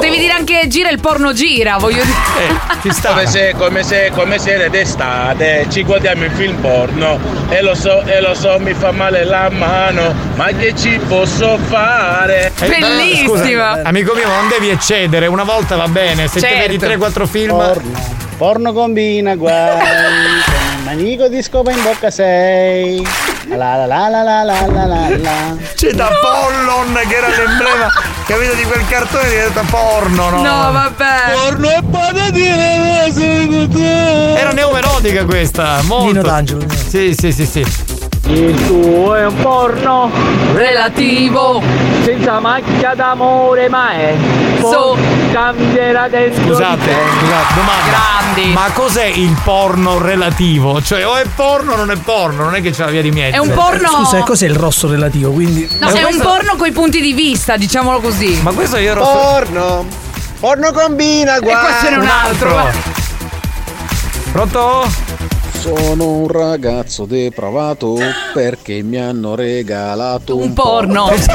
G: anche Gira il porno gira, voglio dire.
D: Eh, ci sta.
R: Come se, come se, come se d'estate ci guardiamo il film porno e lo so, e lo so, mi fa male la mano, ma che ci posso fare?
D: Eh,
G: Bellissima.
D: Scusa, amico mio, ma non devi eccedere, una volta va bene, se
G: Certo.
D: ti vedi tre quattro film.
U: Porno, porno combina guai, con un amico di scopa in bocca sei. La la la la la la la la la.
D: C'è da Pollon che era l'emblema, capito, di quel cartone diventa porno, no?
G: No, vabbè.
U: Porno e patatine.
D: Era neomelodica questa, molto.
M: Nino D'Angelo.
D: Sì, sì, sì, sì.
X: Il tuo è un porno
G: relativo,
X: senza macchia d'amore, ma è
G: So.
X: cambierà dentro
D: Scusate,
X: di te.
D: scusate, domanda.
G: Grandi.
D: Ma cos'è il porno relativo? Cioè, o è porno o non è porno, non è che c'è la via di mezzo.
G: È un porno.
M: Scusa, e cos'è il rosso relativo? Quindi.
G: No,
D: Ma
G: è
D: questo-
G: un porno coi punti di vista, diciamolo così.
D: Ma questo io ero.
U: Porno, porno combina
G: E qua
U: guai.
G: ce n'è un altro.
D: Pronto?
K: Sono un ragazzo depravato perché mi hanno regalato un,
G: Un porno.
D: Ha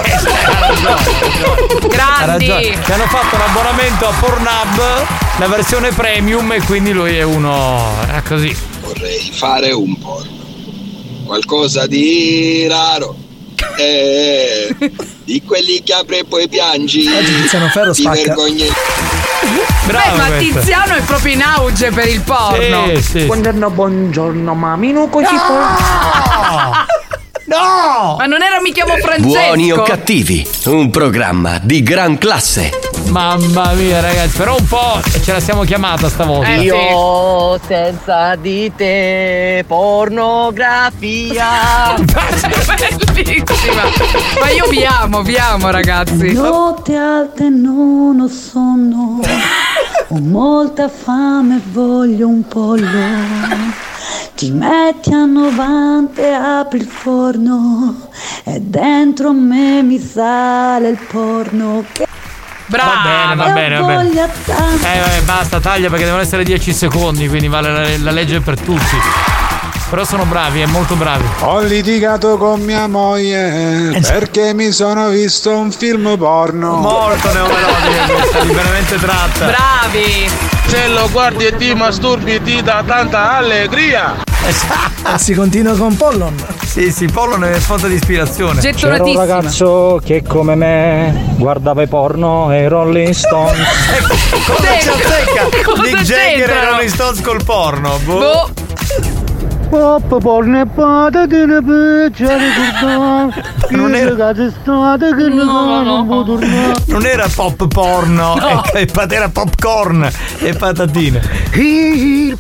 G: Grandi.
D: ragione. Ti hanno fatto l'abbonamento a Pornhub, la versione premium, e quindi lui è uno. È così.
E: Vorrei fare un porno, qualcosa di raro, eh, di quelli che apre e poi piangi,
M: Oggi Tiziano Ferro
E: ti
M: spacca.
E: vergogni.
D: Bravo.
G: Beh, ma
D: questo.
G: Tiziano è proprio in auge per il porno.
D: Sì, sì.
X: Buongiorno, buongiorno, mami, non così
D: No!
G: Ma non era Mi chiamo Francesco.
A: Buoni o cattivi, un programma di gran classe.
D: Mamma mia, ragazzi, però un po' ce la siamo chiamata stavolta.
G: Eh,
X: Io senza di te pornografia.
G: Bellissima. Ma io vi amo, vi amo, ragazzi.
W: Notte alte non ho sonno, ho molta fame e voglio un pollo. Ti metti a novanta e apri il forno e dentro me mi sale il porno. Che
G: Brava.
D: Va bene, va bene, va bene.
W: voglia tanto.
D: Eh vabbè, basta, taglia perché devono essere dieci secondi, quindi vale la, la legge per tutti. Però sono bravi, è molto bravi.
K: Ho litigato con mia moglie perché mi sono visto un film porno.
D: Molto neomelodica questa, liberamente tratta.
G: Bravi.
R: Se lo guardi e ti masturbi e ti dà tanta allegria.
M: Ah, si continua con Pollon.
D: Sì, sì, Pollon è fonte di ispirazione.
X: C'era un
G: Gettonatissima.
X: ragazzo che come me guardava i porno e i Rolling Stones.
D: Cosa c'entra?
G: Cosa
D: Mick Jagger e
G: c'entrano?
D: Rolling Stones col porno. Boh.
G: Boh.
U: Pop, porno e patatine per
D: Non era-
U: estate che
G: No, no.
U: non può tornare.
D: Non era pop porno,
G: No.
D: è- era popcorn e patatine.
Q: Il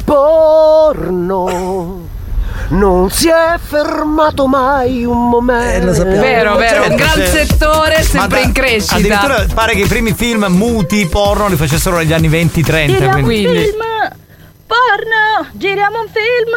Q: porno non si è fermato mai un momento.
M: Eh, lo sappiamo.
G: Vero, vero, un gran
D: Certo, sì.
G: settore sempre
D: Ma da-
G: in crescita.
D: Addirittura pare che i primi film muti porno li facessero negli anni venti trenta.
J: Giriamo un
D: Quindi...
J: film porno, giriamo un film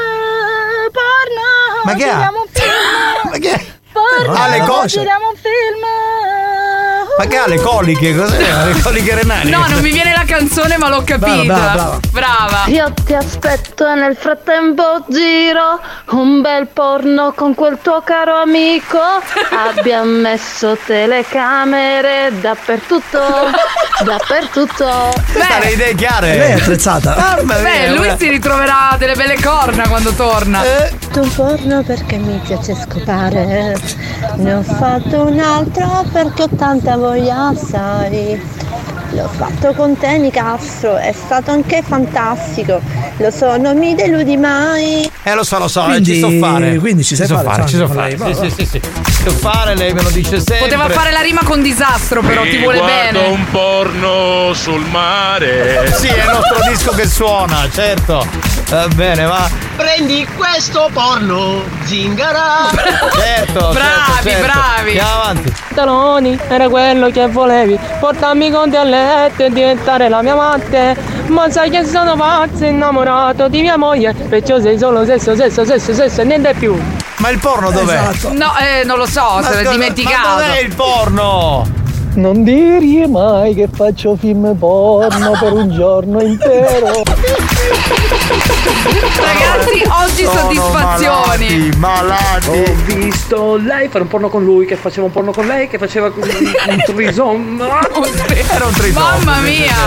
J: porno,
D: Ma che ha?
J: giriamo un film
D: Ma che?
J: porno,
D: Ha le cosce.
J: giriamo un film.
D: Ma che ha le coliche? Cos'è? Le coliche renali?
G: No, non mi viene la canzone, ma l'ho capita.
M: Brava, brava,
G: Brava.
J: Io ti aspetto e nel frattempo giro un bel porno con quel tuo caro amico. Abbiamo messo telecamere dappertutto, dappertutto.
D: Questa ha le idee chiare.
M: Lei è attrezzata.
D: Mamma mia,
G: Beh, lui
D: una-
G: si ritroverà delle belle corna quando torna.
J: Un porno perché mi piace scopare. Ne ho fatto un altro perché ho tanta voglia, sai. L'ho fatto con te Nicastro, è stato anche fantastico. Lo so, non mi deludi mai.
D: Eh lo so, lo so,
M: Quindi-
D: ci so fare.
M: quindi ci sai
D: so
M: fare,
D: fare, ci
M: Sandra,
D: so
M: con
D: fare.
M: lei,
D: Sì,
M: va,
D: sì, sì, sì. Ci so fare, lei me lo dice sempre.
G: Poteva fare la rima con disastro, però ti vuole
R: Guardo
G: bene.
R: un porno sul mare.
D: Sì, è il nostro disco che suona, certo. Va bene, va.
Q: Prendi questo porno, zingara.
D: Certo,
G: Bravi,
D: certo, certo.
G: bravi.
D: Andiamo avanti.
X: Taloni, era quello che volevi. Portarmi con te a letto e diventare la mia amante. Ma sai che sono pazzo innamorato di mia moglie. Perciò sei solo sesso, sesso, sesso, sesso e niente più.
D: Ma il porno dov'è?
M: Esatto.
G: No, eh, non lo so,
D: Ma
G: se l'è
D: scusa,
G: dimenticato.
D: Ma dov'è il porno?
X: Non dire mai che faccio film porno per un giorno intero.
G: Ragazzi, oggi
D: Sono
G: soddisfazioni.
D: malati, malati.
T: Ho visto lei fare un porno con lui, che faceva un porno con lei, che faceva un trisomma.
D: Era un trisom.
G: Mamma mia.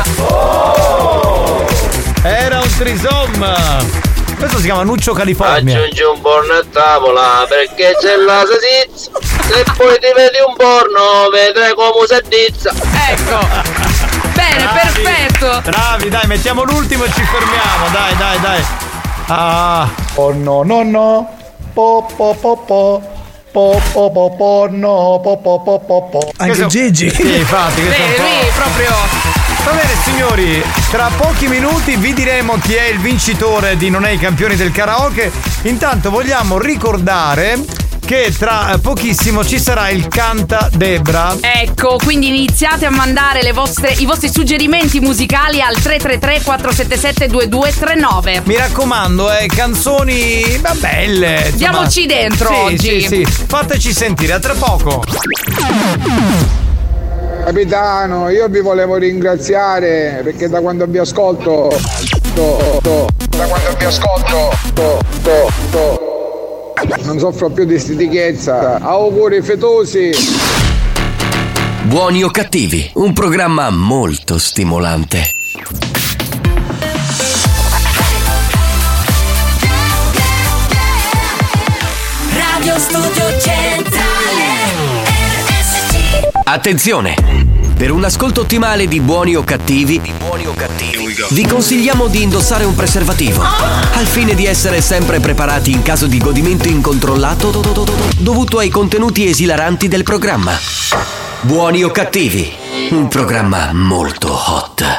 D: Era un trisom. Questo si chiama Nuccio California.
R: Aggiungi un porno a tavola perché c'è la salsiccia. Se poi ti vedi un porno vedrai come si addizza.
G: Ecco. Bene,
D: Bravi,
G: perfetto.
D: Bravi, dai, mettiamo l'ultimo e ci fermiamo. Dai, dai, dai. Ah.
K: Oh no, no, no. Po po po po. Po po po po no. Po po po po po.
M: Anche
D: Questo-
M: Gigi.
D: Sì, infatti. questo è un
G: Beh,
D: po'-
G: lui proprio.
D: Va bene signori, tra pochi minuti vi diremo chi è il vincitore di Non è i campioni del karaoke. Intanto vogliamo ricordare che tra pochissimo ci sarà il Canta Debra.
G: Ecco, quindi iniziate a mandare le vostre, i vostri suggerimenti musicali al tre tre tre quattro sette sette due due tre nove.
D: Mi raccomando, eh, canzoni ma belle. insomma.
G: Diamoci dentro
D: Sì,
G: oggi.
D: Sì, sì, fateci sentire, a tra poco.
K: Capitano, io vi volevo ringraziare perché da quando vi ascolto to, to, da quando vi ascolto to, to, to, non soffro più di stitichezza. Auguri fetosi.
A: Buoni o cattivi, un programma molto stimolante.
I: Radio Studio Centrale R S C.
A: Attenzione! Per un ascolto ottimale di Buoni o cattivi, di buoni o cattivi, vi consigliamo di indossare un preservativo, al fine di essere sempre preparati in caso di godimento incontrollato dovuto ai contenuti esilaranti del programma. Buoni o cattivi, un programma molto hot.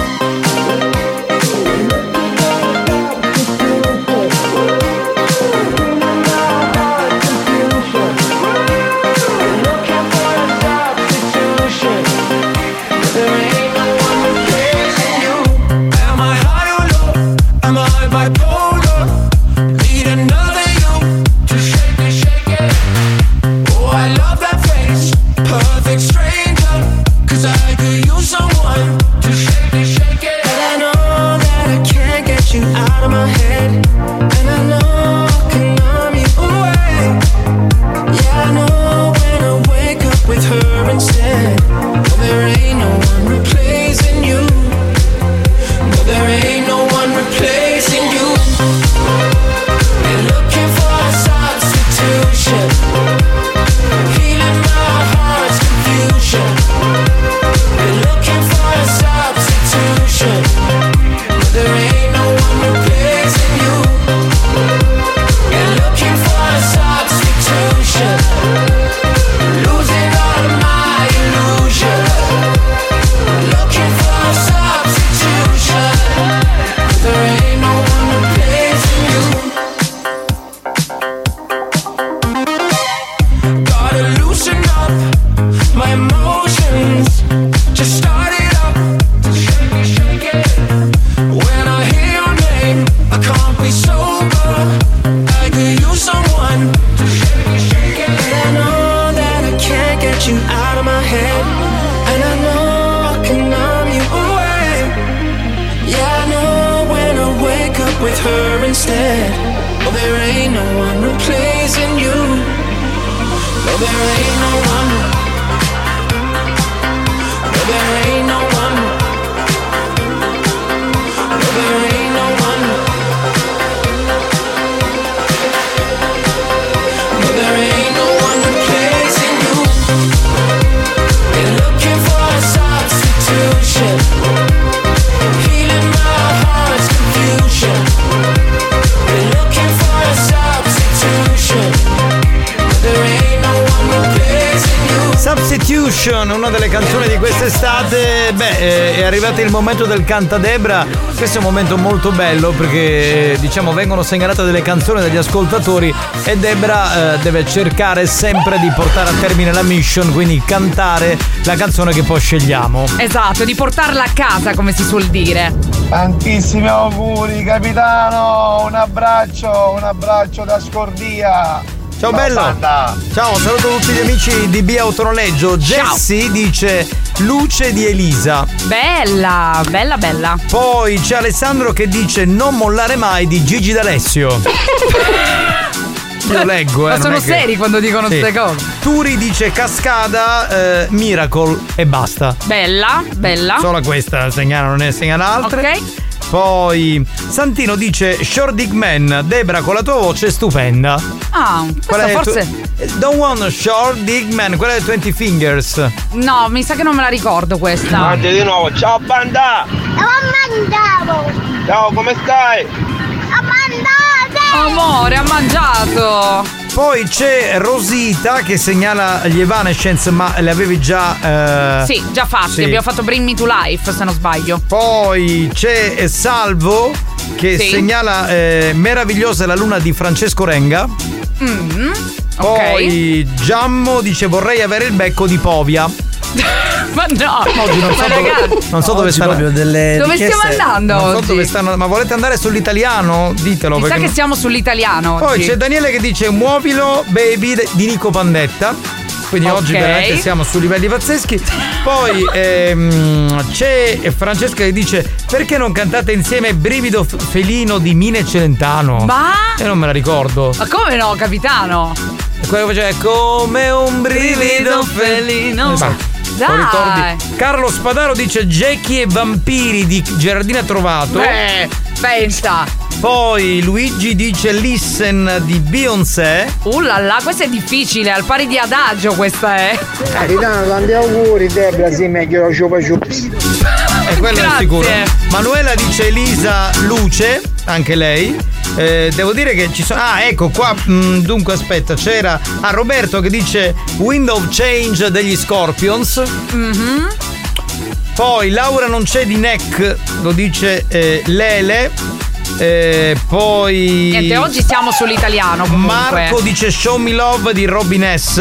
D: Una delle canzoni di quest'estate. Beh, è arrivato il momento del Canta Debra. Questo è un momento molto bello perché diciamo vengono segnalate delle canzoni dagli ascoltatori e Debra eh, deve cercare sempre di portare a termine la mission, quindi cantare la canzone che poi scegliamo.
G: Esatto, di portarla a casa, come si suol dire.
K: Tantissimi auguri capitano, un abbraccio, un abbraccio da Scordia.
D: Ciao bello.
H: Santa.
D: Ciao, saluto tutti gli amici di B Autonoleggio. Jessie dice luce di Elisa.
G: Bella, bella, bella.
D: Poi c'è Alessandro che dice non mollare mai di Gigi D'Alessio. Io leggo, eh.
G: Ma sono
D: non è che-
G: seri quando dicono
D: Sì.
G: queste cose.
D: Turi dice Cascada, eh, Miracle e basta.
G: Bella, bella.
D: Solo questa segnala, non ne segnala altre.
G: Ok.
D: Poi Santino dice Short Dick Man, Debra con la tua voce è stupenda.
G: Ah,
D: Qual
G: questa
D: è
G: forse.
D: tu- Don't want Short Dick Man, quella è twenty Fingers.
G: No, mi sa che non me la ricordo questa.
R: Guardi di nuovo, ciao banda!
B: Non mangiavo!
R: Ciao, come stai?
B: Ho mangiato!
G: Amore, ha mangiato!
D: Poi c'è Rosita che segnala gli Evanescence, ma le avevi già. eh,
G: Sì, già fatti,
D: sì.
G: abbiamo fatto Bring Me to Life, se non sbaglio.
D: Poi c'è eh, Salvo che
G: Sì.
D: segnala eh, meravigliosa la luna di Francesco Renga.
G: Mm,
D: Poi Giammo dice vorrei avere il becco di Povia.
G: Ma no!
D: Oggi non so,
G: Ma
D: dove,
G: ragazzi,
D: non so dove
M: Oggi
D: stanno.
M: proprio delle
G: Dove stiamo
M: richieste-
G: andando
D: Non so
G: oggi?
D: dove stanno. Ma volete andare sull'italiano? Ditelo.
G: Mi sa
D: perché
G: che
D: non-
G: siamo sull'italiano
D: Poi
G: oggi.
D: c'è Daniele che dice muovilo baby de- di Nico Pandetta. Quindi oggi
G: Ok.
D: veramente siamo su livelli pazzeschi. Poi ehm, c'è Francesca che dice perché non cantate insieme Brivido f- felino di Mine Celentano?
G: Ma?
D: Io non me la ricordo.
G: Ma come no, capitano?
D: E quello che faceva come un brivido felino.
G: Dai.
D: Non ricordi? Carlo Spadaro dice Jackie e vampiri di Gerardina Trovato.
G: Beh, pensa.
D: Poi Luigi dice Listen di Beyoncé.
G: Uh là là, questa è difficile, al pari di Adagio questa è.
U: Capitano, tanti auguri, Debra, sì, meglio ciupa ciupa.
D: E quello è
G: Grazie.
D: sicuro. Manuela dice Elisa Luce, anche lei. Eh, devo dire che ci sono. Ah, ecco qua. mh, dunque, aspetta, c'era. Ah, Roberto che dice Window Change degli Scorpions.
G: Mhm.
D: Poi Laura non c'è di Neck, lo dice eh, Lele. Eh, poi.
G: Niente, oggi siamo sull'italiano comunque.
D: Marco dice Show Me Love di Robin S.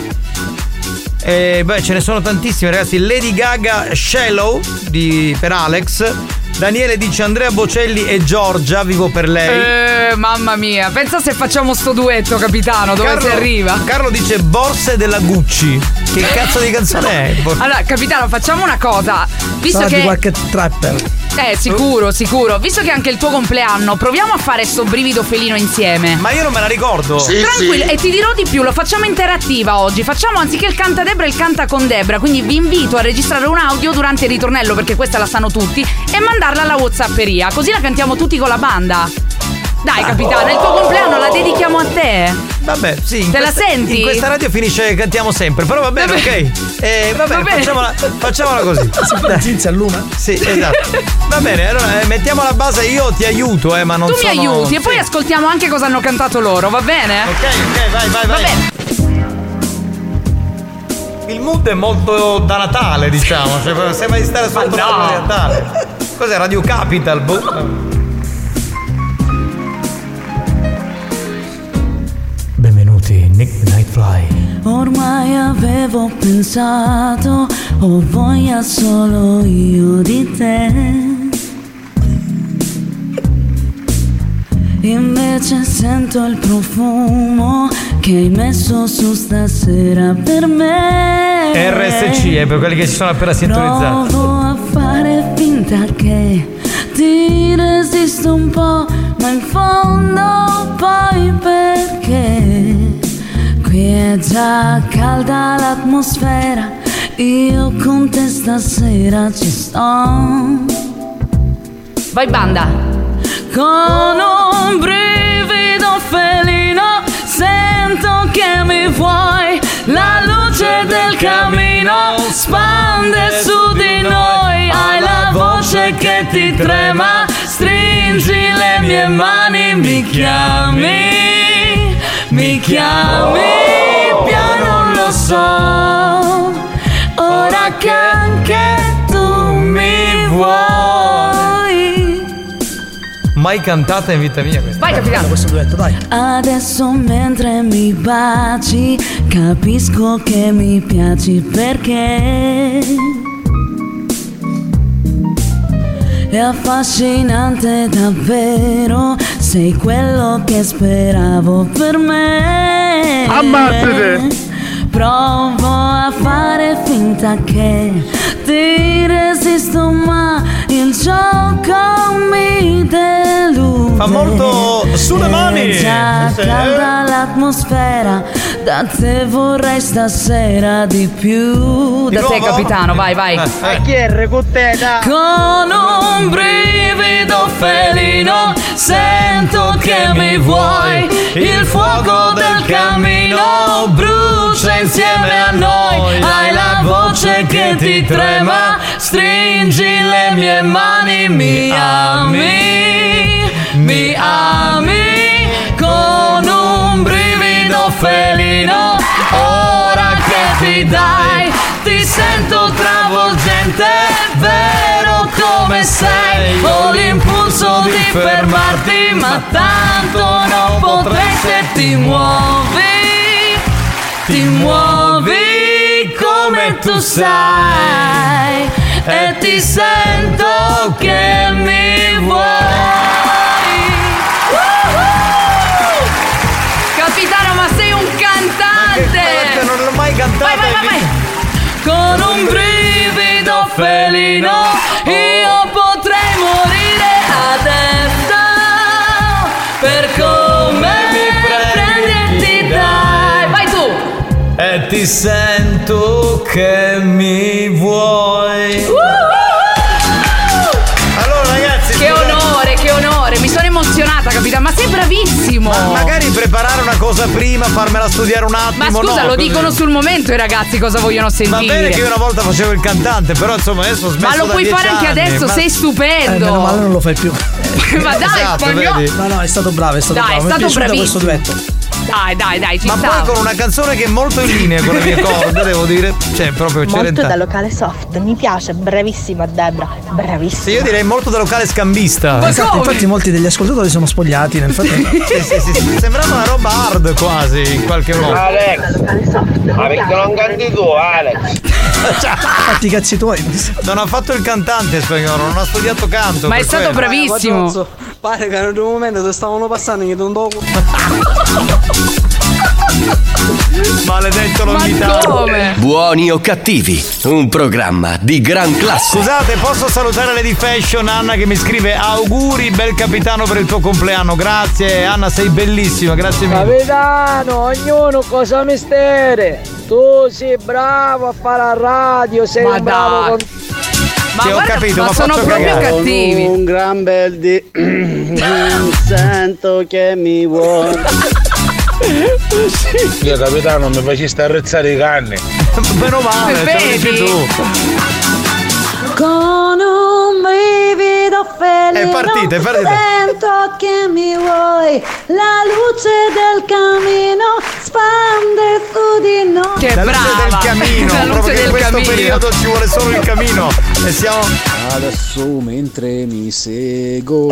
D: E beh, ce ne sono tantissime, ragazzi. Lady Gaga Shallow di, per Alex. Daniele dice Andrea Bocelli e Giorgia, vivo per lei.
G: Eh, mamma mia, pensa se facciamo sto duetto, capitano, dove
D: Carlo-
G: si arriva?
D: Carlo dice Borse della Gucci. Che cazzo di canzone è?
G: Allora, capitano, facciamo una cosa. Visto
M: Sarà di
G: che.
M: qualche trapper.
G: Eh, sicuro, sicuro. Visto che è anche il tuo compleanno, proviamo a fare sto brivido felino insieme.
D: Ma io non me la ricordo.
C: Sì,
G: Tranquillo,
C: sì.
G: e ti dirò di più, lo facciamo interattiva oggi. Facciamo anziché il canta Debra il canta con Debra. Quindi vi invito a registrare un audio durante il ritornello, perché questa la sanno tutti, e mandarla alla WhatsApperia. Così la cantiamo tutti con la banda. Dai, capitano, il tuo compleanno la dedichiamo a te.
D: Vabbè, sì. in
G: Te la
D: questa-
G: senti?
D: In questa radio finisce che cantiamo sempre. Però va bene,
G: Va bene.
D: ok. Eh, va bene,
G: Va bene.
D: Facciamola, facciamola così.
M: Zinzia Luna.
D: Sì, esatto. Va bene, allora eh, mettiamo la base, io ti aiuto, eh, ma non
G: Tu
D: sono.
G: mi aiuti e poi
D: sì.
G: ascoltiamo anche cosa hanno cantato loro, va bene?
D: Ok, ok, vai, vai,
G: Va
D: vai.
G: bene.
D: Il mood è molto da Natale, diciamo. Cioè, sembra di stare sotto
G: Ma no.
D: l'albero di Natale. Cos'è Radio Capital? Boh. Benvenuti, Nick Nightfly.
W: Ormai avevo pensato, ho voglia solo io di te. Invece sento il profumo che hai messo su stasera per me.
D: R S C, eh, per quelli che si sono appena sintonizzati.
W: Provo a fare finta che ti resisto un po', ma in fondo poi perché qui è già calda l'atmosfera, io con te stasera ci sto.
G: Vai banda.
W: Con un brivido felino sento che mi vuoi, la luce del camino spande su di noi. Hai la voce che ti trema, stringi le mie mani, mi chiami, mi chiami, piano lo so, ora che anche tu mi vuoi.
D: Mai cantata in vita mia questa.
G: Vai, capitano.
M: Questo duetto, dai.
W: Adesso mentre mi baci capisco che mi piaci perché è affascinante davvero, sei quello che speravo per me.
P: Ammazzate!
W: Provo a fare finta che ti resisto, ma il gioco mi delude.
D: Fa molto sulle mani.
W: È già
D: Sì, sì.
W: calda l'atmosfera, da te vorrei stasera di più.
G: Di Da te, nuovo? capitano, vai, vai.
W: E chi è con te, da? Con un brivido felino sento che mi vuoi, il fuoco del cammino brucia insieme a noi. Hai la voce che ti trema, stringi le mie mani, mi ami, mi ami con un brivido felino. Ora che ti dai, ti sento travolgente, vero come sei. Ho l'impulso di fermarti, ma tanto non potrei se ti muovi, ti muovi come tu sai, e ti sento che mi vuoi.
G: Capitano, ma sei un cantante!
D: Ma non l'ho mai cantato.
G: Vai, vai, vai, vai.
W: Con un brivido felino io potrei morire adesso, per come mi prendi e ti dai.
G: Vai tu!
D: E ti sento che mi vuoi. Allora ragazzi,
G: Che
D: scusate.
G: onore, che onore, mi sono emozionata, capitano, ma sei bravissimo!
D: Ma magari preparare una cosa prima, farmela studiare un attimo.
G: Ma scusa,
D: no,
G: lo
D: così.
G: dicono sul momento i ragazzi cosa vogliono sentire.
D: Va bene che io una volta facevo il cantante, però insomma adesso ho smesso.
G: Ma lo
D: da
G: puoi
D: dieci
G: fare anche
D: anni,
G: adesso,
D: ma-
G: sei
M: Eh,
G: stupendo!
M: meno male non lo fai più.
G: Ma dai,
D: Esatto,
G: spagnolo!
D: vedi?
M: No, no, è stato bravo, è stato
G: Dai,
M: bravo.
G: è
M: Mi è
G: stato
M: piaciuto
G: bravissimo.
M: questo duetto.
G: Dai, dai, dai, ci
D: Ma
G: sta.
D: poi con una canzone che è molto in linea con le mie corde, devo dire. Cioè, proprio
J: Molto
D: Celentano.
J: da locale soft, mi piace, bravissima Debra, bravissima.
D: Sì, io direi molto da locale scambista.
M: Esatto, infatti molti degli ascoltatori sono spogliati nel frattempo.
D: Sì, sì, sì, sì, sembrava una roba hard quasi, in qualche modo.
R: Alex, ma perché non canti tu, Alex?
M: Fatti i cazzi tuoi.
D: Non ha fatto il cantante spagnolo, non ha studiato canto.
G: Ma è
D: per
G: stato
D: quello.
G: bravissimo.
T: Pare che in un momento ti stavano passando che non dopo.
D: Maledetto Longhitano.
A: Buoni o cattivi, un programma di gran classe.
D: Scusate, posso salutare Lady Fashion, Anna, che mi scrive auguri bel capitano per il tuo compleanno. Grazie Anna, sei bellissima, grazie mille.
X: Capitano, ognuno cosa mistere. Tu sei bravo a fare la radio, sei
G: Ma
X: un bravo
G: dai.
X: con...
G: Ma
D: Sì, ho
G: guarda,
D: capito,
G: ma
D: ma
G: sono
D: faccio
G: proprio
D: cagare.
G: cattivi.
U: Un gran bel di sento che mi vuoi.
R: Io capitano mi faceste arrezzare i canni.
D: Meno male, te lo dici
G: Vedi?
D: tu.
W: Con un brivido felino
D: È partita, è partita.
W: sento che mi vuoi, la luce del camino spande su di noi.
G: Che
D: La luce
G: brava!
D: del camino,
G: La luce
D: proprio che in
G: del
D: questo
G: camino.
D: periodo ci vuole solo il camino. E siamo.
U: Adesso mentre mi seguo.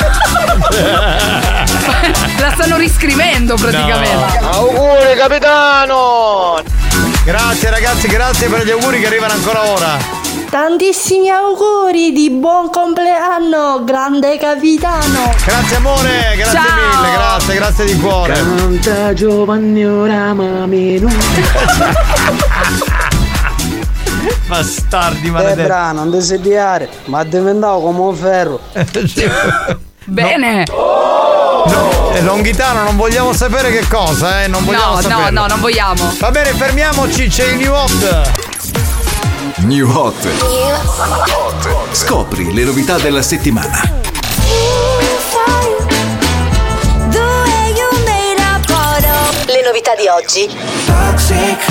G: La stanno riscrivendo praticamente.
R: Auguri capitano!
D: Grazie ragazzi, grazie per gli auguri che arrivano ancora ora.
J: Tantissimi auguri di buon compleanno, grande capitano.
D: Grazie amore, grazie
G: Ciao.
D: mille, grazie, grazie di cuore.
T: Canta Giovanni oramami non.
D: Bastardi maledetti.
U: Debra, non desiderare, ma diventavo come un ferro.
G: Bene.
D: No, eh, Longhitano, non vogliamo sapere che cosa, eh? Non vogliamo
G: No, no,
D: saperlo.
G: no, non vogliamo.
D: Va bene, fermiamoci, c'è il new hot.
H: New Hot. Scopri le novità della settimana.
I: Le novità di oggi.
B: Toxic,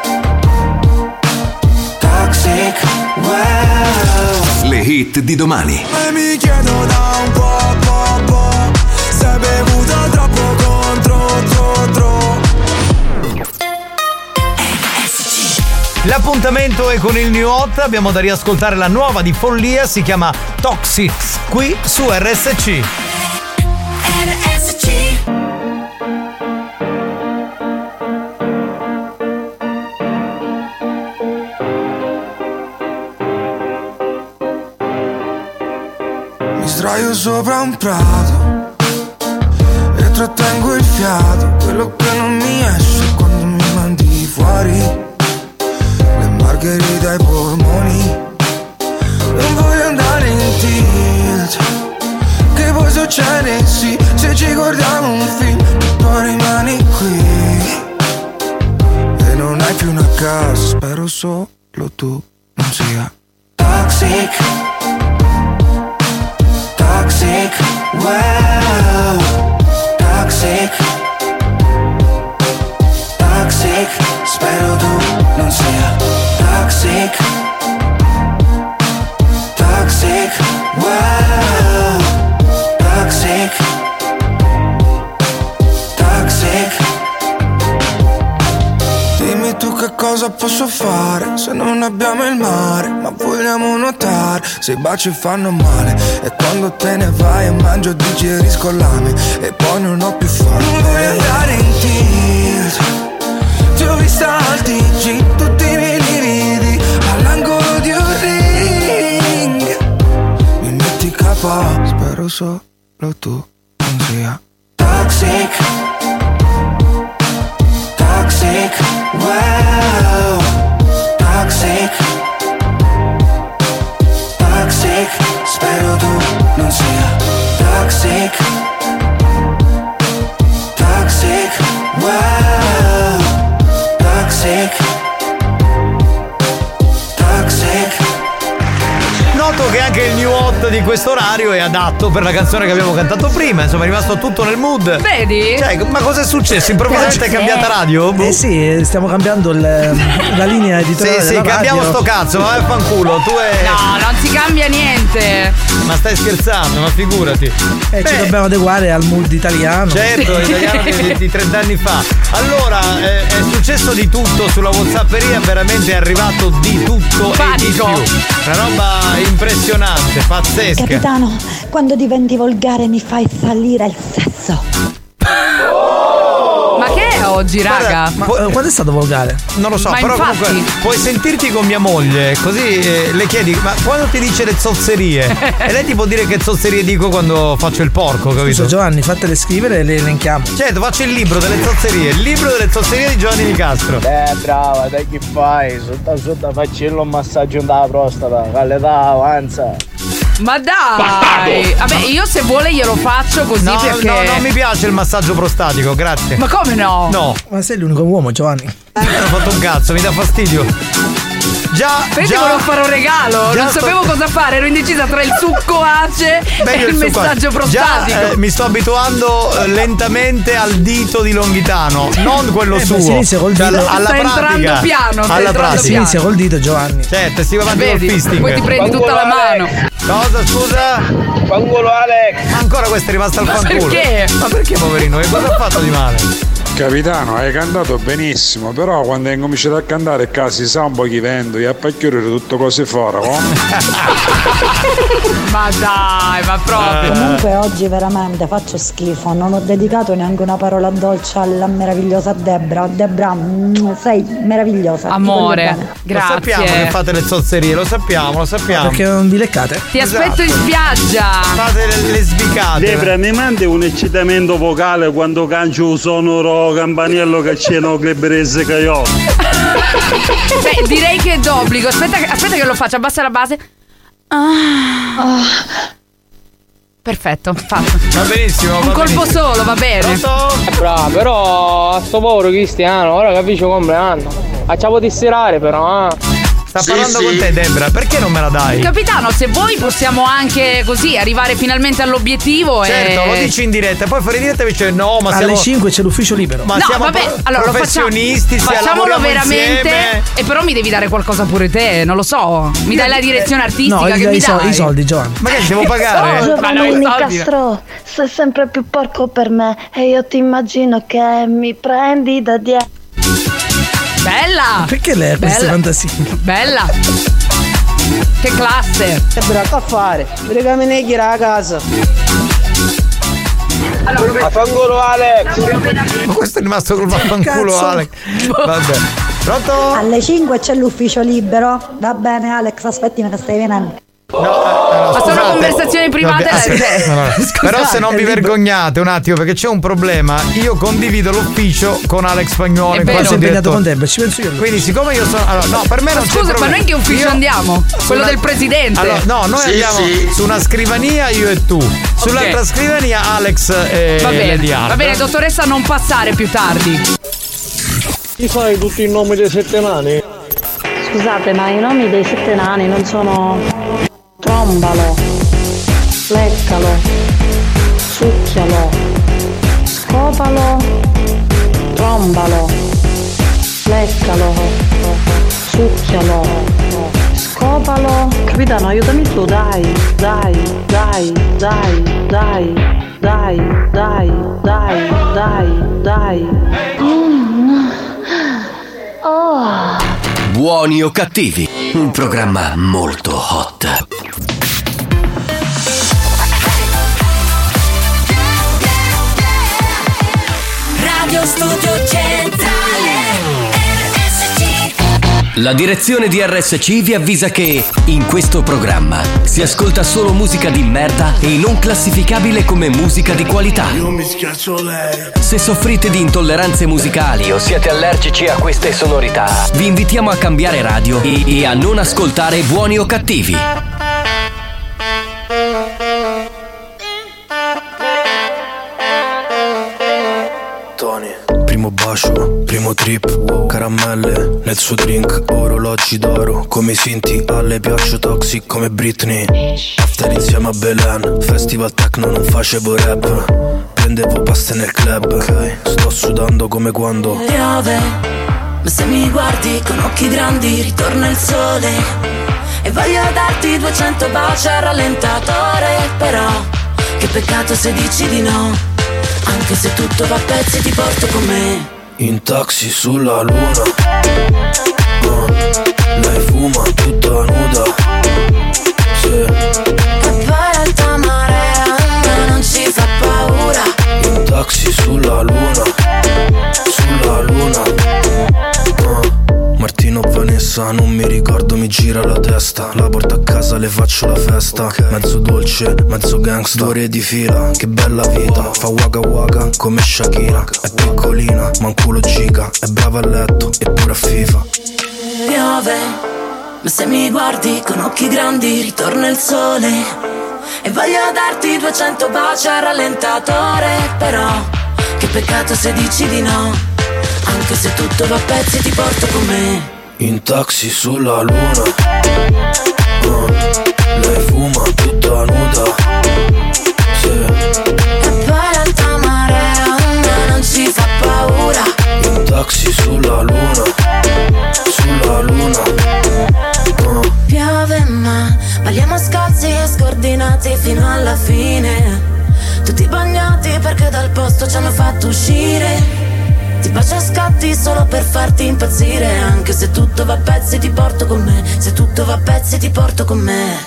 B: toxic, wow.
H: Le hit di domani.
B: E mi chiedo da un po', po', po', se hai bevuto troppo contro, tro, tro.
D: L'appuntamento è con il new hot, abbiamo da riascoltare la nuova di Follia, si chiama Toxic, qui su R S C.
I: R S C.
F: Sdraio sopra un prato e trattengo il fiato. Quello che non mi esce quando mi mandi fuori. Le margherite ai polmoni. Non voglio andare in tilt. Che poi succede sì, se ci guardiamo un film e poi rimani qui. E non hai più una casa, spero solo tu non sia toxic. Toxic, wow. Toxic. Toxic, spero tu non sia toxic. Toxic, wow. Toxic. Toxic. Dimmi tu che cosa posso fare se non abbiamo il mare, ma vogliamo nuotare. Se i baci fanno male e quando te ne vai e mangio digerisco lame e poi non ho più fame. Non voglio andare in tilt. Ti ho vista al T G, tutti i miei lividi all'angolo di un ring. Mi metti capo, spero solo tu non sia toxic. Toxic, wow. Toxic. Toxic, spero tu non sia toxic. Toxic, wow. Toxic. Toxic.
D: Noto che anche il new hot di questo orario è adatto per la canzone che abbiamo cantato prima, insomma è rimasto tutto nel mood.
G: Vedi?
D: Cioè, ma cosa è successo? Improvvisamente è cambiata radio?
M: Eh sì, stiamo cambiando il, la linea editoriale.
D: Sì, sì,
M: della
D: cambiamo
M: radio.
D: sto cazzo, ma vaffanculo, tu e.
G: No, non si cambia niente.
D: Ma stai scherzando, ma figurati.
M: E ci dobbiamo adeguare al mood italiano.
D: Certo, italiano di, di, di trent'anni fa. Allora, eh, è successo di tutto sulla WhatsApperia, veramente è arrivato di tutto
G: Panico.
D: e di più. Una roba impressionante, pazzesca.
W: Capitano, quando diventi volgare mi fai salire il sesso.
G: Ma che è oggi, raga?
M: Ma eh, quando è stato volgare?
D: Non lo so,
G: Ma
D: però
G: infatti-
D: comunque puoi sentirti con mia moglie, così eh, le chiedi, ma quando ti dice le zozzerie? E lei ti può dire che zozzerie dico quando faccio il porco, capito?
M: Scusa Giovanni, fatele scrivere e le elenchiamo.
D: Certo, faccio il libro delle zozzerie, il libro delle zozzerie di Giovanni Nicastro.
U: Eh brava, dai che fai? Sotto sotto facillo un massaggio dalla prostata, qualità avanza.
G: Ma dai! Vabbè, io se vuole glielo faccio così
D: No,
G: perché.
D: no, non mi piace il massaggio prostatico, grazie.
G: Ma come no?
D: No.
M: Ma sei l'unico uomo, Giovanni.
D: Non ho fatto un cazzo, mi dà fastidio. Già,
G: Vedi,
D: già
G: volevo fare un regalo,
D: già
G: non
D: sto-
G: sapevo cosa fare, ero indecisa tra il succo ace
D: Meglio
G: e il
D: succo-
G: messaggio prostatico.
D: Già, eh, mi sto abituando eh, lentamente al dito di Longhitano, non quello
M: Eh,
D: suo.
M: beh, si inizia col
D: Cioè,
M: dito.
D: alla
G: Stai
D: pratica.
G: entrando piano, stai
D: alla
G: entrando
D: pratica.
M: Si inizia col dito, Giovanni.
D: Certo, si va avanti col
G: Vedi,
D: fisting.
G: poi ti prendi tutta la mano.
D: Cosa, scusa?
U: Fanculo Alex.
D: Ma ancora questo è rimasto al
G: Ma
D: fanculo.
G: perché?
D: Ma perché, poverino? Che cosa ha fatto di male?
L: Capitano, hai cantato benissimo, però quando hai cominciato a cantare casi sa un po' chi vendo, e a pacchiore tutto cose fuori, oh?
G: Ma dai, ma proprio.
W: Comunque oggi veramente faccio schifo, non ho dedicato neanche una parola dolce alla meravigliosa Debra. Debra, mm, sei meravigliosa. ti voglio
G: Amore,
W: bene.
D: Lo sappiamo che
G: grazie.
D: fate le zozzerie, lo sappiamo, lo sappiamo.
M: Perché non vi leccate?
G: Ti aspetto in spiaggia.
D: Fate le, le sbicate.
P: Debra, mi mandi un eccitamento vocale quando cancio un sonoro campanello che c'è no cleberese caiolo.
G: Beh, direi che è d'obbligo. Aspetta, aspetta che lo faccio, abbassa la base. Ah. Perfetto, fatto.
D: Va benissimo,
G: Un
D: va
G: colpo
D: benissimo.
G: solo, va bene.
D: Pronto?
X: Bravo, però a sto povero Cristiano, ora capisci compleanno. Facciamo di stirare però, eh.
D: Sta
E: Sì,
D: parlando
E: sì.
D: con te, Debra, perché non me la dai?
G: Capitano, se vuoi possiamo anche così arrivare finalmente all'obiettivo.
D: Certo,
G: e...
D: lo dici in diretta, poi fuori diretta mi dice no, ma
M: Alle
D: siamo
M: cinque c'è l'ufficio libero.
D: ma
G: no,
D: siamo
G: vabbè,
D: pro-
G: allora lo facciamo.
D: professionisti, sia
G: Facciamolo
D: lavoriamo
G: veramente.
D: insieme.
G: E però mi devi dare qualcosa pure te, non lo so. Mi dai la direzione artistica
M: No,
G: che
M: gli
G: mi
M: dai i so-
G: dai.
M: i soldi, Giovanni.
D: Ma che ci devo pagare?
G: Ma no,
J: Giovanni
G: i soldi-
J: Nicastro, sei sempre più porco per me e io ti immagino che mi prendi da dietro.
G: Bella!
M: Perché lei ha queste
G: Bella.
M: fantasie?
G: Bella! Che classe!
U: È bravo a fare, bregami ne gira a casa. A fangolo Alex.
D: Ma questo è rimasto col vaffanculo,
M: Cazzo.
D: Alex. Vabbè. Pronto?
W: Alle cinque c'è l'ufficio libero. Va bene Alex, aspetti me ne stai venendo.
D: No, eh, no,
G: Ma sono
D: scusate,
G: la conversazione privata
D: Vabbè, aspetta, allora,
G: Scusate,
D: però se non vi
G: è libero.
D: vergognate un attimo, perché c'è un problema. Io condivido l'ufficio con Alex Spagnuolo.
G: È
D: in
G: vero.
D: quanto
G: Sei
M: impegnato
D: direttore.
M: con te, ci penso io.
D: Quindi siccome io sono allora, no, per me non c'è
G: Scusa, ma
D: problema.
G: noi in che ufficio
D: Io-
G: andiamo? Quello
D: Sulla-
G: del presidente.
D: Allora, no, noi
G: Sì,
D: andiamo
G: sì.
D: su una scrivania io e tu. Sull'altra
G: Ok.
D: scrivania Alex e
G: Va bene,
D: Lady Hard.
G: va bene, dottoressa, non passare più tardi.
X: Ti sai tutti i nomi dei sette nani?
J: Scusate, ma i nomi dei sette nani non sono trombalo, leccalo, succhialo, scopalo, trombalo, leccalo, succhialo, scopalo. Capitano, aiutami tu, dai, dai, dai, dai, dai, dai, dai, dai, dai, dai. Mm. Oh.
A: Buoni o cattivi, un programma molto hot.
I: Radio Studio Centrale R S C.
A: La direzione di R S C vi avvisa che in questo programma si ascolta solo musica di merda e non classificabile come musica di qualità.
F: Io mi schiaccio lei.
A: Se soffrite di intolleranze musicali o siete allergici a queste sonorità, vi invitiamo a cambiare radio e, e a non ascoltare Buoni o Cattivi.
F: Tony. Primo bacio, primo trip, caramelle nel suo drink, orologi d'oro, come i Sinti, alle piaccio toxic come Britney. After insieme a Belen, festival techno non facevo rap, prendevo paste nel club, okay. Sto sudando come quando
I: Piove, ma se mi guardi con occhi grandi ritorna il sole. E voglio darti duecento baci al rallentatore. Però, che peccato se dici di no. Anche se tutto va a pezzi ti porto con me.
F: in taxi sulla luna. uh, Lei fuma tutta nuda. Sì.
I: E poi alta marea, ma non ci fa paura.
F: In taxi sulla luna. Sulla luna. uh, Martino Vanessa, non mi ricordo, mi gira la testa. La porto a casa, le faccio la festa, okay. Mezzo dolce, mezzo gangsta, due ore di fila, che bella vita. Fa waka waka come Shakira. È piccolina, ma un culo giga. È brava a letto, eppure a FIFA.
I: Piove, ma se mi guardi con occhi grandi ritorna il sole. E voglio darti duecento baci al rallentatore. Però, che peccato se dici di no. Anche se tutto va a pezzi ti porto con me.
F: In taxi sulla luna. uh, Lei fuma tutta nuda. Sì.
I: E poi alta marea, ma non ci fa paura.
F: In taxi sulla luna. Sulla luna. uh.
I: Piove ma balliamo scalzi e scordinati fino alla fine. Tutti bagnati perché dal posto ci hanno fatto uscire. Ti bacio a scatti solo per farti impazzire. Anche se tutto va a pezzi ti porto con me. Se tutto va a pezzi ti porto con me.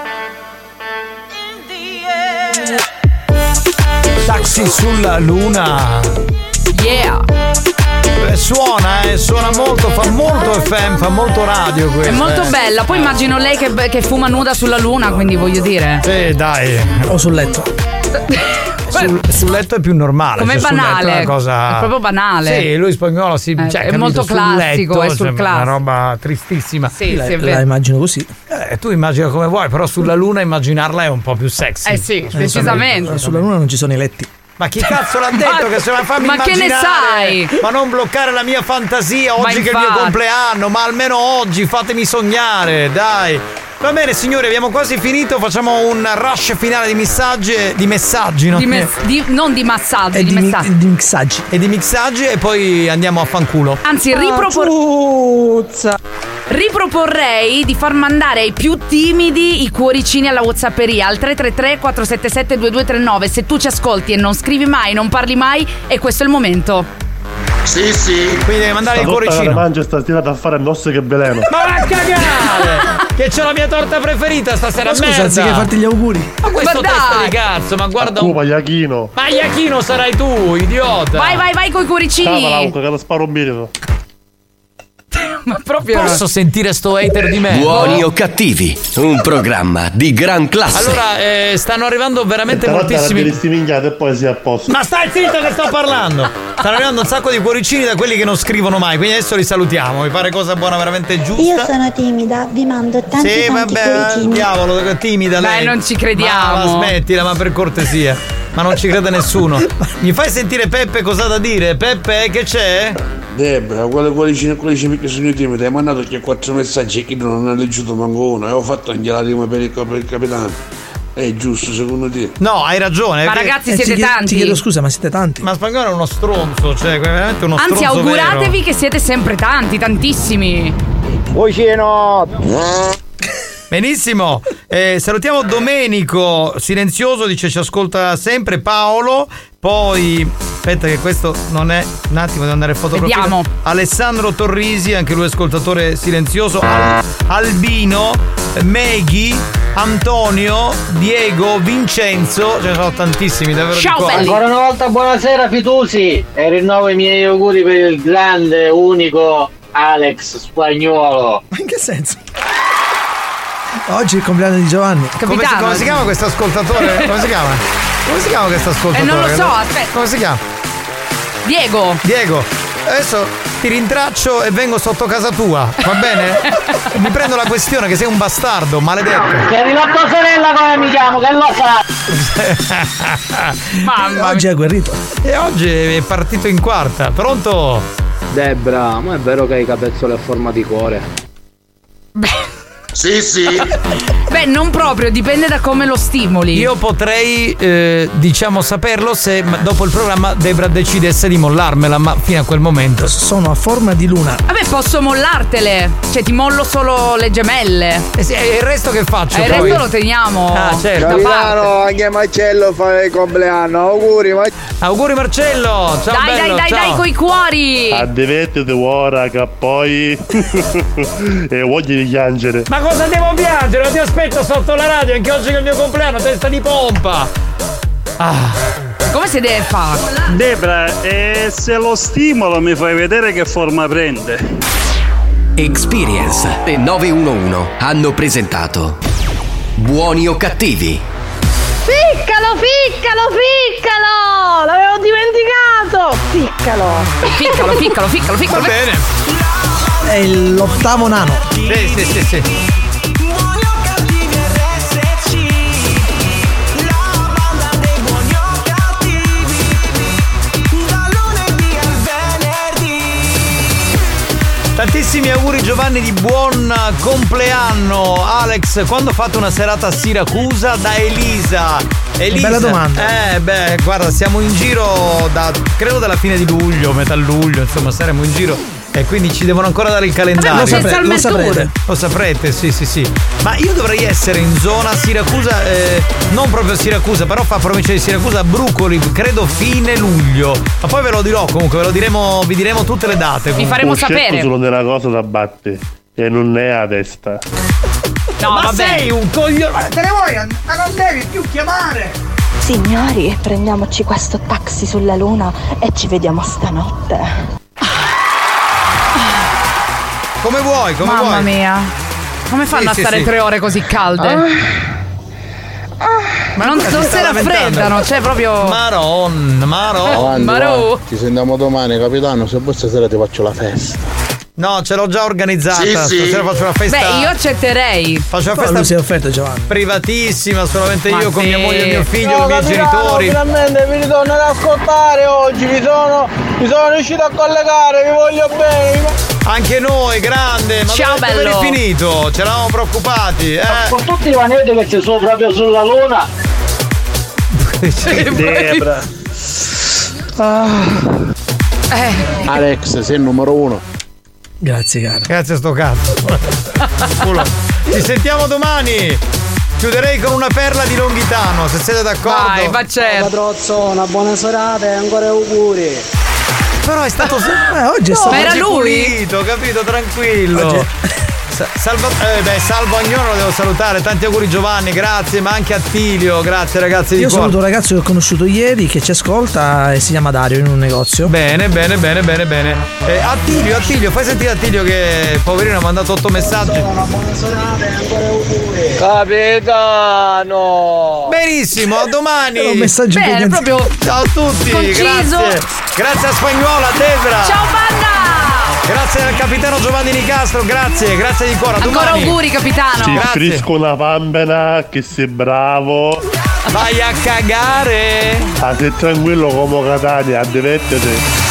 D: Taxi sulla luna.
G: Yeah.
D: Eh, suona, eh, suona molto, fa molto F M, fa molto radio questo.
G: È molto
D: eh.
G: bella. Poi immagino lei che, che fuma nuda sulla luna, quindi voglio dire.
D: Sì, dai.
M: O sul letto.
D: Sul, sul letto è più normale.
G: Com'è
D: cioè, sul letto
G: banale.
D: È, una cosa...
G: È proprio banale.
D: Sì, lui Spagnolo si,
G: Eh,
D: cioè,
G: è
D: capito,
G: molto
D: sul
G: classico,
D: letto,
G: è sul
D: cioè,
G: classico.
D: una roba tristissima.
G: Sì,
M: la,
G: sì, è
M: la
G: vero.
M: immagino così.
D: Eh, tu immagina come vuoi, però sulla luna immaginarla è un po' più sexy.
G: Eh sì, decisamente.
M: Sulla luna non ci sono i letti.
D: Ma chi cazzo l'ha detto
G: Ma-
D: che se la fammi
G: ma che ne
D: immaginare?
G: sai?
D: Ma non bloccare la mia fantasia oggi
G: Ma
D: che è il mio
G: infatti.
D: compleanno, ma almeno oggi fatemi sognare, dai. Va bene signori, abbiamo quasi finito, facciamo un rush finale di messaggi, di messaggi, no?
G: Di mes- di- non di massaggi,
M: E
G: di,
M: di, mi-
G: messaggi.
M: di mixaggi.
D: E di mixaggi e poi andiamo a fanculo.
G: Anzi, ripropor- riproporrei di far mandare ai più timidi i cuoricini alla WhatsApperia al tre tre tre quattro sette sette due due tre nove. Se tu ci ascolti e non scrivi mai, non parli mai, e questo è il momento.
C: Sì, sì.
D: Quindi devi mandare il
N: La
D: cuoricino.
N: mangia stasera da fare addosso che veleno.
D: Ma va a cagare! Che c'ho la mia torta preferita stasera,
M: Ma scusa,
D: merda!
M: anziché farti gli auguri.
D: Ma questo
G: Ma
D: testa
G: dai!
D: di cazzo, ma guarda un...
N: Cupa, Iachino.
D: Ma Iachino sarai tu, idiota!
G: Vai, vai, vai coi
N: Ciao,
G: cuoricini.
N: Lauca, che lo sparo un birito.
G: Ma proprio
D: Posso sentire sto hater di me?
A: Buoni o cattivi, un programma di gran classe.
D: Allora, eh, stanno arrivando veramente
N: Però
D: moltissimi.
N: minchiate e poi si a posto.
D: Ma stai zitto che sto parlando! Stanno arrivando un sacco di cuoricini da quelli che non scrivono mai, quindi adesso li salutiamo. Mi pare cosa buona, veramente giusta.
W: Io sono timida, vi mando tanti
D: Sì,
W: tanti
D: vabbè,
W: cuoricini.
D: diavolo, timida
G: Beh,
D: lei.
G: non ci crediamo.
D: Ma, ma smettila, ma per cortesia. Ma non ci crede nessuno. Mi fai sentire Peppe cosa da dire? Peppe, che c'è?
L: Debra, quelle cuoricine cuoricine che sono timide, hai mandato che quattro messaggi e che non ha leggiuto manco uno, e ho fatto anche la rima per il, per il capitano. È giusto secondo te?
D: No, hai ragione.
G: Ma
D: perché-
G: ragazzi,
M: Eh,
G: siete
M: ti chiedo-
G: tanti.
M: Ti chiedo scusa, ma siete tanti.
D: Ma Spagnolo è uno stronzo, cioè, è veramente uno
G: Anzi,
D: stronzo
G: auguratevi
D: vero.
G: che siete sempre tanti, tantissimi.
U: Cucino!
D: Benissimo, eh, salutiamo Domenico Silenzioso, dice ci ascolta sempre, Paolo, poi aspetta che questo non è, un attimo devo andare a fotoprofilo.
G: Vediamo.
D: Alessandro Torrisi, anche lui ascoltatore silenzioso, Al- Albino, Meghi, Antonio, Diego, Vincenzo, ce ne sono tantissimi davvero
G: Ciao,
D: di cuore.
G: belli.
U: Ancora una volta buonasera Fitusi e rinnovo i miei auguri per il grande, unico Alex Spagnuolo.
M: Ma in che senso? Oggi è il compleanno di Giovanni.
D: Come si,
G: Capitano.
D: come si chiama questo ascoltatore? Come si chiama? Come si chiama questo
G: Eh,
D: ascoltatore?
G: non lo so, aspetta.
D: Come si chiama?
G: Diego.
D: Diego, adesso ti rintraccio e vengo sotto casa tua, va bene? Mi prendo la questione che sei un bastardo, maledetto.
U: Che la tua sorella come mi chiamo, che lo sa?
G: Mamma
M: Oggi è agguerrito.
D: E oggi è partito in quarta, pronto?
T: Debra, ma è vero che hai i capezzoli a forma di cuore?
C: Sì, sì.
G: Beh, non proprio, dipende da come lo stimoli.
D: Io potrei, eh, diciamo, saperlo se ma- dopo il programma Debra decidesse di mollarmela, ma fino a quel momento.
M: Sono a forma di luna.
G: Vabbè, posso mollartele. Cioè, ti mollo solo le gemelle.
D: E sì, e il resto che faccio?
G: E il
D: poi?
G: resto lo teniamo.
D: Ah, certo.
G: da parte.
K: Capitano, anche Marcello fa il compleanno. Auguri, ma
D: Auguri Marcello, ciao
G: Dai,
D: bello,
G: dai, dai,
D: ciao.
G: dai, coi cuori.
N: Addevettete ora che poi e voglio di piangere.
D: Ma cosa devo piangere? Ti aspetto sotto la radio anche oggi che è il mio compleanno, testa di pompa. Ah.
G: Come si deve fare?
P: Debra, e se lo stimolo mi fai vedere che forma prende?
A: Experience e nove uno uno hanno presentato Buoni o cattivi?
J: Ficcalo, ficcalo, ficcalo! L'avevo dimenticato! Ficcalo!
G: Ficcalo, ficcalo, ficcalo, ficcalo.
D: Va bene.
M: È l'ottavo nano.
D: Sì, sì, sì, sì. Tantissimi auguri Giovanni di buon compleanno. Alex, quando fate una serata a Siracusa? Da Elisa. Elisa.
M: Bella domanda.
D: Eh beh, guarda, siamo in giro da credo dalla fine di luglio, metà luglio, insomma, saremo in giro e quindi ci devono ancora dare il calendario.
M: Lo, sapre- lo saprete.
D: Lo saprete, sì, sì, sì. Ma io dovrei essere in zona Siracusa, eh, non proprio Siracusa, però fa provincia di Siracusa, Brucoli, credo fine luglio. Ma poi ve lo dirò comunque, ve lo diremo, vi diremo tutte le date.
G: Vi
D: comunque.
G: faremo
N: Ho scelto
G: sapere.
N: solo della cosa da batte e non ne ha a testa.
G: No,
D: Ma
G: vabbè.
D: sei un coglione.
M: Te ne vuoi? Ma non devi più chiamare.
J: Signori, prendiamoci questo taxi sulla luna e ci vediamo stanotte.
D: Come vuoi, come
G: Mamma
D: vuoi.
G: mia. Come fanno
D: Sì,
G: a
D: sì,
G: stare
D: sì.
G: tre ore così calde? Ma non,
D: Si
G: non
D: sta
G: si
D: lamentando.
G: raffreddano, cioè proprio.
D: Maronna, Maronna.
C: Avanti,
G: Marò.
C: va. Ci sentiamo domani, capitano. Se poi stasera ti faccio la festa.
D: No, ce l'ho già organizzata.
C: Sì, sì.
D: Stasera faccio una festa.
G: Beh, io accetterei.
D: Faccio una
M: Poi
D: festa
M: lui si è offerto Giovanni.
D: privatissima, solamente
G: Ma
D: io con
G: sì.
D: mia moglie e mio figlio, con i miei genitori.
K: finalmente vi ritorno ad ascoltare oggi. Mi sono, mi sono riuscito a collegare, vi voglio bene. vi-
D: Anche noi, grande. Ma
G: Ciao,
D: dove, dove
G: bello.
D: eri finito? Ci eravamo preoccupati, eh.
U: Con tutti i pianeti che ci sono proprio sulla luna.
P: Debra.
G: Eh,
C: Alex, sei il numero uno.
M: Grazie, caro.
D: Grazie a sto cazzo. Culo. Ci sentiamo domani. Chiuderei con una perla di Longhitano, se siete d'accordo.
G: vai, ma certo.
U: Patrozzo, una buona serata e ancora auguri.
D: Però è stato
M: Eh, oggi è stato.
G: Ma era
D: oggi
G: lui?
D: pulito, capito? Tranquillo.
M: Oggi-
D: Sa- Salvo, eh, beh, Salvo Agnolo lo devo salutare, tanti auguri Giovanni, grazie, ma anche Attilio, grazie ragazzi di
M: Io
D: cuore.
M: saluto un ragazzo che ho conosciuto ieri che ci ascolta e si chiama Dario in un negozio.
D: Bene, bene, bene, bene, bene. Eh, Attilio, Attilio, fai sentire Attilio che poverino ha mandato otto messaggi.
X: Capitano!
D: Benissimo, a domani.
M: Un messaggio
G: Bene, proprio
D: ciao a tutti,
G: conciso.
D: grazie. Grazie a Spagnuolo, a Debra.
G: Ciao banda!
D: Grazie al capitano Giovanni Nicastro, grazie, grazie di cuore. A
G: Ancora
D: domani.
G: auguri capitano.
N: Ti
D: Grazie.
N: frisco una pampena, che sei bravo.
D: Vai a cagare.
N: Ah, sei tranquillo come Catania, divertiti.